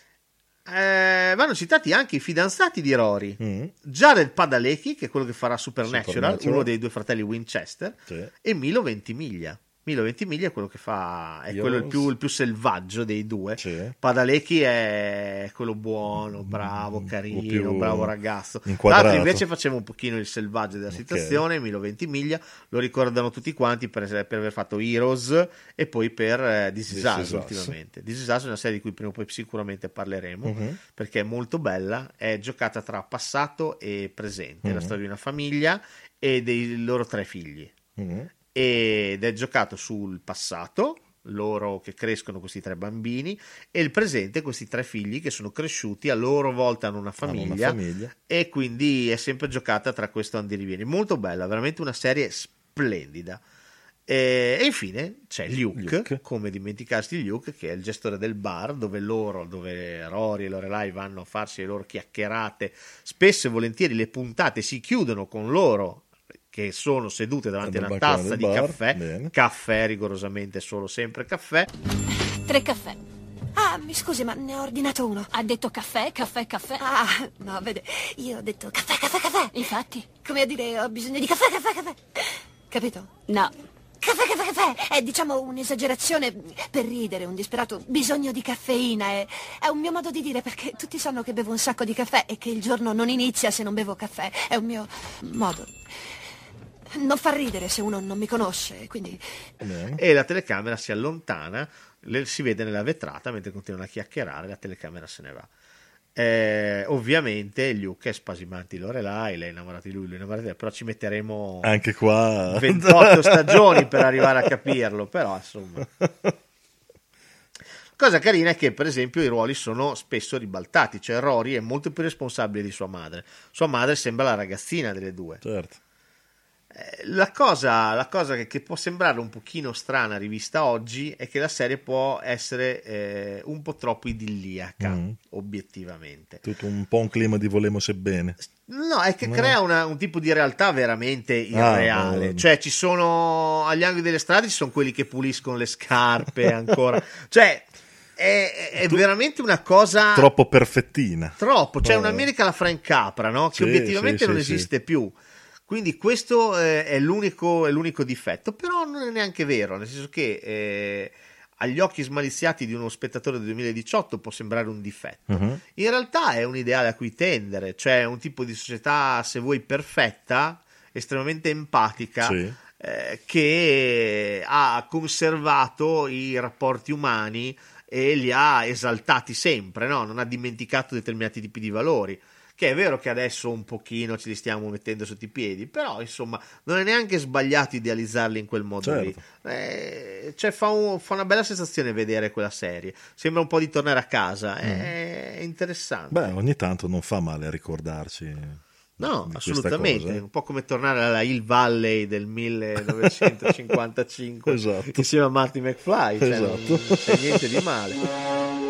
Eh, vanno citati anche i fidanzati di Rory, Mm. Jared Padalecki, che è quello che farà Supernatural, Supernatural. uno dei due fratelli Winchester, Sì. e Milo Ventimiglia. Milo Ventimiglia è quello che fa, è Io quello il non più, so. il più selvaggio dei due. Padalecki è quello buono, bravo, carino, più bravo ragazzo. inquadrato. L'altro invece faceva un pochino il selvaggio della situazione. Milo Ventimiglia lo ricordano tutti quanti per, per aver fatto Heroes e poi per eh, This Is This Us Is Us. ultimamente. This Is Us è una serie di cui prima o poi sicuramente parleremo, Mhm. perché è molto bella, è giocata tra passato e presente, Mhm. la storia di una famiglia e dei loro tre figli. Mhm. Ed è giocato sul passato, loro che crescono, questi tre bambini, e il presente, questi tre figli che sono cresciuti, a loro volta hanno una Hanno una famiglia, famiglia. e quindi è sempre giocata tra questo andirivieni. Molto bella, veramente una serie splendida. E, e infine c'è Luke, come dimenticarsi di Luke, che è il gestore del bar dove loro, dove Rory e Lorelai vanno a farsi le loro chiacchierate. Spesso e volentieri le puntate si chiudono con loro che sono sedute davanti a Nel una bancone tazza del di bar, caffè, bene. caffè rigorosamente solo sempre caffè. Tre caffè. Ah, mi scusi, ma ne ho ordinato uno. Ha detto caffè, caffè, caffè. Ah, no, vede, io ho detto caffè, caffè, caffè. Infatti. Come a dire, ho bisogno di caffè, caffè, caffè. Capito? No. Caffè, caffè, caffè. È, diciamo, un'esagerazione per ridere, un disperato bisogno di caffeina. È, è un mio modo di dire, perché tutti sanno che bevo un sacco di caffè e che il giorno non inizia se non bevo caffè. È un mio modo. Non fa ridere se uno non mi conosce, quindi... E la telecamera si allontana, le- si vede nella vetrata mentre continuano a chiacchierare, la telecamera se ne va. Eh, ovviamente Luke è spasimante di Lorelai, lei è innamorata di lui, lui è innamorato di lei, però ci metteremo Anche qua ventotto stagioni per arrivare a capirlo, però insomma. Cosa carina è che per esempio i ruoli sono spesso ribaltati, cioè Rory è molto più responsabile di sua madre, sua madre sembra la ragazzina delle due. Certo. La cosa, la cosa che, che può sembrare un pochino strana rivista oggi è che la serie può essere eh, un po' troppo idilliaca, Mm. obiettivamente. Tutto un po' un clima di volemo sebbene. No, è che No. crea una- un tipo di realtà veramente Ah, irreale. no. Cioè, ci sono agli angoli delle strade ci sono quelli che puliscono le scarpe ancora. Cioè, è, è veramente una cosa Troppo perfettina. troppo. C'è Oh. un'America alla Frank Capra, no? Che Sì, obiettivamente sì, non sì, esiste più. Quindi questo eh, è, l'unico, è l'unico difetto, però non è neanche vero, nel senso che eh, agli occhi smaliziati di uno spettatore del duemiladiciotto può sembrare un difetto. Mhm. In realtà è un ideale a cui tendere, cioè un tipo di società, se vuoi, perfetta, estremamente empatica, Sì. eh, che ha conservato i rapporti umani e li ha esaltati sempre, no? Non ha dimenticato determinati tipi di valori. Che è vero che adesso un pochino ce li stiamo mettendo sotto i piedi, però insomma non è neanche sbagliato idealizzarli in quel modo Certo. lì. Eh, cioè fa, un- fa una bella sensazione vedere quella serie, sembra un po' di tornare a casa, è interessante. Beh, ogni tanto non fa male a ricordarci. No, di queste assolutamente, cose. un po' come tornare alla Hill Valley del millenovecentocinquantacinque Esatto. insieme a Marty McFly, cioè non Esatto. c'è niente di male.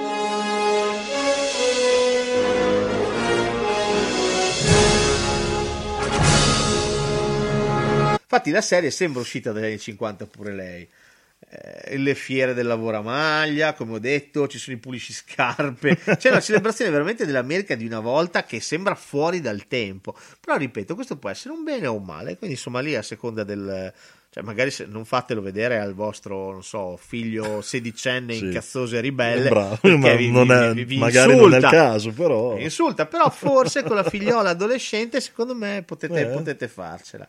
Infatti la serie sembra uscita dagli anni cinquanta pure lei. Eh, le fiere del lavoro a maglia, come ho detto, ci sono i pulisciscarpe. C'è una celebrazione veramente dell'America di una volta che sembra fuori dal tempo. Però ripeto, questo può essere un bene o un male, quindi insomma lì a seconda del... Cioè magari se non fatelo vedere al vostro, non so, figlio sedicenne Sì. incazzoso e ribelle, Bravo, perché ma vi, non vi- è- vi- vi magari non è il insulta. caso, però. Vi insulta, però forse con la figliola adolescente secondo me potete, Eh. potete farcela.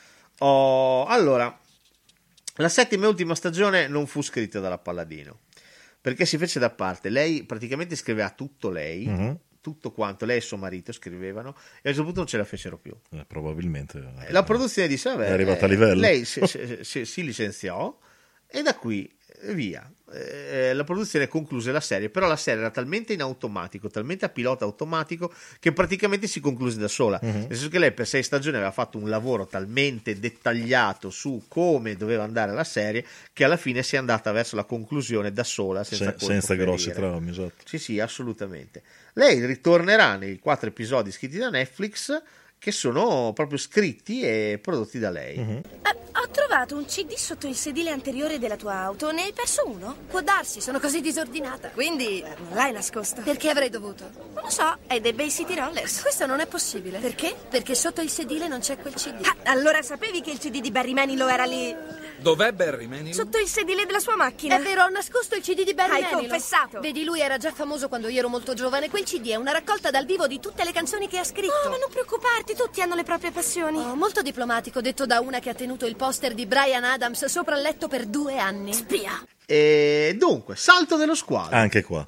Oh, allora, la settima e ultima stagione non fu scritta dalla Palladino, perché si fece da parte. Lei praticamente scriveva tutto lei, Mhm. tutto quanto, lei e suo marito scrivevano, e a un certo punto non ce la fecero più. Eh, probabilmente. La produzione disse, vabbè, È arrivata eh, a livello. lei si, si- si- si licenziò e da qui eh, via. Eh, la produzione concluse la serie, però la serie era talmente in automatico, talmente a pilota automatico, che praticamente si concluse da sola. Mhm. Nel senso che lei per sei stagioni aveva fatto un lavoro talmente dettagliato su come doveva andare la serie, che alla fine si è andata verso la conclusione da sola, senza, Se- colpo senza grossi ferire. traumi, esatto. Sì, sì, assolutamente. Lei ritornerà nei quattro episodi scritti da Netflix, che sono proprio scritti e prodotti da lei. Mhm. Ho trovato un C D sotto il sedile anteriore della tua auto. Ne hai perso uno? Può darsi, sono così disordinata. Quindi non l'hai nascosto. Perché avrei dovuto? Non lo so, hai dei bei City Rollers. Questo non è possibile. Perché? Perché sotto il sedile non c'è quel C D. Ah, allora sapevi che il C D di Barry Manilow era lì? Dov'è Barry Manilow? Sotto il sedile della sua macchina. È vero, ho nascosto il C D di Barry Hai Manilow. confessato. Vedi, lui era già famoso quando io ero molto giovane. Quel C D è una raccolta dal vivo di tutte le canzoni che ha scritto. Oh, ma non preoccuparti, tutti hanno le proprie passioni. Oh, molto diplomatico, detto da una che ha tenuto il poster di Bryan Adams sopra il letto per due anni. Spia. E dunque, salto dello squalo. Anche qua.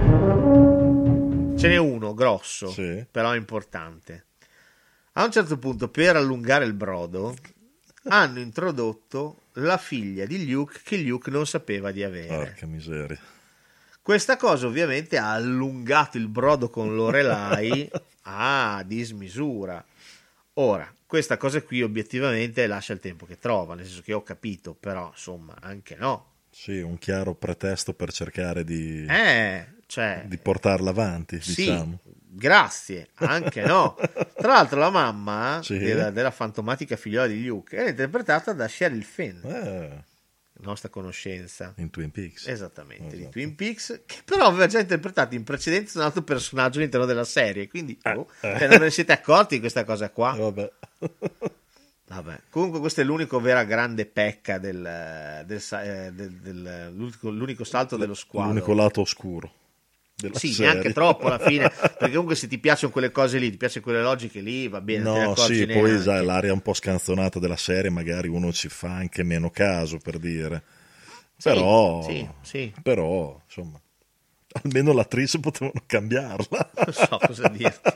Ce n'è uno grosso, Sì. però importante. A un certo punto, per allungare il brodo, hanno introdotto la figlia di Luke che Luke non sapeva di avere. Porca miseria. Questa cosa ovviamente ha allungato il brodo con Lorelai a dismisura. Ora, questa cosa qui obiettivamente lascia il tempo che trova, nel senso che ho capito, però insomma anche no. Sì, un chiaro pretesto per cercare di, Eh, cioè, di portarla avanti, sì, diciamo. grazie, anche no. Tra l'altro la mamma Sì. della, della fantomatica figliola di Luke è interpretata da Sheryl Finn, Eh, nostra conoscenza. in Twin Peaks. Esattamente, di Esatto. Twin Peaks, che però aveva già interpretato in precedenza un altro personaggio all'interno della serie, quindi oh, eh. cioè, non ve ne siete accorti di questa cosa qua? Eh, vabbè. Vabbè. Comunque questo è l'unico vera grande pecca del, del, sa- eh, del- del- l'unico, l'unico salto dello squalo. L'unico lato oscuro della Sì, serie. neanche troppo alla fine, perché comunque se ti piacciono quelle cose lì, ti piacciono quelle logiche lì, va bene, te ne No, accorgi sì, neanche. poi sai, l'aria un po' scanzonata della serie, magari uno ci fa anche meno caso, per dire. Sì, Però, sì, sì. però, insomma, almeno l'attrice potevano cambiarla. Non so cosa dirti.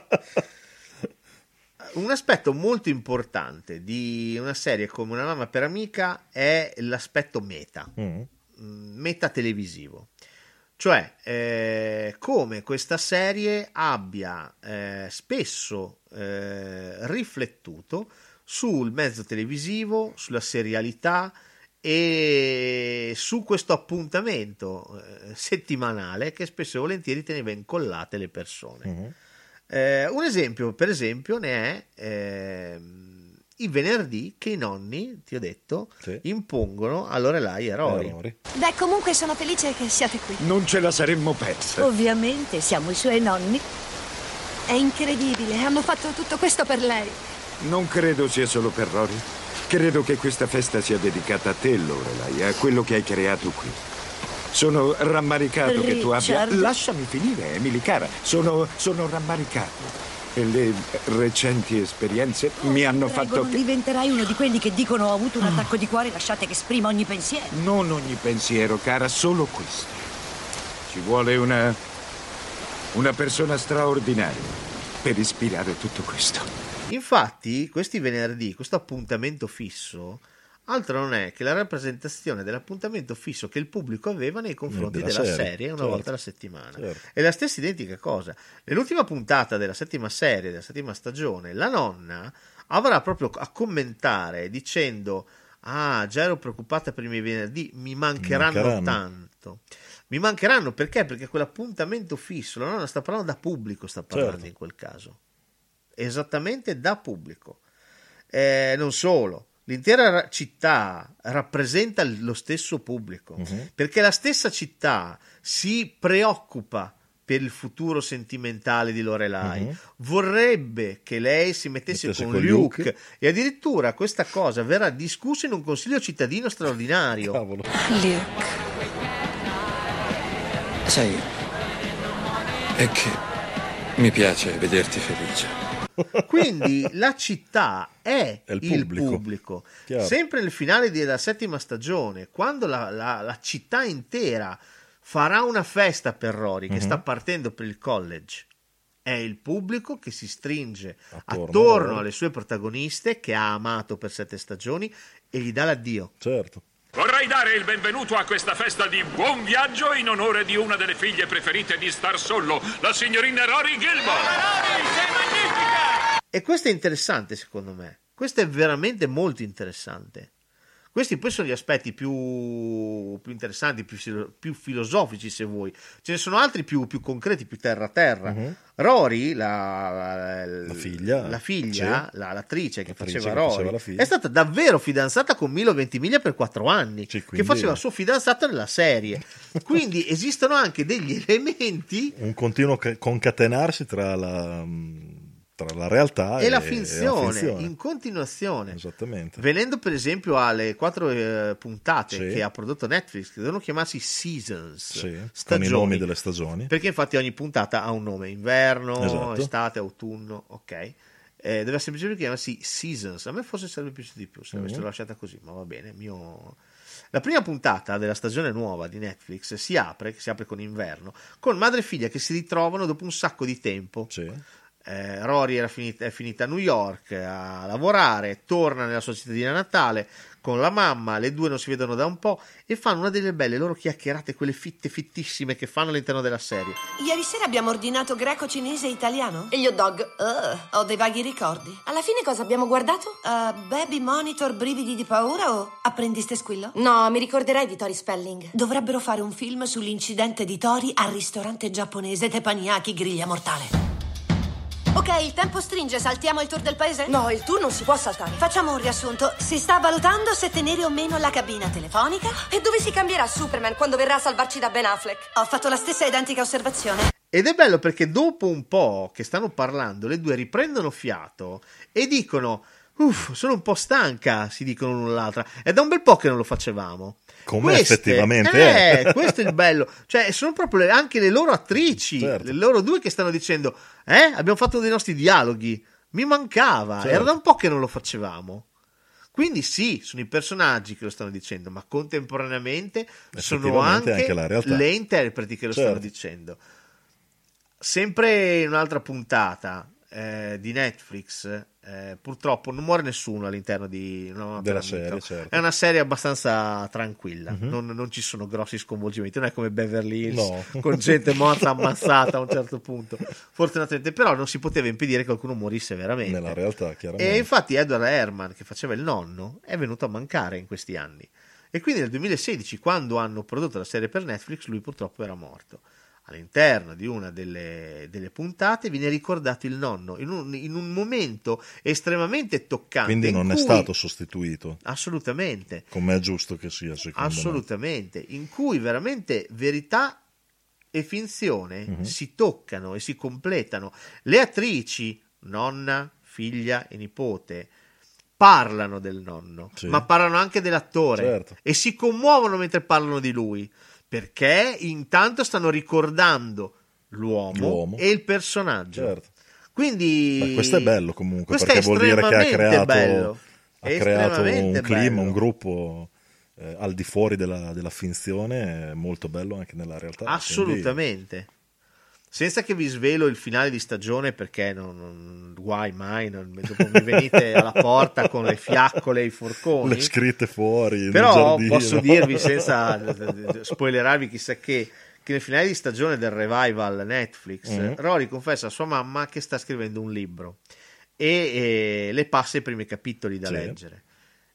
Un aspetto molto importante di una serie come Una mamma per amica è l'aspetto meta, Mm. meta televisivo. Cioè, eh, come questa serie abbia eh, spesso eh, riflettuto sul mezzo televisivo, sulla serialità e su questo appuntamento eh, settimanale che spesso e volentieri teneva incollate le persone. Uh-huh. Eh, un esempio, per esempio, ne è eh, il venerdì che i nonni, ti ho detto, sì. impongono a Lorelai e a Rory. Rory. Beh, comunque sono felice che siate qui. Non ce la saremmo persa. Ovviamente, siamo i suoi nonni. È incredibile, hanno fatto tutto questo per lei. Non credo sia solo per Rory. Credo che questa festa sia dedicata a te, Lorelai, a quello che hai creato qui. Sono rammaricato Richard. che tu abbia... Lasciami finire, Emily cara. Sono, sono rammaricato. E le recenti esperienze oh, mi hanno prego, fatto... Non diventerai uno di quelli che dicono ho avuto un attacco di cuore, lasciate che esprima ogni pensiero. Non ogni pensiero, cara, solo questo. Ci vuole una... una persona straordinaria per ispirare tutto questo. Infatti, questi venerdì, questo appuntamento fisso, altro non è che la rappresentazione dell'appuntamento fisso che il pubblico aveva nei confronti della, della serie, serie una certo. volta alla settimana. Certo. È la stessa identica cosa. Nell'ultima puntata della settima serie, della settima stagione, la nonna avrà proprio a commentare dicendo: ah, già ero preoccupata per i miei venerdì, mi mancheranno, mi mancheranno. tanto. Mi mancheranno perché? Perché quell'appuntamento fisso, la nonna sta parlando da pubblico, sta parlando certo. in quel caso. Esattamente da pubblico. Eh, non solo. L'intera città rappresenta lo stesso pubblico, uh-huh. perché la stessa città si preoccupa per il futuro sentimentale di Lorelai, uh-huh. vorrebbe che lei si mettesse Mettesse con, con Luke, Luke e addirittura questa cosa verrà discussa in un consiglio cittadino straordinario. Cavolo. Luke. Sai, è che mi piace vederti felice. Quindi la città è, è il pubblico, il pubblico. Sempre nel finale della settima stagione, quando la, la, la città intera farà una festa per Rory che uh-huh. sta partendo per il college, è il pubblico che si stringe attorno, attorno alle sue protagoniste che ha amato per sette stagioni e gli dà l'addio. Certo. Vorrei dare il benvenuto a questa festa di buon viaggio in onore di una delle figlie preferite di Star Sollo, la signorina Rory Gilmore. Rory, sei magnifica! E questo è interessante secondo me, questo è veramente molto interessante. Questi poi sono gli aspetti più, più interessanti, più, più filosofici se vuoi. Ce ne sono altri più, più concreti, più terra a terra. Uh-huh. Rory, la, la, la figlia, la figlia sì. la, l'attrice che l'attrice faceva che Rory, faceva è stata davvero fidanzata con Milo Ventimiglia per quattro anni, sì, che faceva il suo fidanzato nella serie. Quindi esistono anche degli elementi... Un continuo concatenarsi tra la... tra la realtà e, e, la, finzione, e la finzione in continuazione. Esattamente. Venendo per esempio alle quattro eh, puntate sì. che ha prodotto Netflix, che devono chiamarsi Seasons, sì, stagioni, con i nomi delle stagioni, perché infatti ogni puntata ha un nome: inverno, esatto. estate, autunno, ok. Eh, deve semplicemente chiamarsi Seasons. A me forse sarebbe piaciuto di più se l'avessero mm-hmm. lasciata così, ma va bene. Mio... La prima puntata della stagione nuova di Netflix si apre, si apre con inverno, con madre e figlia che si ritrovano dopo un sacco di tempo. Sì. Eh, Rory era finita, è finita a New York a lavorare, torna nella sua cittadina natale con la mamma, le due non si vedono da un po' e fanno una delle belle loro chiacchierate, quelle fitte fittissime che fanno all'interno della serie. Ieri sera abbiamo ordinato greco, cinese e italiano. E gli hot dog? Uh, ho dei vaghi ricordi. Alla fine cosa abbiamo guardato? Uh, baby monitor, brividi di paura o apprendiste squillo? No, mi ricorderai di Tori Spelling. Dovrebbero fare un film sull'incidente di Tori al ristorante giapponese Teppanyaki Griglia Mortale. Ok, il tempo stringe, saltiamo il tour del paese? No, il tour non si può saltare. Facciamo un riassunto. Si sta valutando se tenere o meno la cabina telefonica. E dove si cambierà Superman quando verrà a salvarci da Ben Affleck? Ho fatto la stessa identica osservazione. Ed è bello perché dopo un po' che stanno parlando, le due riprendono fiato e dicono: uff, sono un po' stanca, si dicono l'una l'altra. È da un bel po' che non lo facevamo. Come Queste, effettivamente eh, è. Questo è il bello. Cioè, sono proprio le, anche le loro attrici, certo. le loro due che stanno dicendo: eh, abbiamo fatto dei nostri dialoghi. Mi mancava, certo. Era da un po' che non lo facevamo. Quindi sì, sono i personaggi che lo stanno dicendo, ma contemporaneamente sono anche, anche la realtà. Le interpreti che lo certo. stanno dicendo. Sempre in un'altra puntata, eh, di Netflix, eh, purtroppo non muore nessuno all'interno di no, della serie, certo. È una serie abbastanza tranquilla, Mm-hmm. non, non ci sono grossi sconvolgimenti, non è come Beverly Hills No. con gente morta ammazzata a un certo punto, fortunatamente, però non si poteva impedire che qualcuno morisse veramente Nella realtà, chiaramente. e infatti Edward Herman, che faceva il nonno, è venuto a mancare in questi anni e quindi nel duemilasedici, quando hanno prodotto la serie per Netflix, lui purtroppo era morto. All'interno di una delle, delle puntate viene ricordato il nonno in un, in un momento estremamente toccante. Quindi non in è cui, stato sostituito. Assolutamente. Come è giusto che sia, secondo Assolutamente. Me. In cui veramente verità e finzione Mhm. si toccano e si completano. Le attrici, nonna, figlia e nipote, parlano del nonno, Sì. ma parlano anche dell'attore Certo. e si commuovono mentre parlano di lui. Perché intanto stanno ricordando l'uomo, L'uomo. e il personaggio. Certo. Quindi Beh, questo è bello comunque, questo perché è vuol dire che ha estremamente creato, bello. ha È creato un estremamente clima, bello. un gruppo eh, al di fuori della, della finzione, eh, molto bello anche nella realtà. Assolutamente. Senza che vi svelo il finale di stagione, perché non, non- guai mai, non- dopo mi venite alla porta con le fiaccole e i Quindi forconi. le scritte fuori nel Però giardino. posso dirvi, senza spoilerarvi chissà che, che nel finale di stagione del revival Netflix, Mhm. Rory confessa a sua mamma che sta scrivendo un libro e, e le passa i primi capitoli da Sì. leggere.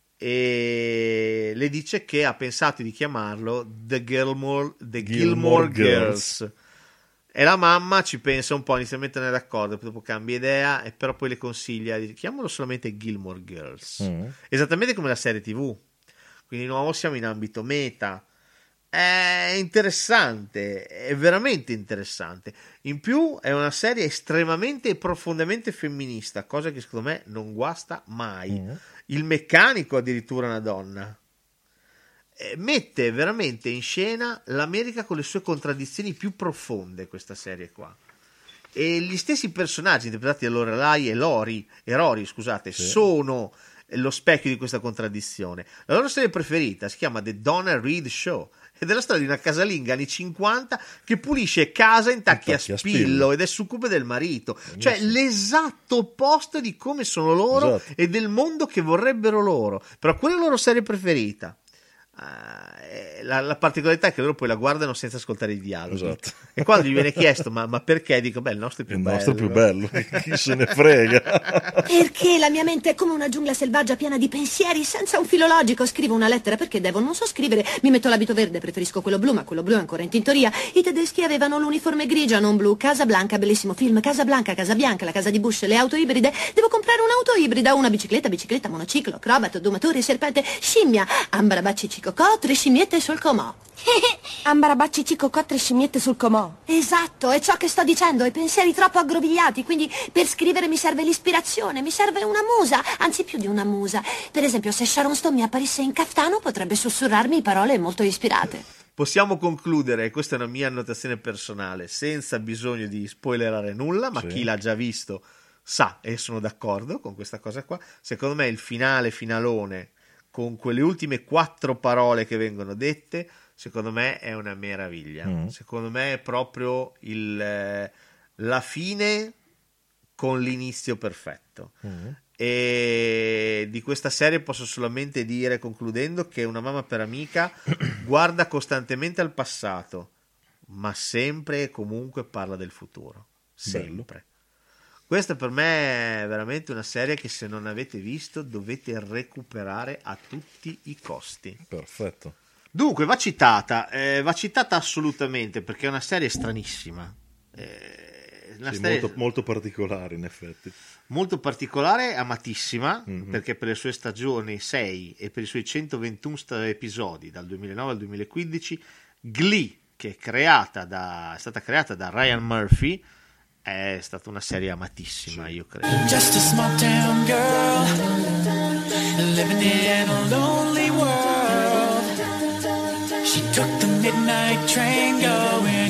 E le dice che ha pensato di chiamarlo The Gilmore, The Gilmore Gilmore Girls. Girls. E la mamma ci pensa un po', inizialmente non è d'accordo, poi dopo cambia idea, e però poi le consiglia di chiamalo solamente Gilmore Girls. Mm. Esattamente come la serie tivù. Quindi di nuovo siamo in ambito meta. È interessante, è veramente interessante. In più è una serie estremamente e profondamente femminista, cosa che secondo me non guasta mai. Mm. Il meccanico addirittura è una donna. Eh, Mette veramente in scena l'America con le sue contraddizioni più profonde, questa serie qua. E gli stessi personaggi interpretati da Lorelai e Lori, e Rory, scusate, Sì. sono lo specchio di questa contraddizione. La loro serie preferita si chiama The Donna Reed Show ed è la storia di una casalinga anni cinquanta che pulisce casa in tacchi, tacchi a a spillo, spillo. ed è succube del marito. Cioè l'esatto opposto di come sono loro Esatto. e del mondo che vorrebbero loro. Però quella è la loro serie preferita. Eh, la, la particolarità è che loro poi la guardano senza ascoltare i dialoghi. Esatto. E quando gli viene chiesto ma, ma perché, dico beh il nostro è più Il bello. nostro è più bello, chi se ne frega. Perché la mia mente è come una giungla selvaggia piena di pensieri senza un filo logico. Scrivo una lettera perché devo, non so scrivere. Mi metto l'abito verde, preferisco quello blu, ma quello blu è ancora in tintoria. I tedeschi avevano l'uniforme grigia, non blu. Casa Blanca, bellissimo film. Casa Blanca, Casa Bianca, la casa di Bush, le auto ibride. Devo comprare un'auto ibrida, una bicicletta, bicicletta, monociclo, acrobato, domatore, serpente, scimmia, ambarabacci, cicocò, tre scimmiette sul comò. Ambarabacci, cicocò, tre scimmiette sul comò. Esatto, è ciò che sto dicendo, i pensieri troppo aggrovigliati, quindi per scrivere mi serve l'ispirazione, mi serve una musa, anzi più di una musa. Per esempio, se Sharon Stone mi apparisse in caftano potrebbe sussurrarmi parole molto ispirate. Possiamo concludere, questa è una mia annotazione personale, senza bisogno di spoilerare nulla, ma Sì. chi l'ha già visto sa, e sono d'accordo con questa cosa qua. Secondo me il finale finalone, con quelle ultime quattro parole che vengono dette, secondo me è una meraviglia. Mm. Secondo me è proprio il, eh, la fine con l'inizio perfetto. Mm. E di questa serie posso solamente dire, concludendo, che Una mamma per amica guarda costantemente al passato, ma sempre e comunque parla del futuro. Sempre. Questa per me è veramente una serie che, se non avete visto, dovete recuperare a tutti i costi. Perfetto. Dunque, va citata, eh, va citata assolutamente, perché è una serie stranissima. Eh, una Sì, serie molto, molto particolare in effetti. molto particolare, amatissima, Mhm. perché per le sue stagioni sei e per i suoi centoventuno sta- episodi dal duemilanove al duemilaquindici, Glee, che è, creata da, è stata creata da Ryan Murphy, è stata una serie amatissima, io credo. Just a small town girl living in a lonely world. She took the midnight train going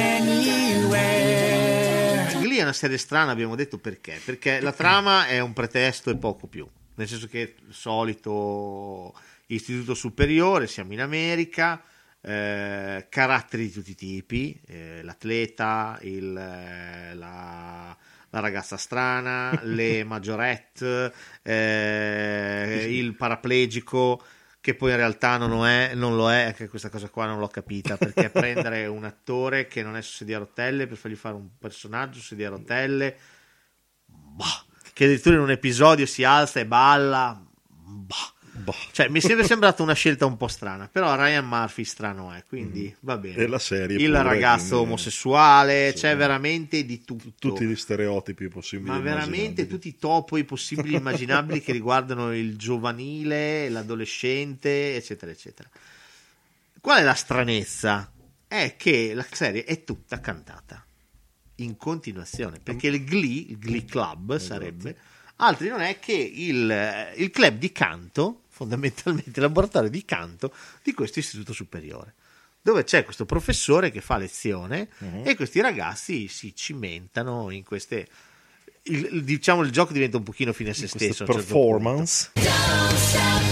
anywhere. Glee è una serie strana, abbiamo detto perché? Perché la trama è un pretesto e poco più, nel senso che il solito istituto superiore, siamo in America, eh, caratteri di tutti i tipi, eh, l'atleta, il, eh, la la ragazza strana, le majorette, eh, il paraplegico, che poi in realtà non lo è, non lo è, anche questa cosa qua non l'ho capita, perché prendere un attore che non è su sedia a rotelle per fargli fare un personaggio su sedia a rotelle, bah, che addirittura in un episodio si alza e balla, bah. Boh. Cioè, mi è sempre sembrata una scelta un po' strana, però Ryan Murphy strano è, quindi mm. va bene. E la serie il pure, ragazzo quindi... omosessuale, sì. C'è veramente di tutto. Tutti gli stereotipi possibili. Ma veramente tutti i topoi possibili e immaginabili che riguardano il giovanile, l'adolescente, eccetera, eccetera. Qual è la stranezza? È che la serie è tutta cantata in continuazione, perché il Glee, il Glee Club sarebbe, altri non è che il, il club di canto, fondamentalmente il laboratorio di canto di questo istituto superiore, dove c'è questo professore che fa lezione uh-huh. e questi ragazzi si cimentano in queste, il, il, diciamo il gioco diventa un pochino fine a se stesso, performance. A un certo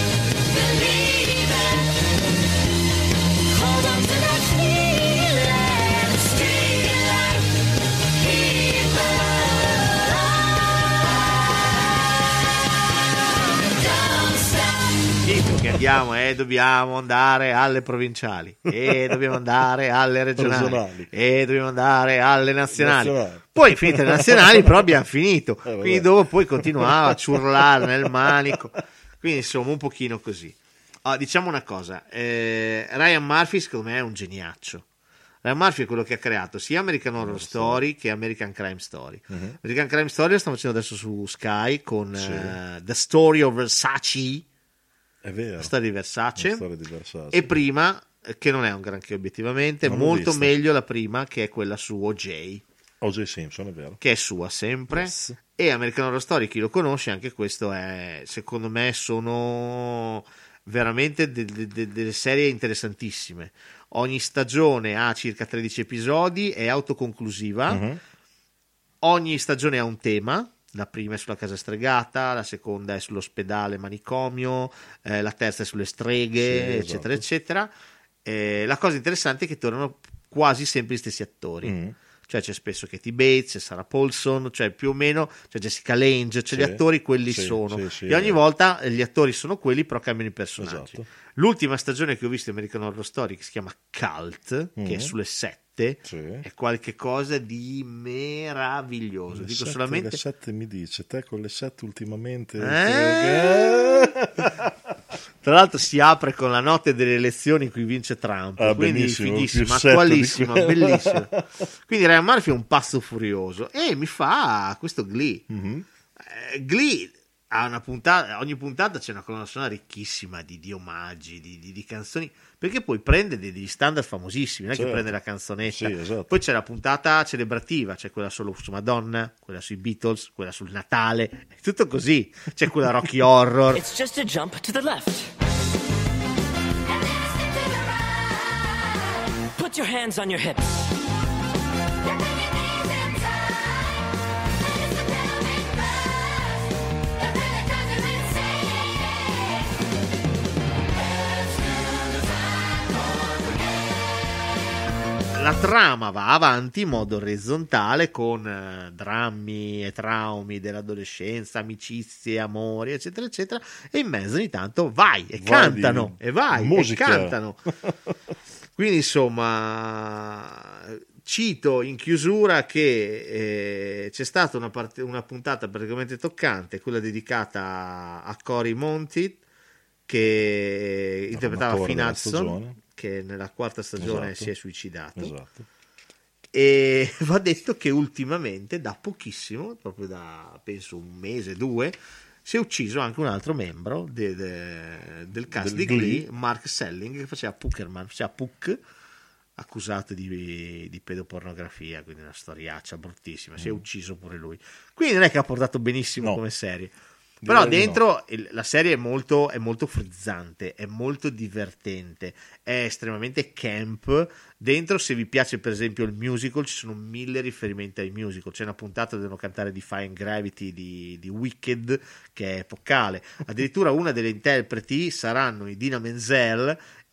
che andiamo e eh, dobbiamo andare alle provinciali e dobbiamo andare alle regionali, regionali. e dobbiamo andare alle nazionali, nazionali. Poi finite le nazionali però abbiamo finito, eh, quindi dopo poi continuava a ciurlare nel manico, quindi insomma un pochino così. Oh, diciamo una cosa, eh, Ryan Murphy secondo me è un geniaccio. Ryan Murphy è quello che ha creato sia American Horror Story che American Crime Story. uh-huh. American Crime Story la stanno facendo adesso su Sky con sì. uh, The Story of Versace. È vero. La storia di Versace. La storia di Versace. E prima, che non è un granché obiettivamente, non molto meglio la prima, che è quella su O J. O J Simpson, è vero. Che è sua sempre. Yes. E American Horror Story, chi lo conosce, anche questo è, secondo me, sono veramente de- de- de- delle serie interessantissime. Ogni stagione ha circa tredici episodi, è autoconclusiva. Uh-huh. Ogni stagione ha un tema. La prima è sulla casa stregata, la seconda è sull'ospedale manicomio, eh, la terza è sulle streghe, sì, eccetera, esatto. eccetera. Eh, la cosa interessante è che tornano quasi sempre gli stessi attori. Mm. Cioè c'è spesso Katie Bates, c'è Sarah Paulson, cioè più o meno c'è Jessica Lange, cioè sì, gli attori quelli sì, sono. Sì, sì, e ogni volta gli attori sono quelli, però cambiano i personaggi. Esatto. L'ultima stagione che ho visto di American Horror Story, che si chiama Cult, mm. che è sulle sette, sì. è qualche cosa di meraviglioso. Le Dico sette, solamente le sette mi dice, te con le sette ultimamente... Eh? Tra l'altro si apre con la notte delle elezioni in cui vince Trump, ah, quindi fighissima, attualissima, bellissima. Quindi Ryan Murphy è un pazzo furioso e mi fa questo Glee. Mm-hmm. Eh, Glee ha una puntata, ogni puntata c'è una colonna sonora ricchissima di, di omaggi, di, di, di canzoni, perché poi prende degli standard famosissimi, non è certo. che prende la canzonetta. Sì, esatto. Poi c'è la puntata celebrativa, c'è quella solo su Madonna, quella sui Beatles, quella sul Natale, è tutto così. C'è quella Rocky Horror. It's just a jump to the left. Put your hands on your hips. La trama va avanti in modo orizzontale con eh, drammi e traumi dell'adolescenza, amicizie, amori, eccetera, eccetera, e in mezzo ogni tanto vai e vai cantano e vai musica. e cantano. Quindi insomma, cito in chiusura che eh, c'è stata una, part- una puntata praticamente toccante, quella dedicata a, a Cory Monteith, che la interpretava Finn Hudson, che nella quarta stagione esatto. si è suicidato. Esatto. E va detto che ultimamente, da pochissimo, proprio da penso un mese, due, si è ucciso anche un altro membro de, de, del cast del di Glee, Glee, Mark Selling, che faceva Puckerman, faceva Puck, accusato di, di pedopornografia, quindi una storiaccia bruttissima. Mm. Si è ucciso pure lui. Quindi non è che ha portato benissimo no. come serie. Però dentro no. la serie è molto, è molto frizzante, è molto divertente, è estremamente camp. Dentro, se vi piace per esempio il musical, ci sono mille riferimenti ai musical. C'è una puntata dove devono cantare Defying Gravity di, di Wicked, che è epocale. Addirittura una delle interpreti saranno Idina Menzel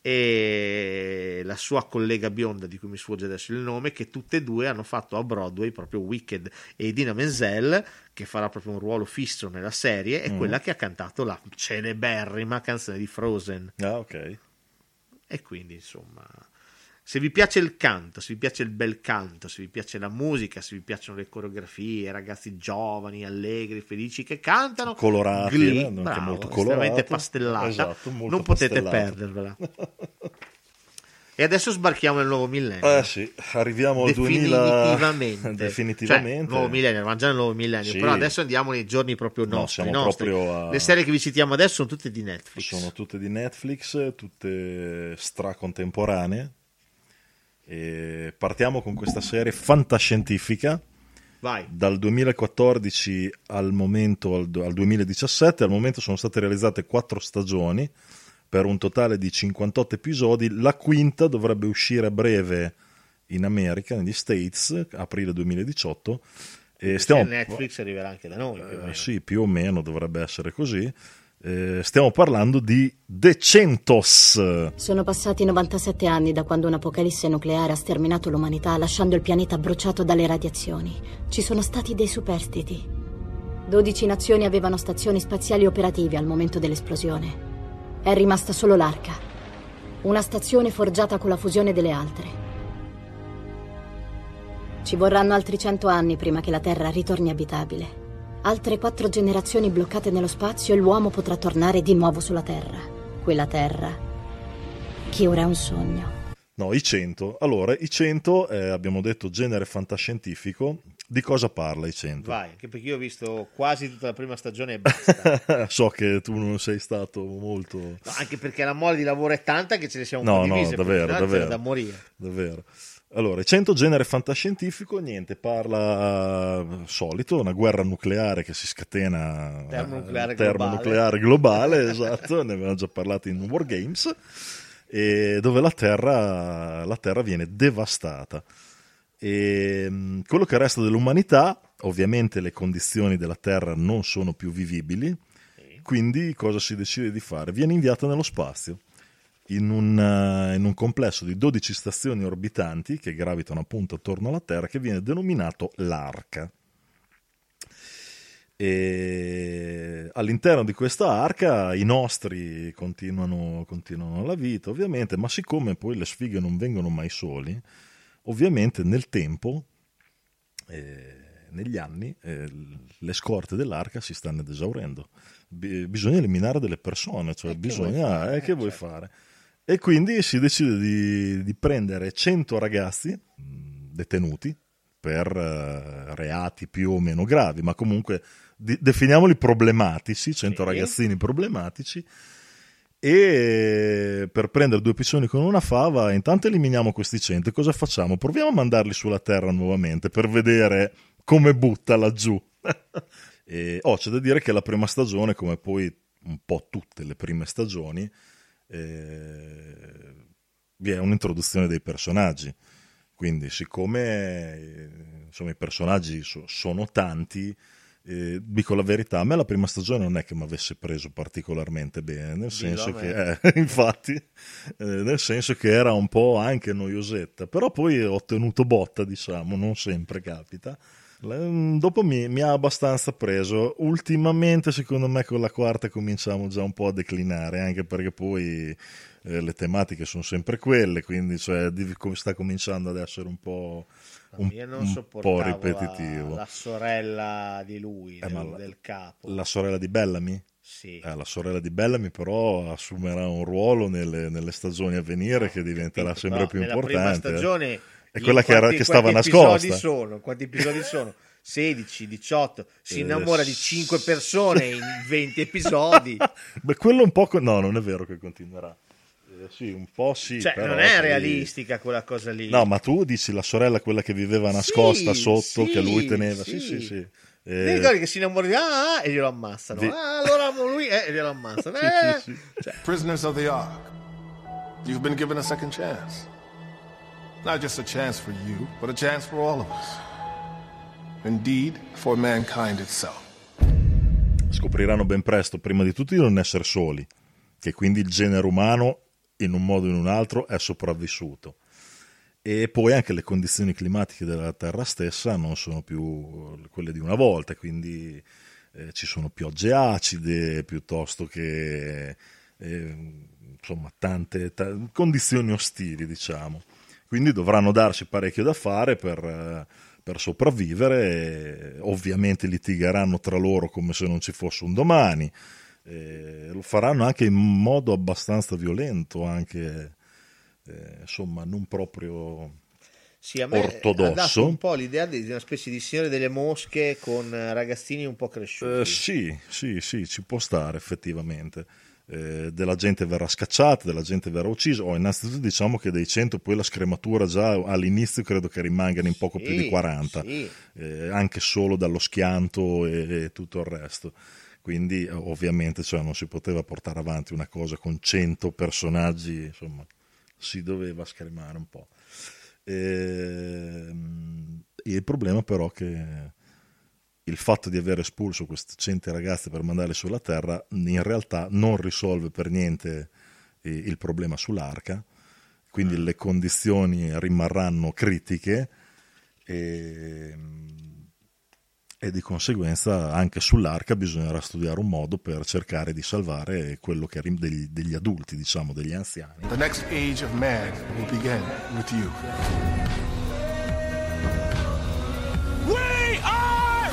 e la sua collega bionda, di cui mi sfugge adesso il nome, che tutte e due hanno fatto a Broadway proprio Wicked, e Idina Menzel, che farà proprio un ruolo fisso nella serie, è Mm. quella che ha cantato la celeberrima canzone di Frozen. Ah, ok. E quindi insomma, se vi piace il canto, se vi piace il bel canto, se vi piace la musica, se vi piacciono le coreografie, ragazzi giovani, allegri, felici che cantano, Colorati, Glee, eh, anche bravo, molto estremamente colorato. pastellata, Esatto, molto non potete pastellato. perdervela. E adesso sbarchiamo nel nuovo millennio. Eh sì, arriviamo al duemila definitivamente. definitivamente. Cioè, nuovo millennio, eravamo già nel nuovo millennio, Sì. però adesso andiamo nei giorni proprio No, nostri, siamo nostri. proprio a- Le serie che vi citiamo adesso sono tutte di Netflix. Sono tutte di Netflix, tutte stracontemporanee. E partiamo con questa serie fantascientifica. Vai. Dal duemilaquattordici al momento al, al duemiladiciassette, al momento sono state realizzate quattro stagioni per un totale di cinquantotto episodi. La quinta dovrebbe uscire a breve in America, negli States, aprile duemiladiciotto. E stiamo... Netflix arriverà anche da noi. Più o meno. Eh, sì, più o meno dovrebbe essere così. Eh, stiamo parlando di The Centos. Sono passati novantasette anni da quando un'apocalisse nucleare ha sterminato l'umanità, lasciando il pianeta bruciato dalle radiazioni. Ci sono stati dei superstiti. dodici nazioni avevano stazioni spaziali operative al momento dell'esplosione. È rimasta solo l'Arca, una stazione forgiata con la fusione delle altre. Ci vorranno altri cento anni prima che la Terra ritorni abitabile. Altre quattro generazioni bloccate nello spazio e l'uomo potrà tornare di nuovo sulla Terra. Quella Terra che ora è un sogno. No, i cento. Allora, i cento, eh, abbiamo detto genere fantascientifico. Di cosa parla i cento? Vai, anche perché io ho visto quasi tutta la prima stagione e basta. So che tu non sei stato molto... No, anche perché la mole di lavoro è tanta che ce ne siamo un No, po' no, divise, davvero, perché davvero. da morire. Davvero. Allora, cento genere fantascientifico, niente, parla eh, solito, una guerra nucleare che si scatena, Termonucleare eh, termonucleare globale, esatto, ne avevamo già parlato in War Games, e dove la Terra, la Terra viene devastata. E mh, quello che resta dell'umanità, ovviamente le condizioni della Terra non sono più vivibili, quindi cosa si decide di fare? Viene inviata nello spazio. In un, uh, in un complesso di dodici stazioni orbitanti che gravitano appunto attorno alla Terra, che viene denominato l'Arca. E all'interno di questa arca i nostri continuano, continuano la vita, ovviamente, ma siccome poi le sfighe non vengono mai soli, ovviamente nel tempo, eh, negli anni, eh, le scorte dell'arca si stanno ed esaurendo. B- bisogna eliminare delle persone, cioè che bisogna... vuoi fare? Eh, che vuoi fare? E quindi si decide di, di prendere cento ragazzi mh, detenuti per uh, reati più o meno gravi, ma comunque di, definiamoli problematici, cento Sì. ragazzini problematici, e per prendere due piccioni con una fava, intanto eliminiamo questi cento. Cosa facciamo? Proviamo a mandarli sulla Terra nuovamente per vedere come butta laggiù. E, oh, c'è da dire che la prima stagione, come poi un po' tutte le prime stagioni, eh, vi è un'introduzione dei personaggi. Quindi, siccome eh, insomma, i personaggi so, sono tanti, eh, dico la verità, a me la prima stagione non è che mi avesse preso particolarmente bene, nel senso che, eh, infatti, eh, nel senso che era un po' anche noiosetta, però poi ho tenuto botta, diciamo, non sempre capita. Dopo mi, mi ha abbastanza preso. Ultimamente secondo me con la quarta cominciamo già un po' a declinare, anche perché poi eh, le tematiche sono sempre quelle, quindi cioè, di, sta cominciando ad essere un po', un, Io non un po' sopportavo ripetitivo. la, la sorella di lui, Eh, del, ma la, del capo. la sorella di Bellamy? Sì. Eh, la sorella di Bellamy però assumerà un ruolo nelle, nelle stagioni a venire che diventerà sempre No, più nella importante. prima stagione eh. È quella che, era, quanti, che stava quanti nascosta. Episodi sono, quanti episodi sono? sedici, diciotto, si Eh, innamora di cinque persone in venti episodi. Beh, quello un po'... co- no, non è vero che continuerà. Eh, sì, un po' sì. Cioè, però non è poi- realistica quella cosa lì. No, ma tu dici la sorella, quella che viveva nascosta Sì, sotto, sì, che lui teneva. sì. Sì, sì, sì. Ti Eh, ricordi che si innamora di ah, ah, e glielo ammassano. Vi- Ah, allora amo lui eh, e glielo ammassano. Sì, Eh. sì, Cioè, Prisoners of the Ark, you've been given a second chance. Not just a chance for you, but a chance for all of us. Indeed, for mankind itself. scopriranno ben presto, prima di tutto, di non essere soli, che quindi il genere umano in un modo o in un altro è sopravvissuto. E poi anche le condizioni climatiche della Terra stessa non sono più quelle di una volta, quindi eh, ci sono piogge acide piuttosto che eh, insomma tante ta- condizioni ostili, diciamo. Quindi dovranno darsi parecchio da fare per, eh, per sopravvivere, e ovviamente litigheranno tra loro come se non ci fosse un domani, e lo faranno anche in modo abbastanza violento, anche eh, insomma non proprio sì, a me ortodosso. Ha dato un po' l'idea di una specie di Signore delle Mosche con ragazzini un po' cresciuti. Eh, sì, sì, sì, ci può stare effettivamente. Eh, della gente verrà scacciata, della gente verrà uccisa. Oh, innanzitutto diciamo che dei cento poi la scrematura già all'inizio credo che rimangano in poco Sì, più di quaranta, sì. eh, anche solo dallo schianto e, e tutto il resto. Quindi ovviamente cioè, non si poteva portare avanti una cosa con cento personaggi, insomma si doveva scremare un po'. E, il problema però è che il fatto di aver espulso queste cento ragazze per mandarle sulla Terra in realtà non risolve per niente il problema sull'arca, quindi le condizioni rimarranno critiche e, e di conseguenza anche sull'arca bisognerà studiare un modo per cercare di salvare quello che rim- degli, degli adulti, diciamo, degli anziani. The next age of man will begin with you. We are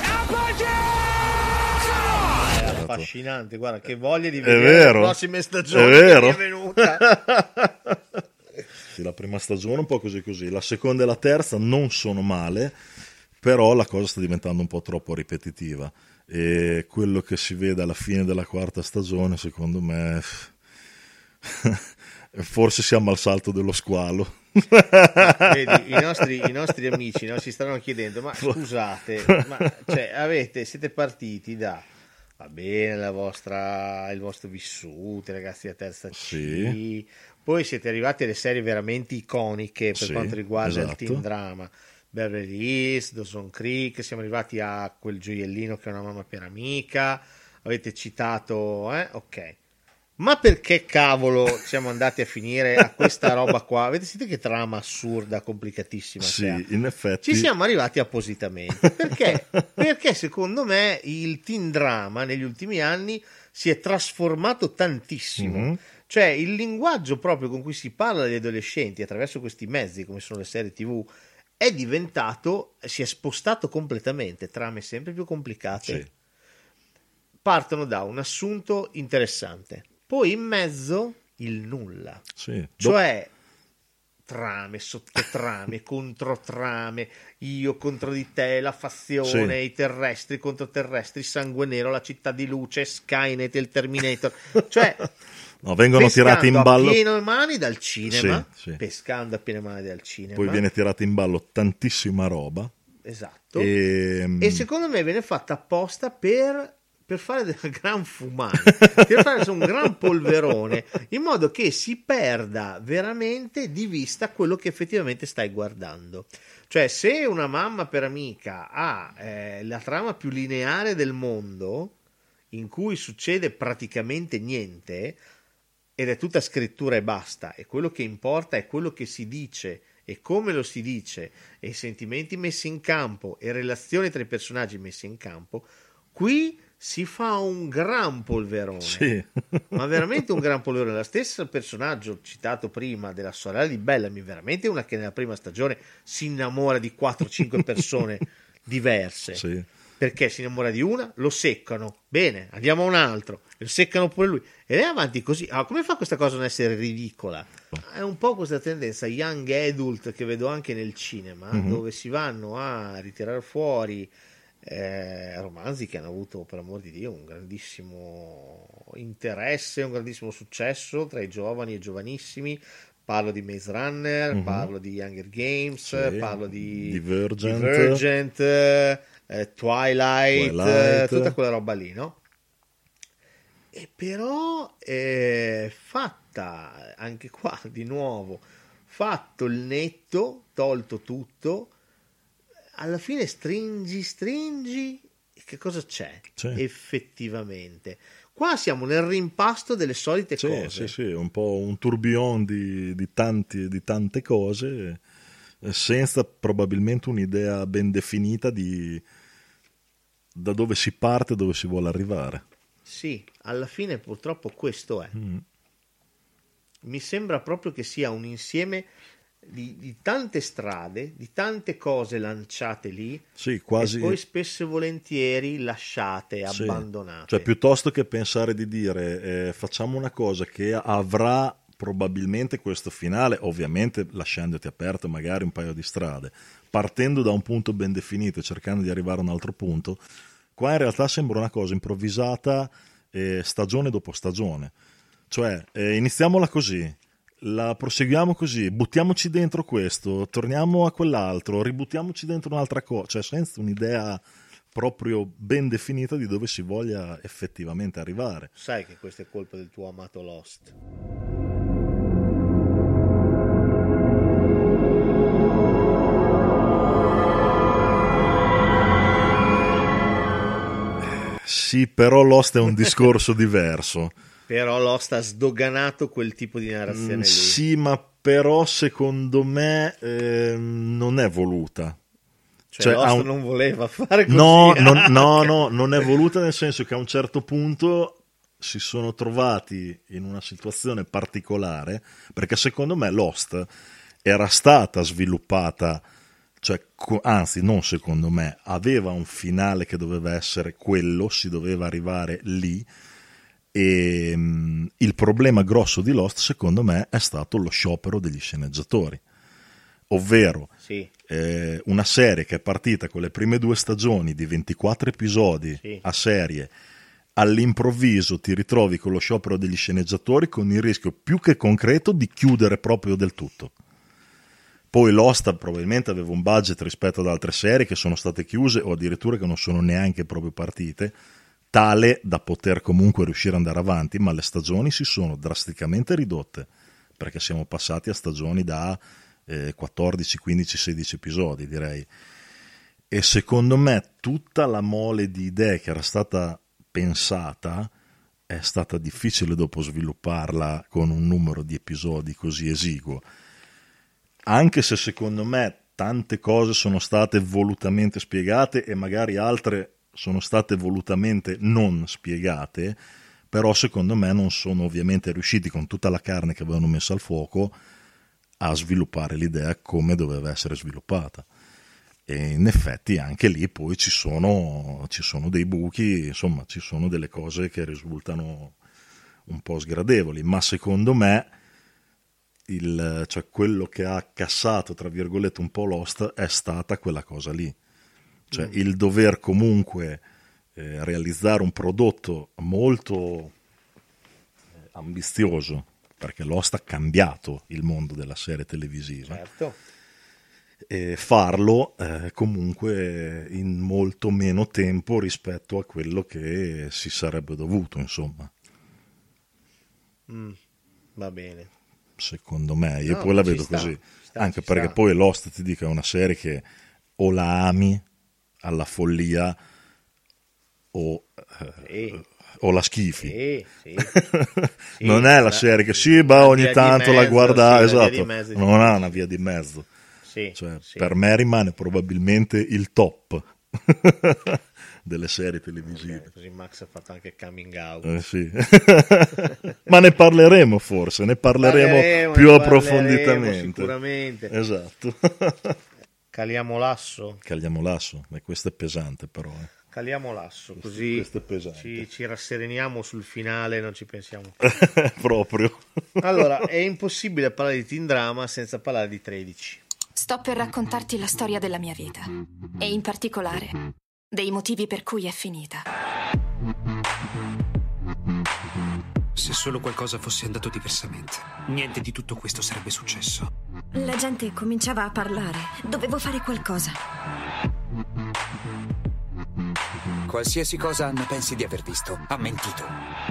È affascinante, guarda che voglia di È vedere vero, le prossime stagioni è vero. che mi è venuta. Sì, la prima stagione un po' così così, la seconda e la terza non sono male, però la cosa sta diventando un po' troppo ripetitiva e quello che si vede alla fine della quarta stagione secondo me forse siamo al salto dello squalo. Vedi, i nostri, i nostri amici no, si stanno chiedendo ma scusate ma, cioè, avete, siete partiti da va bene la vostra, il vostro vissuto, ragazzi da terza C, Sì. poi siete arrivati alle serie veramente iconiche per Sì, quanto riguarda il esatto. teen drama, Beverly Hills, Dawson Creek, siamo arrivati a quel gioiellino che è una mamma per amica, avete citato eh? ok, ma perché cavolo siamo andati a finire a questa roba qua? Avete sentito che trama assurda, complicatissima Sì, che ha? in effetti Ci siamo arrivati appositamente perché? Perché secondo me il teen drama negli ultimi anni si è trasformato tantissimo. Mhm. Cioè il linguaggio proprio con cui si parla agli adolescenti attraverso questi mezzi come sono le serie tivù è diventato, si è spostato completamente, trame sempre più complicate. Sì. Partono da un assunto interessante, poi in mezzo il nulla. Sì. Cioè trame, sottotrame, controtrame, io contro di te, la fazione, Sì. i terrestri contro terrestri, sangue nero, la città di luce, Skynet, il Terminator. Cioè No, vengono tirati in pescando ballo. a piene mani dal cinema, Sì, sì. pescando a piene mani dal cinema. Poi viene tirata in ballo tantissima roba. Esatto. E, E secondo me viene fatta apposta per, per fare del gran fumare, per fare un gran polverone, in modo che si perda veramente di vista quello che effettivamente stai guardando. Cioè, se una mamma per amica ha eh, la trama più lineare del mondo, in cui succede praticamente niente, ed è tutta scrittura e basta, e quello che importa è quello che si dice e come lo si dice e i sentimenti messi in campo e relazioni tra i personaggi messi in campo, qui si fa un gran polverone. Sì. Ma veramente un gran polverone. La stessa personaggio citato prima della sorella di Bellamy, veramente una che nella prima stagione si innamora di quattro cinque persone diverse. Sì. Perché si innamora di una, lo seccano, bene, andiamo a un altro, lo seccano pure lui, e lei avanti così. Ah, come fa questa cosa a non essere ridicola? È un po' questa tendenza young adult che vedo anche nel cinema, Mhm. dove si vanno a ritirare fuori eh, romanzi che hanno avuto, per amor di Dio, un grandissimo interesse, un grandissimo successo tra i giovani e giovanissimi. Parlo di Maze Runner, Mhm. parlo di Hunger Games, Sì. parlo di Divergent. Divergent, eh, Twilight, Twilight. eh, tutta quella roba lì, no? E però è fatta anche qua di nuovo, fatto il netto, tolto tutto, alla fine stringi, stringi, che cosa c'è Sì. effettivamente. Qua siamo nel rimpasto delle solite Sì, cose. sì, sì, un po' un tourbillon di, di, tanti, di tante cose, eh, senza probabilmente un'idea ben definita di da dove si parte e dove si vuole arrivare. Sì, alla fine purtroppo questo è. Mm. Mi sembra proprio che sia un insieme di, di tante strade, di tante cose lanciate lì, Sì, quasi. e poi spesso e volentieri lasciate, Sì. abbandonate. Cioè, piuttosto che pensare di dire eh, facciamo una cosa che avrà probabilmente questo finale, ovviamente lasciandoti aperto magari un paio di strade, partendo da un punto ben definito e cercando di arrivare a un altro punto, qua in realtà sembra una cosa improvvisata eh, stagione dopo stagione. Cioè, eh, iniziamola così, la proseguiamo così, buttiamoci dentro questo, torniamo a quell'altro, ributtiamoci dentro un'altra cosa, cioè senza un'idea proprio ben definita di dove si voglia effettivamente arrivare. Sai che questo è colpa del tuo amato Lost. Sì, però Lost è un discorso diverso. Però Lost ha sdoganato quel tipo di narrazione Mm, lì. sì, ma però secondo me eh, non è voluta. Cioè, Cioè, Lost ha un- non voleva fare così. No, non, anche. no, no, non è voluta nel senso che a un certo punto si sono trovati in una situazione particolare, perché secondo me Lost era stata sviluppata, cioè, co- anzi non secondo me, aveva un finale che doveva essere quello, si doveva arrivare lì, e mh, il problema grosso di Lost secondo me è stato lo sciopero degli sceneggiatori, ovvero Sì. eh, una serie che è partita con le prime due stagioni di ventiquattro episodi Sì. a serie, all'improvviso ti ritrovi con lo sciopero degli sceneggiatori con il rischio più che concreto di chiudere proprio del tutto. Poi Lost probabilmente aveva un budget rispetto ad altre serie che sono state chiuse o addirittura che non sono neanche proprio partite, tale da poter comunque riuscire ad andare avanti, ma le stagioni si sono drasticamente ridotte, perché siamo passati a stagioni da eh, quattordici, quindici, sedici episodi, direi. E secondo me tutta la mole di idee che era stata pensata è stata difficile dopo svilupparla con un numero di episodi così esiguo. Anche se secondo me tante cose sono state volutamente spiegate e magari altre sono state volutamente non spiegate, però secondo me non sono ovviamente riusciti con tutta la carne che avevano messo al fuoco a sviluppare l'idea come doveva essere sviluppata. E in effetti anche lì poi ci sono, ci sono dei buchi, insomma ci sono delle cose che risultano un po' sgradevoli, ma secondo me il, cioè quello che ha cassato tra virgolette un po' Lost è stata quella cosa lì, cioè mm. il dover comunque eh, realizzare un prodotto molto eh, ambizioso, perché Lost ha cambiato il mondo della serie televisiva, Certo. e farlo eh, comunque in molto meno tempo rispetto a quello che si sarebbe dovuto, insomma. Mm, va bene. Secondo me, io No, poi la ci vedo sta, così, ci sta, anche ci perché sta. poi Lost, ti dico, è una serie che o la ami alla follia o, eh, Sì. o la schifi. Sì, sì. Sì, non è la la- serie che sì, bah, una ogni via di tanto la mezzo, guarda, sì, una via di esatto, mezzo. non ha una via di mezzo. Sì, Cioè, sì. per me rimane probabilmente il top delle serie televisive. Ok, così Max ha fatto anche coming out. Eh, sì. Ma ne parleremo forse, ne parleremo, Parleremo, più ne approfonditamente. sicuramente. Esatto. Caliamo l'asso. Caliamo l'asso, e questo è pesante però. Eh. Caliamo l'asso, così questo è pesante. ci, ci rassereniamo sul finale e non ci pensiamo. Proprio. Allora, è impossibile parlare di teen drama senza parlare di tredici. Sto per raccontarti la storia della mia vita e in particolare dei motivi per cui è finita. Se solo qualcosa fosse andato diversamente, niente di tutto questo sarebbe successo. La gente cominciava a parlare. Dovevo fare qualcosa. Qualsiasi cosa Anna pensi di aver visto, ha mentito.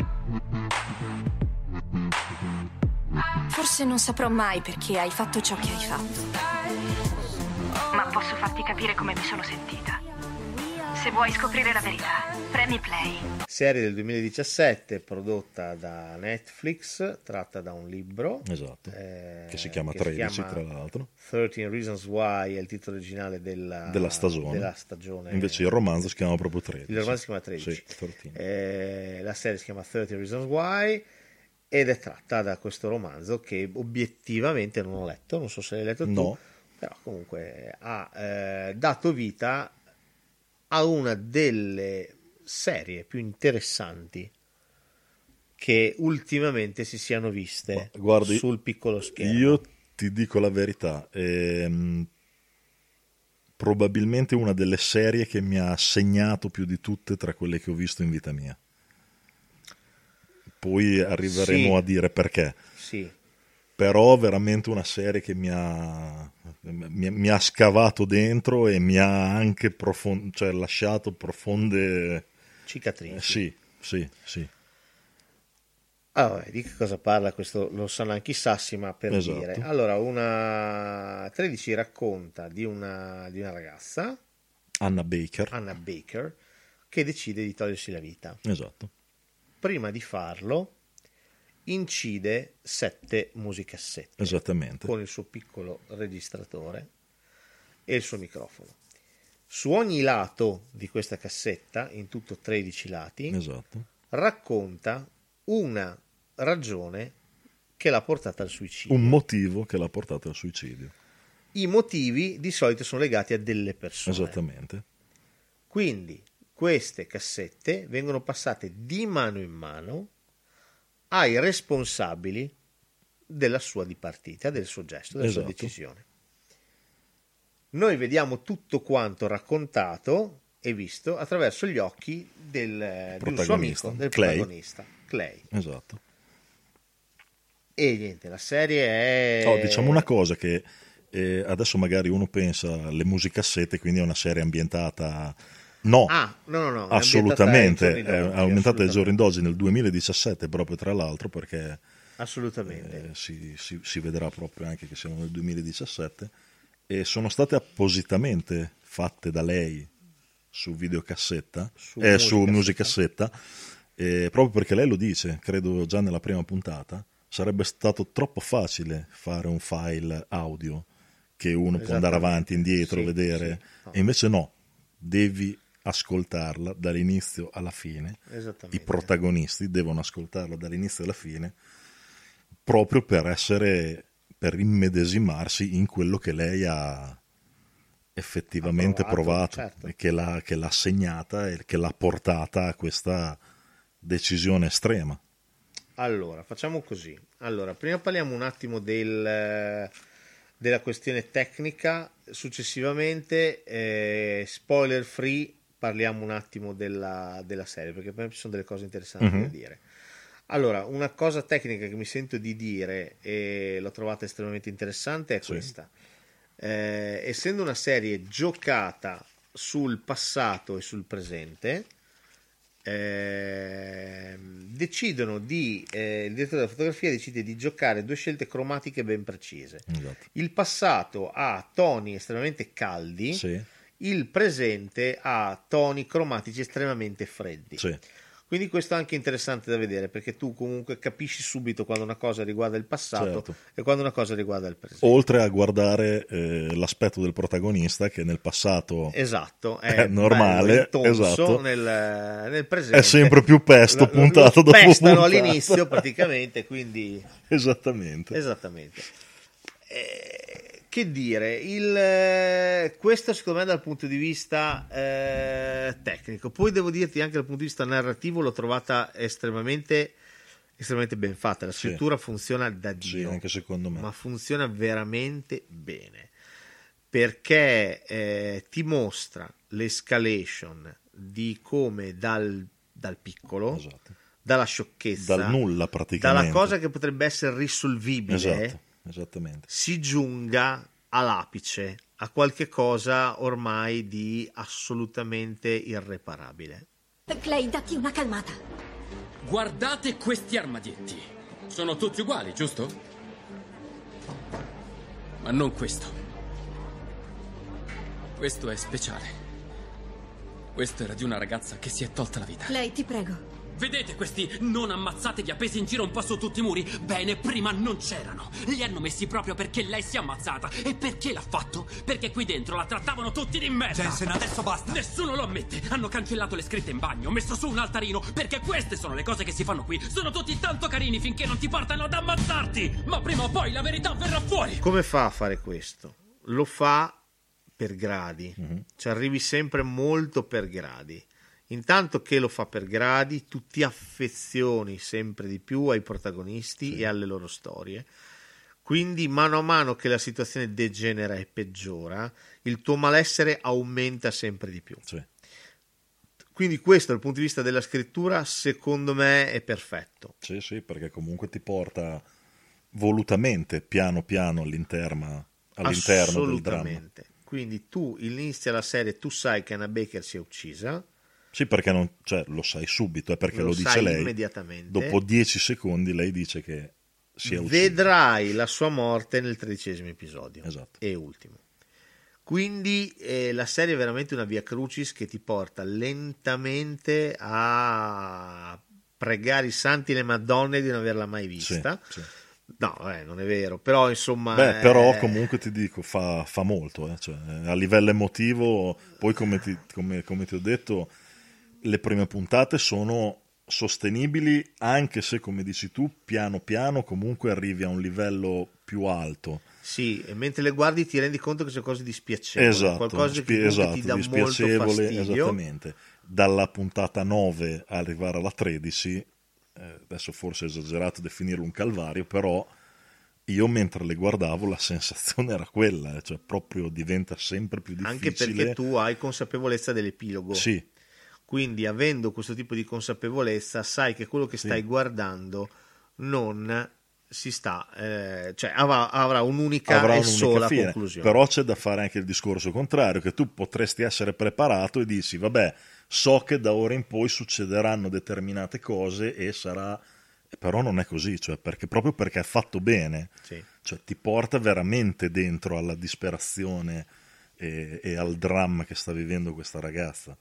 Forse non saprò mai perché hai fatto ciò che hai fatto. Ma posso farti capire come mi sono sentita. Se vuoi scoprire la verità, premi play. Serie del duemiladiciassette prodotta da Netflix, tratta da un libro. Esatto. Eh, che si chiama che tredici, si chiama tra l'altro. thirteen Reasons Why è il titolo originale della, della, stagione. della stagione. Invece il romanzo si chiama proprio tredici. Il romanzo si chiama tredici. Sì, eh, la serie si chiama thirteen Reasons Why ed è tratta da questo romanzo che obiettivamente non ho letto, non so se l'hai letto tu, no. Però comunque ha eh, dato vita a una delle serie più interessanti che ultimamente si siano viste. Guardi, sul piccolo schermo. Io ti dico la verità, ehm, probabilmente una delle serie che mi ha segnato più di tutte tra quelle che ho visto in vita mia. Poi arriveremo Sì. a dire perché. Sì. Però veramente una serie che mi ha, mi, mi ha scavato dentro e mi ha anche profond- cioè lasciato profonde cicatrici. Eh, sì, sì, sì. Allora, di che cosa parla questo? Lo sanno anche i sassi, ma per Esatto. dire. Allora, una tredici racconta di una, di una ragazza, Anna Baker. Anna Baker, che decide di togliersi la vita. Esatto. Prima di farlo incide sette musicassette. Esattamente. Con il suo piccolo registratore e il suo microfono. Su ogni lato di questa cassetta, in tutto tredici lati, Esatto. racconta una ragione che l'ha portata al suicidio. Un motivo che l'ha portato al suicidio. I motivi di solito sono legati a delle persone. Esattamente. Quindi queste cassette vengono passate di mano in mano ai responsabili della sua dipartita, del suo gesto, della Esatto. sua decisione. Noi vediamo tutto quanto raccontato e visto attraverso gli occhi del, di un suo amico, del Clay. protagonista, Clay. Esatto. E niente, la serie è... Oh, diciamo una cosa che eh, adesso magari uno pensa alle musicassette, quindi è una serie ambientata... No, Ah, no, no, no, è assolutamente, ambientata ai giorni è d'oggi, aumentata ai giorni d'oggi nel duemiladiciassette proprio tra l'altro, perché assolutamente. eh, si, si, si vedrà proprio anche che siamo nel duemiladiciassette, e sono state appositamente fatte da lei su videocassetta, Su eh, su musicassetta. musicassetta, eh, proprio perché lei lo dice, credo già nella prima puntata, sarebbe stato troppo facile fare un file audio che uno può andare avanti, indietro, Sì, vedere, sì, no. e invece no, devi ascoltarla dall'inizio alla fine. Esattamente. I protagonisti devono ascoltarla dall'inizio alla fine proprio per essere, per immedesimarsi in quello che lei ha effettivamente Ha provato, provato, certo. e che l'ha, che l'ha segnata e che l'ha portata a questa decisione estrema. Allora, facciamo così. Allora, prima parliamo un attimo del, della questione tecnica, successivamente, eh, spoiler free, parliamo un attimo della, della serie, perché per me ci sono delle cose interessanti Mhm. da dire. Allora, una cosa tecnica che mi sento di dire, e l'ho trovata estremamente interessante, è Sì. questa. Eh, essendo una serie giocata sul passato e sul presente, eh, decidono di eh, il direttore della fotografia decide di giocare due scelte cromatiche ben precise. Esatto. Il passato ha toni estremamente caldi, Sì. il presente ha toni cromatici estremamente freddi. Sì. Quindi questo è anche interessante da vedere, perché tu comunque capisci subito quando una cosa riguarda il passato Certo. e quando una cosa riguarda il presente. Oltre a guardare eh, l'aspetto del protagonista, che nel passato Esatto, è, è normale, bello, intonso, esatto. nel, nel presente è sempre più pesto, lo- lo- puntata lo dopo pestano puntata. all'inizio praticamente, quindi Esattamente. esattamente. Eh, che dire, il, eh, questo secondo me dal punto di vista eh, tecnico. Poi devo dirti anche dal punto di vista narrativo l'ho trovata estremamente estremamente ben fatta. La Sì. scrittura funziona da Sì, Dio, anche secondo me. ma funziona veramente bene, perché eh, ti mostra l'escalation di come dal, dal piccolo, Esatto. dalla sciocchezza, Dal nulla praticamente. dalla cosa che potrebbe essere risolvibile, Esatto, esattamente. si giunga all'apice, a qualche cosa ormai di assolutamente irreparabile. Clay, datti una calmata. Guardate questi armadietti. Sono tutti uguali, giusto? Ma non questo. Questo è speciale. Questo era di una ragazza che si è tolta la vita. Lei, ti prego. Vedete questi non ammazzateli appesi in giro un po' su tutti i muri? Bene, prima non c'erano. Li hanno messi proprio perché lei si è ammazzata. E perché l'ha fatto? Perché qui dentro la trattavano tutti di merda. Jensen, adesso basta. Nessuno lo ammette. Hanno cancellato le scritte in bagno, messo su un altarino, perché queste sono le cose che si fanno qui. Sono tutti tanto carini finché non ti portano ad ammazzarti. Ma prima o poi la verità verrà fuori. Come fa a fare questo? Lo fa per gradi. Mm-hmm. Ci arrivi sempre molto per gradi. Intanto che lo fa per gradi, tu ti affezioni sempre di più ai protagonisti sì. e alle loro storie. Quindi mano a mano che la situazione degenera e peggiora, il tuo malessere aumenta sempre di più. Sì. Quindi questo dal punto di vista della scrittura secondo me è perfetto. Sì, sì, perché comunque ti porta volutamente piano piano all'interno, all'interno del dramma. Quindi tu inizia la serie, tu sai che Anna Baker si è uccisa. Sì, perché non, cioè, lo sai subito, è perché lo, lo dice lei. Immediatamente. Dopo dieci secondi lei dice che si è uccisa. Vedrai la sua morte nel tredicesimo episodio. Esatto. E ultimo. Quindi eh, la serie è veramente una via crucis che ti porta lentamente a pregare i santi e le madonne di non averla mai vista. Sì, sì. No, eh, non è vero, però insomma... Beh, però comunque ti dico, fa, fa molto, eh. Cioè, a livello emotivo, poi come ti, come, come ti ho detto, le prime puntate sono sostenibili, anche se, come dici tu, piano piano comunque arrivi a un livello più alto. Sì, e mentre le guardi ti rendi conto che c'è qualcosa di spiacevole, esatto, qualcosa spi- che esatto, ti dà di molto fastidio. Esattamente. Dalla puntata nove a arrivare alla tredici, eh, adesso forse è esagerato definirlo un calvario, però io mentre le guardavo la sensazione era quella, cioè proprio diventa sempre più difficile. Anche perché tu hai consapevolezza dell'epilogo. Sì. Quindi avendo questo tipo di consapevolezza sai che quello che stai sì. guardando non si sta, eh, cioè avrà, avrà un'unica avrà e un'unica sola fine. conclusione. Però c'è da fare anche il discorso contrario, che tu potresti essere preparato e dici vabbè, so che da ora in poi succederanno determinate cose e sarà, però non è così, cioè perché proprio perché è fatto bene, sì. cioè ti porta veramente dentro alla disperazione e, e al dramma che sta vivendo questa ragazza.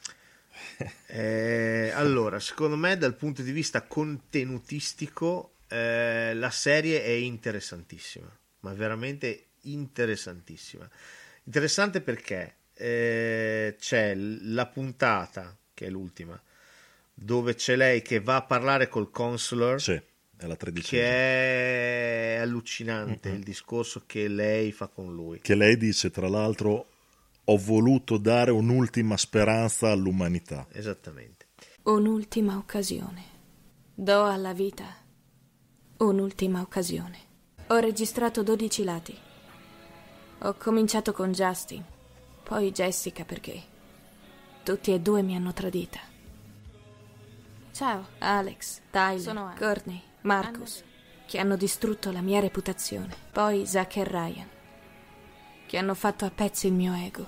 Eh, allora, secondo me dal punto di vista contenutistico eh, la serie è interessantissima, ma veramente interessantissima. Interessante perché eh, c'è la puntata, che è l'ultima, dove c'è lei che va a parlare col counselor, sì, è la tredicesima, che è allucinante, mm-hmm. il discorso che lei fa con lui. Che lei dice, tra l'altro, ho voluto dare un'ultima speranza all'umanità. Esattamente. Un'ultima occasione. Do alla vita un'ultima occasione. Ho registrato dodici lati. Ho cominciato con Justin, poi Jessica perché tutti e due mi hanno tradita. Ciao, Alex, Tyler, Courtney, Marcus, che hanno distrutto la mia reputazione. Poi Zack e Ryan, che hanno fatto a pezzi il mio ego.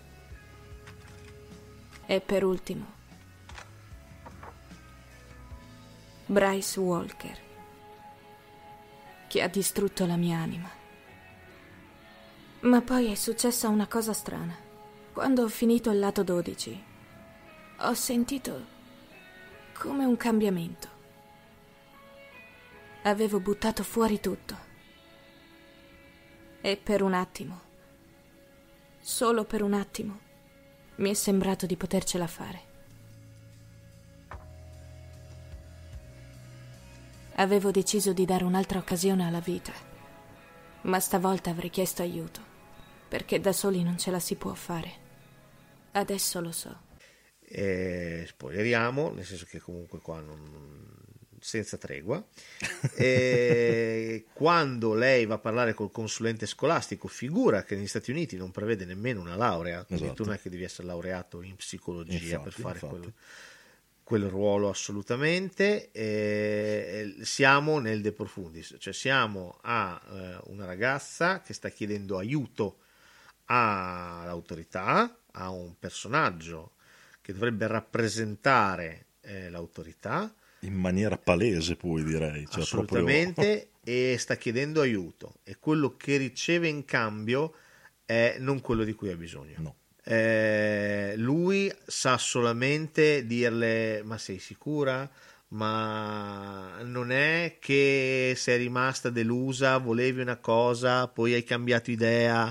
E per ultimo, Bryce Walker, che ha distrutto la mia anima. Ma poi è successa una cosa strana. Quando ho finito il lato dodici, ho sentito come un cambiamento. Avevo buttato fuori tutto. E per un attimo, solo per un attimo, mi è sembrato di potercela fare. Avevo deciso di dare un'altra occasione alla vita, ma stavolta avrei chiesto aiuto, perché da soli non ce la si può fare. Adesso lo so. Eh, spoileriamo, nel senso che comunque qua non, senza tregua. E quando lei va a parlare col consulente scolastico, figura che negli Stati Uniti non prevede nemmeno una laurea, quindi esatto. tu non è che devi essere laureato in psicologia infatti, per fare infatti. quel, quel ruolo assolutamente. E siamo nel de profundis, cioè siamo a eh, una ragazza che sta chiedendo aiuto all'autorità, a un personaggio che dovrebbe rappresentare eh, l'autorità in maniera palese, poi direi, cioè assolutamente, proprio... e sta chiedendo aiuto, e quello che riceve in cambio è non quello di cui ha bisogno, no. eh, lui sa solamente dirle: ma sei sicura? Ma non è che sei rimasta delusa, volevi una cosa, poi hai cambiato idea.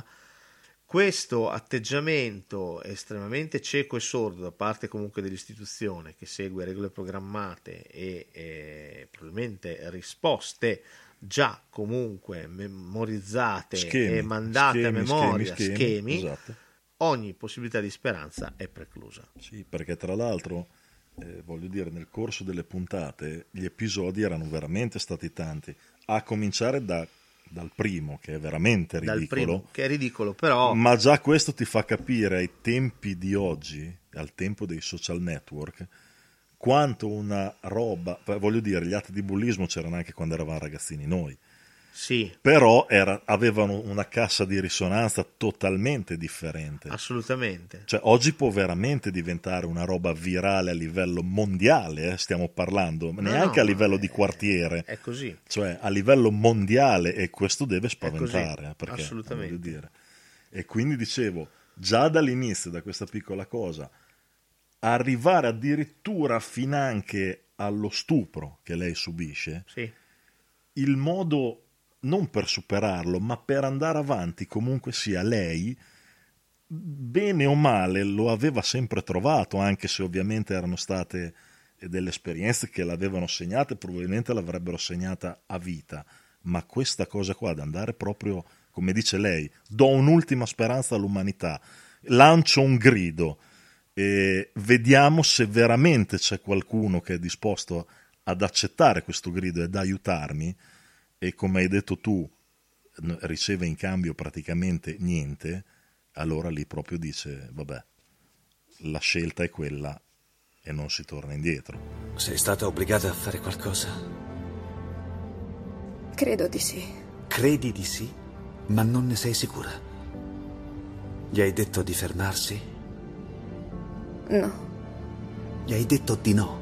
Questo atteggiamento estremamente cieco e sordo da parte comunque dell'istituzione, che segue regole programmate e eh, probabilmente risposte già comunque memorizzate Schemi, e mandate schemi, a memoria, schemi, schemi, schemi, esatto. Ogni possibilità di speranza è preclusa. Sì, perché tra l'altro, eh, voglio dire, nel corso delle puntate gli episodi erano veramente stati tanti, a cominciare da, dal primo, che è veramente ridicolo. Dal primo, che è ridicolo, però... Ma già questo ti fa capire ai tempi di oggi, al tempo dei social network, quanto una roba, voglio dire, gli atti di bullismo c'erano anche quando eravamo ragazzini noi. Sì. Però era, avevano una cassa di risonanza totalmente differente. Assolutamente. Cioè, oggi può veramente diventare una roba virale a livello mondiale, eh, stiamo parlando, No, neanche no, a livello è, di quartiere. È così. Cioè, a livello mondiale, e questo deve spaventare. Così, perché, assolutamente. voglio dire. E quindi dicevo, già dall'inizio, da questa piccola cosa, arrivare addirittura finanche allo stupro che lei subisce, sì. Il modo... non per superarlo, ma per andare avanti comunque sia lei, bene o male, lo aveva sempre trovato, anche se ovviamente erano state delle esperienze che l'avevano segnata e probabilmente l'avrebbero segnata a vita, ma questa cosa qua, di andare proprio, come dice lei, do un'ultima speranza all'umanità, lancio un grido e vediamo se veramente c'è qualcuno che è disposto ad accettare questo grido ed aiutarmi. E come hai detto tu, riceve in cambio praticamente niente, allora lì proprio dice, vabbè, la scelta è quella e non si torna indietro. Sei stata obbligata a fare qualcosa? Credo di sì. Credi di sì, ma non ne sei sicura. Gli hai detto di fermarsi? No. Gli hai detto di no?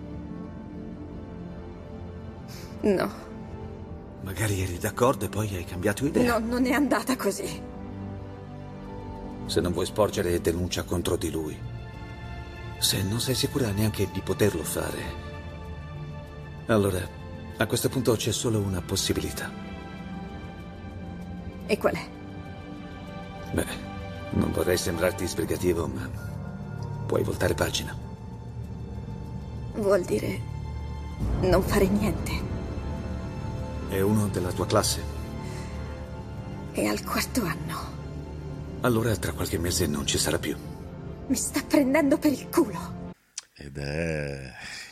No. Magari eri d'accordo e poi hai cambiato idea. No, non è andata così. Se non vuoi sporgere denuncia contro di lui, se non sei sicura neanche di poterlo fare, allora a questo punto c'è solo una possibilità. E qual è? Beh, non vorrei sembrarti sbrigativo, ma puoi voltare pagina. Vuol dire non fare niente. È uno della tua classe? È al quarto anno. Allora tra qualche mese non ci sarà più. Mi sta prendendo per il culo. Ed è...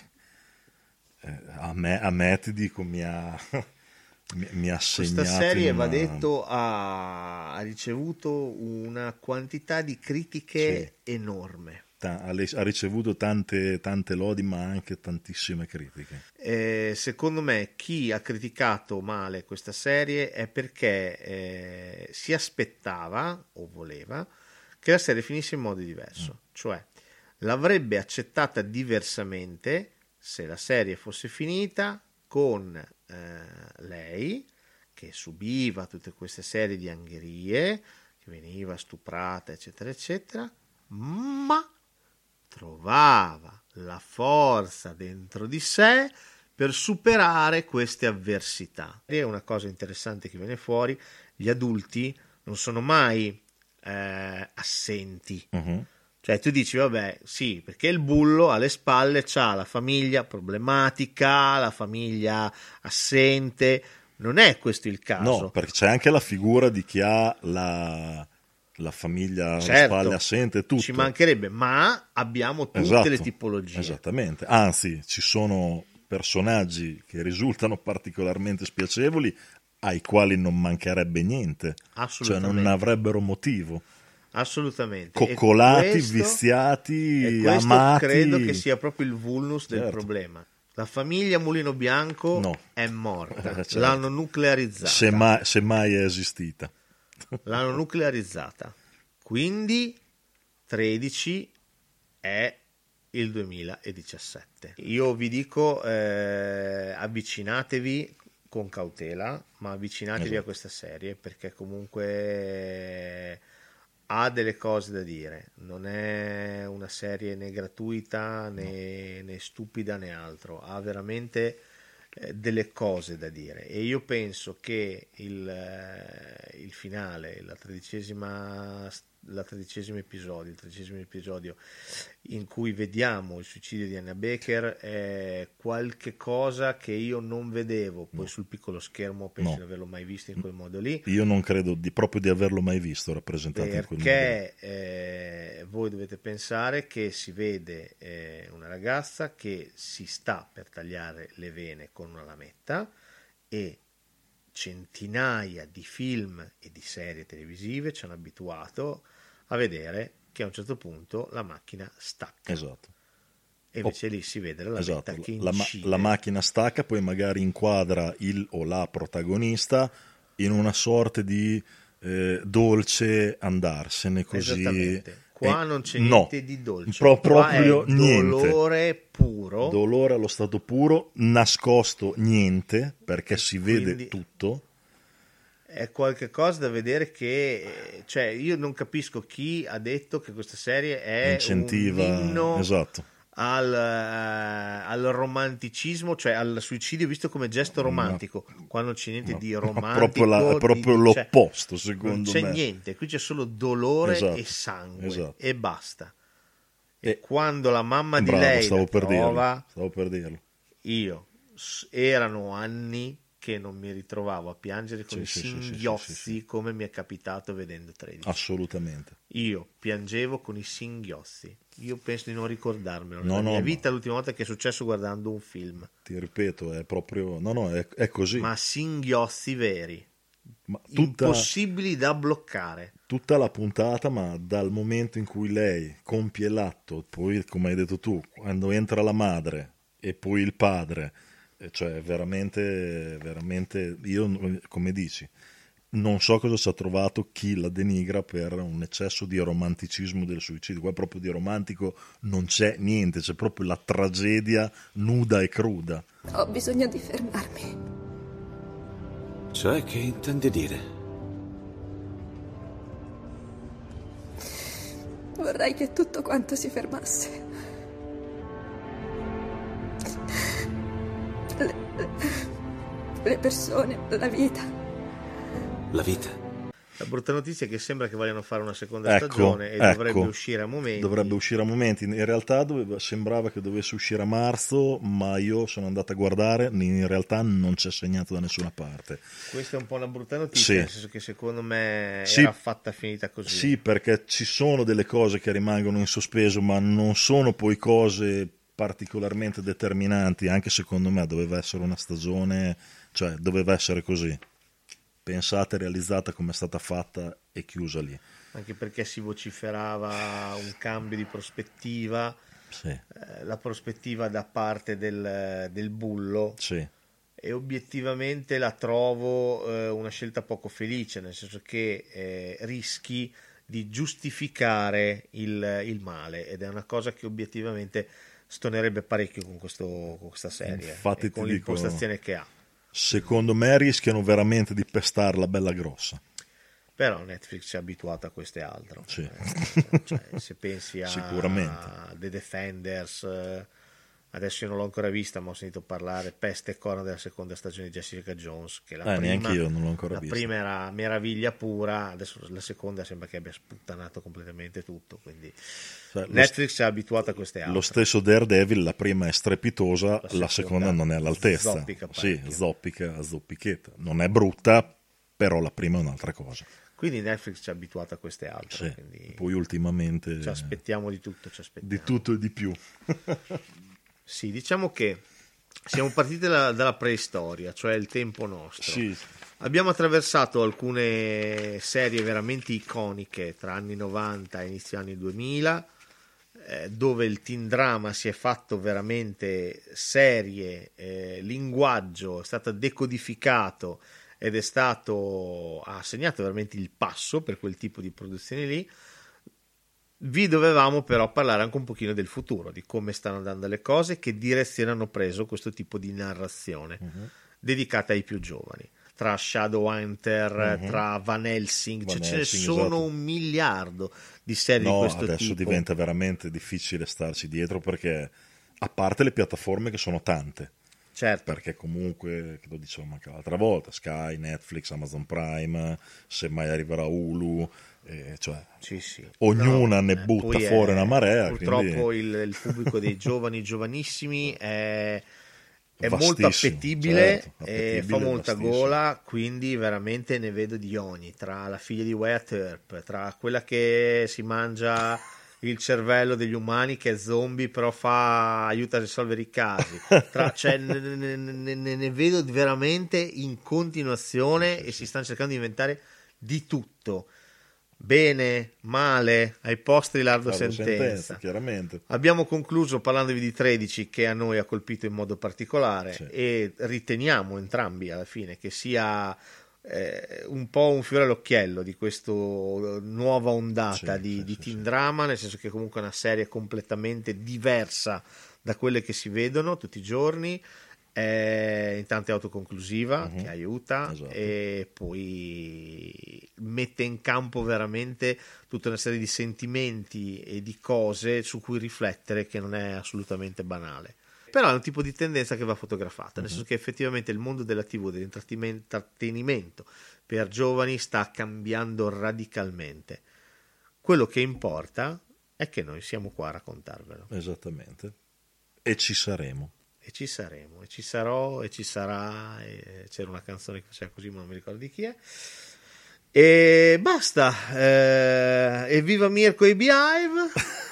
A me, a me ti dico, mi ha, mi, mi ha segnato... Questa serie, una... va detto, ha, ha ricevuto una quantità di critiche sì. enorme. Ha ricevuto tante, tante lodi, ma anche tantissime critiche. Eh, secondo me chi ha criticato male questa serie è perché eh, si aspettava o voleva che la serie finisse in modo diverso, mm. cioè l'avrebbe accettata diversamente se la serie fosse finita con eh, lei che subiva tutte queste serie di angherie, che veniva stuprata eccetera eccetera, ma trovava la forza dentro di sé per superare queste avversità. E una cosa interessante che viene fuori, gli adulti non sono mai eh, assenti. Uh-huh. Cioè tu dici, vabbè, sì, perché il bullo alle spalle c'ha la famiglia problematica, la famiglia assente. Non è questo il caso. No, perché c'è anche la figura di chi ha la... la famiglia certo, alle spalle assente, tutto. Ci mancherebbe, ma abbiamo tutte esatto, le tipologie. Esattamente, anzi ci sono personaggi che risultano particolarmente spiacevoli ai quali non mancherebbe niente, cioè non avrebbero motivo. Assolutamente. Coccolati, questo, viziati, e questo amati. Credo che sia proprio il vulnus certo. del problema. La famiglia Mulino Bianco no. è morta, eh, certo. l'hanno nuclearizzata. Se mai, se mai è esistita. L'hanno nuclearizzata, quindi tredici è il duemiladiciassette. Io vi dico eh, avvicinatevi con cautela, ma avvicinatevi esatto. a questa serie, perché comunque ha delle cose da dire, non è una serie né gratuita né, no. né stupida né altro, ha veramente eh, delle cose da dire, e io penso che il, eh, il finale, la tredicesima la tredicesimo episodio, il tredicesimo episodio in cui vediamo il suicidio di Anna Baker è qualche cosa che io non vedevo poi no. sul piccolo schermo, penso no. di averlo mai visto in quel modo lì. Io non credo di, proprio di averlo mai visto rappresentato perché, in quel modo. Perché eh, voi dovete pensare che si vede eh, una ragazza che si sta per tagliare le vene con una lametta, e centinaia di film e di serie televisive ci hanno abituato a vedere che a un certo punto la macchina stacca. Esatto. E invece oh, lì si vede la esatto. che incide. La, ma- la macchina stacca, poi magari inquadra il o la protagonista in una sorta di eh, dolce andarsene così. Esattamente. Qua eh, non c'è no, niente di dolce. Pro- Qua proprio è niente. Dolore puro. Dolore allo stato puro, nascosto niente, perché si vede Quindi tutto. È qualche cosa da vedere che, cioè, io non capisco chi ha detto che questa serie è incentiva, un inno esatto. al, uh, al romanticismo, cioè al suicidio visto come gesto romantico. No, qua non c'è niente no, di romantico, proprio, la, proprio di, l'opposto, cioè, secondo non c'è me. niente, qui c'è solo dolore esatto, e sangue, esatto. e basta. E, e quando la mamma bravo, di lei stavo la per trova, dirlo, stavo per dirlo. Io erano anni che non mi ritrovavo a piangere con sì, i sì, singhiozzi sì, sì, sì. come mi è capitato vedendo tredici. Assolutamente. Io piangevo con i singhiozzi. Io penso di non ricordarmelo no, nella no, mia vita ma... l'ultima volta che è successo guardando un film. Ti ripeto, è proprio no no, è, è così. Ma singhiozzi veri. Ma tutta... impossibili da bloccare. Tutta la puntata, ma dal momento in cui lei compie l'atto, poi come hai detto tu, quando entra la madre e poi il padre, cioè veramente veramente io, come dici, non so cosa ci ha trovato chi la denigra per un eccesso di romanticismo del suicidio. Qua proprio di romantico non c'è niente, c'è proprio la tragedia nuda e cruda. Ho bisogno di fermarmi. Cioè, che intendi dire? Vorrei che tutto quanto si fermasse. Le, le persone, la vita. La vita. La brutta notizia è che sembra che vogliano fare una seconda ecco, stagione e ecco, dovrebbe uscire a momenti. Dovrebbe uscire a momenti. In realtà doveva, sembrava che dovesse uscire a marzo, ma io sono andato a guardare, in realtà non c'è segnato da nessuna parte. Questa è un po' una brutta notizia, sì. nel senso che secondo me sì, era fatta finita così. Sì, perché ci sono delle cose che rimangono in sospeso, ma non sono poi cose particolarmente determinanti. Anche secondo me doveva essere una stagione, cioè doveva essere così. Pensata e realizzata come è stata fatta e chiusa lì. Anche perché si vociferava un cambio di prospettiva, sì. eh, la prospettiva da parte del, del bullo, sì. e obiettivamente la trovo eh, una scelta poco felice, nel senso che eh, rischi di giustificare il, il male, ed è una cosa che obiettivamente stonerebbe parecchio con, questo, con questa serie. Infatti e con ti l'impostazione dico... che ha. Secondo me rischiano veramente di pestarla bella grossa. Però Netflix è abituato a questo e altro. Sì. Eh, cioè, se pensi a Sicuramente. The Defenders, eh, adesso io non l'ho ancora vista, ma ho sentito parlare peste e corna della seconda stagione di Jessica Jones, che la eh, prima, neanche io non l'ho ancora la vista. prima era meraviglia pura, adesso la seconda sembra che abbia sputtanato completamente tutto, quindi cioè, Netflix è abituato a queste altre. Lo stesso Daredevil, la prima è strepitosa, la seconda, la seconda non è all'altezza. Zoppica sì, zoppica, zoppichetta. Non è brutta, però la prima è un'altra cosa. Quindi Netflix ci ha abituato a queste altre. Sì. Quindi poi ultimamente ci aspettiamo di tutto, ci aspettiamo. Di tutto e di più. Sì, diciamo che siamo partiti dalla, dalla preistoria, cioè il tempo nostro. Sì. Abbiamo attraversato alcune serie veramente iconiche tra anni novanta e inizio anni duemila, eh, dove il teen drama si è fatto veramente serie, eh, linguaggio è stato decodificato ed è stato ha segnato veramente il passo per quel tipo di produzioni lì. Vi dovevamo però parlare anche un pochino del futuro, di come stanno andando le cose, che direzione hanno preso questo tipo di narrazione uh-huh. dedicata ai più giovani. Tra tra Shadowhunter, Mhm. tra Van Helsing, cioè Van ce ne Helsing, sono esatto. un miliardo di serie No, di questo adesso tipo. diventa veramente difficile starci dietro perché, a parte le piattaforme che sono tante, certo. perché comunque, che lo dicevo anche l'altra volta, Sky, Netflix, Amazon Prime, semmai arriverà Hulu, eh, cioè Sì, sì. ognuna No, ne eh, butta poi fuori è- una marea. Purtroppo quindi- il, il pubblico dei giovani, giovanissimi è, è Vastissimo, molto appetibile, certo, e appetibile, fa molta vastissimo. gola, quindi veramente ne vedo di ogni, tra la figlia di Wyatt Earp, tra quella che si mangia il cervello degli umani che è zombie però fa aiuta a risolvere i casi, tra, cioè, ne, ne- ne- ne- ne vedo veramente in continuazione e si stanno cercando di inventare di tutto, bene, male, ai posti di lardo Lardo sentenza. sentenza, chiaramente. Abbiamo concluso parlandovi di tredici, che a noi ha colpito in modo particolare, Sì. e riteniamo entrambi alla fine che sia eh, un po' un fiore all'occhiello di questa nuova ondata Sì, di, sì, di sì, teen drama, nel senso che comunque è una serie completamente diversa da quelle che si vedono tutti i giorni. È intanto è autoconclusiva, Mhm. che aiuta, Esatto. e poi mette in campo veramente tutta una serie di sentimenti e di cose su cui riflettere, che non è assolutamente banale. Però è un tipo di tendenza che va fotografata, nel Mhm. senso che effettivamente il mondo della tivù, dell'intrattenimento per giovani sta cambiando radicalmente. Quello che importa è che noi siamo qua a raccontarvelo. Esattamente. E ci saremo. E ci saremo, e ci sarò, e ci sarà. E c'era una canzone che faceva così, ma non mi ricordo di chi è. E basta. Eh, evviva Mirko e Beehive.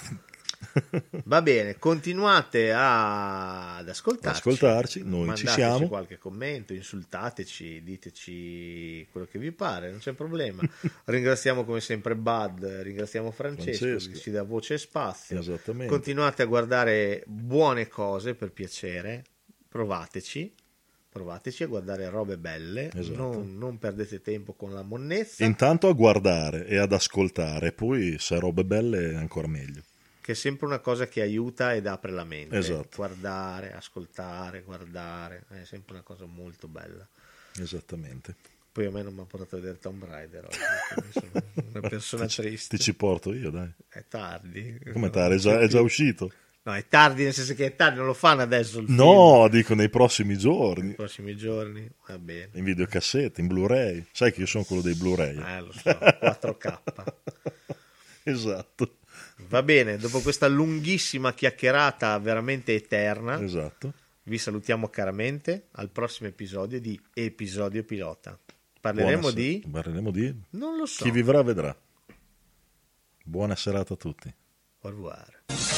Va bene, continuate a- ad ascoltarci. Ascoltarci, noi ci Mandateci siamo. qualche commento, insultateci, diteci quello che vi pare, non c'è problema. Ringraziamo come sempre Bud, ringraziamo Francesco, Francesco. che ci dà voce e spazio. Esattamente. Continuate a guardare buone cose, per piacere, provateci. Provateci a guardare robe belle, Esatto. non, non perdete tempo con la monnezza, Intanto a guardare e ad ascoltare, poi se robe belle ancora meglio. che è sempre una cosa che aiuta ed apre la mente. Esatto. Guardare, ascoltare, guardare, è sempre una cosa molto bella. Esattamente. Poi a me non mi ha portato a vedere Tomb Raider oggi, quindi sono una persona Ti ci- triste. Ti ci porto io, dai. È tardi. Come tale? È già, è già uscito? No, è tardi nel senso che è tardi, non lo fanno adesso il No, dico nei prossimi giorni. Nei prossimi giorni, va bene. In videocassette, in Blu-ray. Sai che io sono quello dei Blu-ray. Eh, lo so, quattro K. Esatto. Va bene, dopo questa lunghissima chiacchierata veramente eterna, Esatto. vi salutiamo caramente al prossimo episodio di Episodio Pilota. Parleremo Buona se- di... Parleremo di... Non lo so. Chi vivrà vedrà. Buona serata a tutti. Au revoir.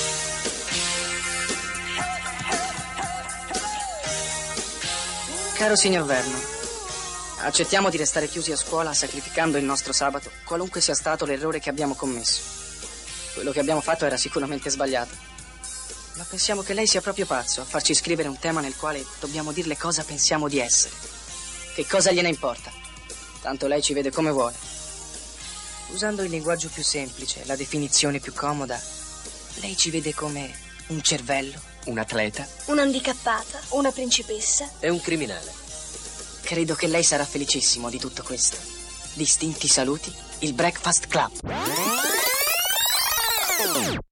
Caro signor Vernon, accettiamo di restare chiusi a scuola sacrificando il nostro sabato, qualunque sia stato l'errore che abbiamo commesso. Quello che abbiamo fatto era sicuramente sbagliato. Ma pensiamo che lei sia proprio pazzo a farci scrivere un tema nel quale dobbiamo dirle cosa pensiamo di essere. Che cosa gliene importa? Tanto lei ci vede come vuole. Usando il linguaggio più semplice, la definizione più comoda, lei ci vede come un cervello, un atleta. Un'handicappata, una principessa. È un criminale. Credo che lei sarà felicissimo di tutto questo. Distinti saluti, il Breakfast Club.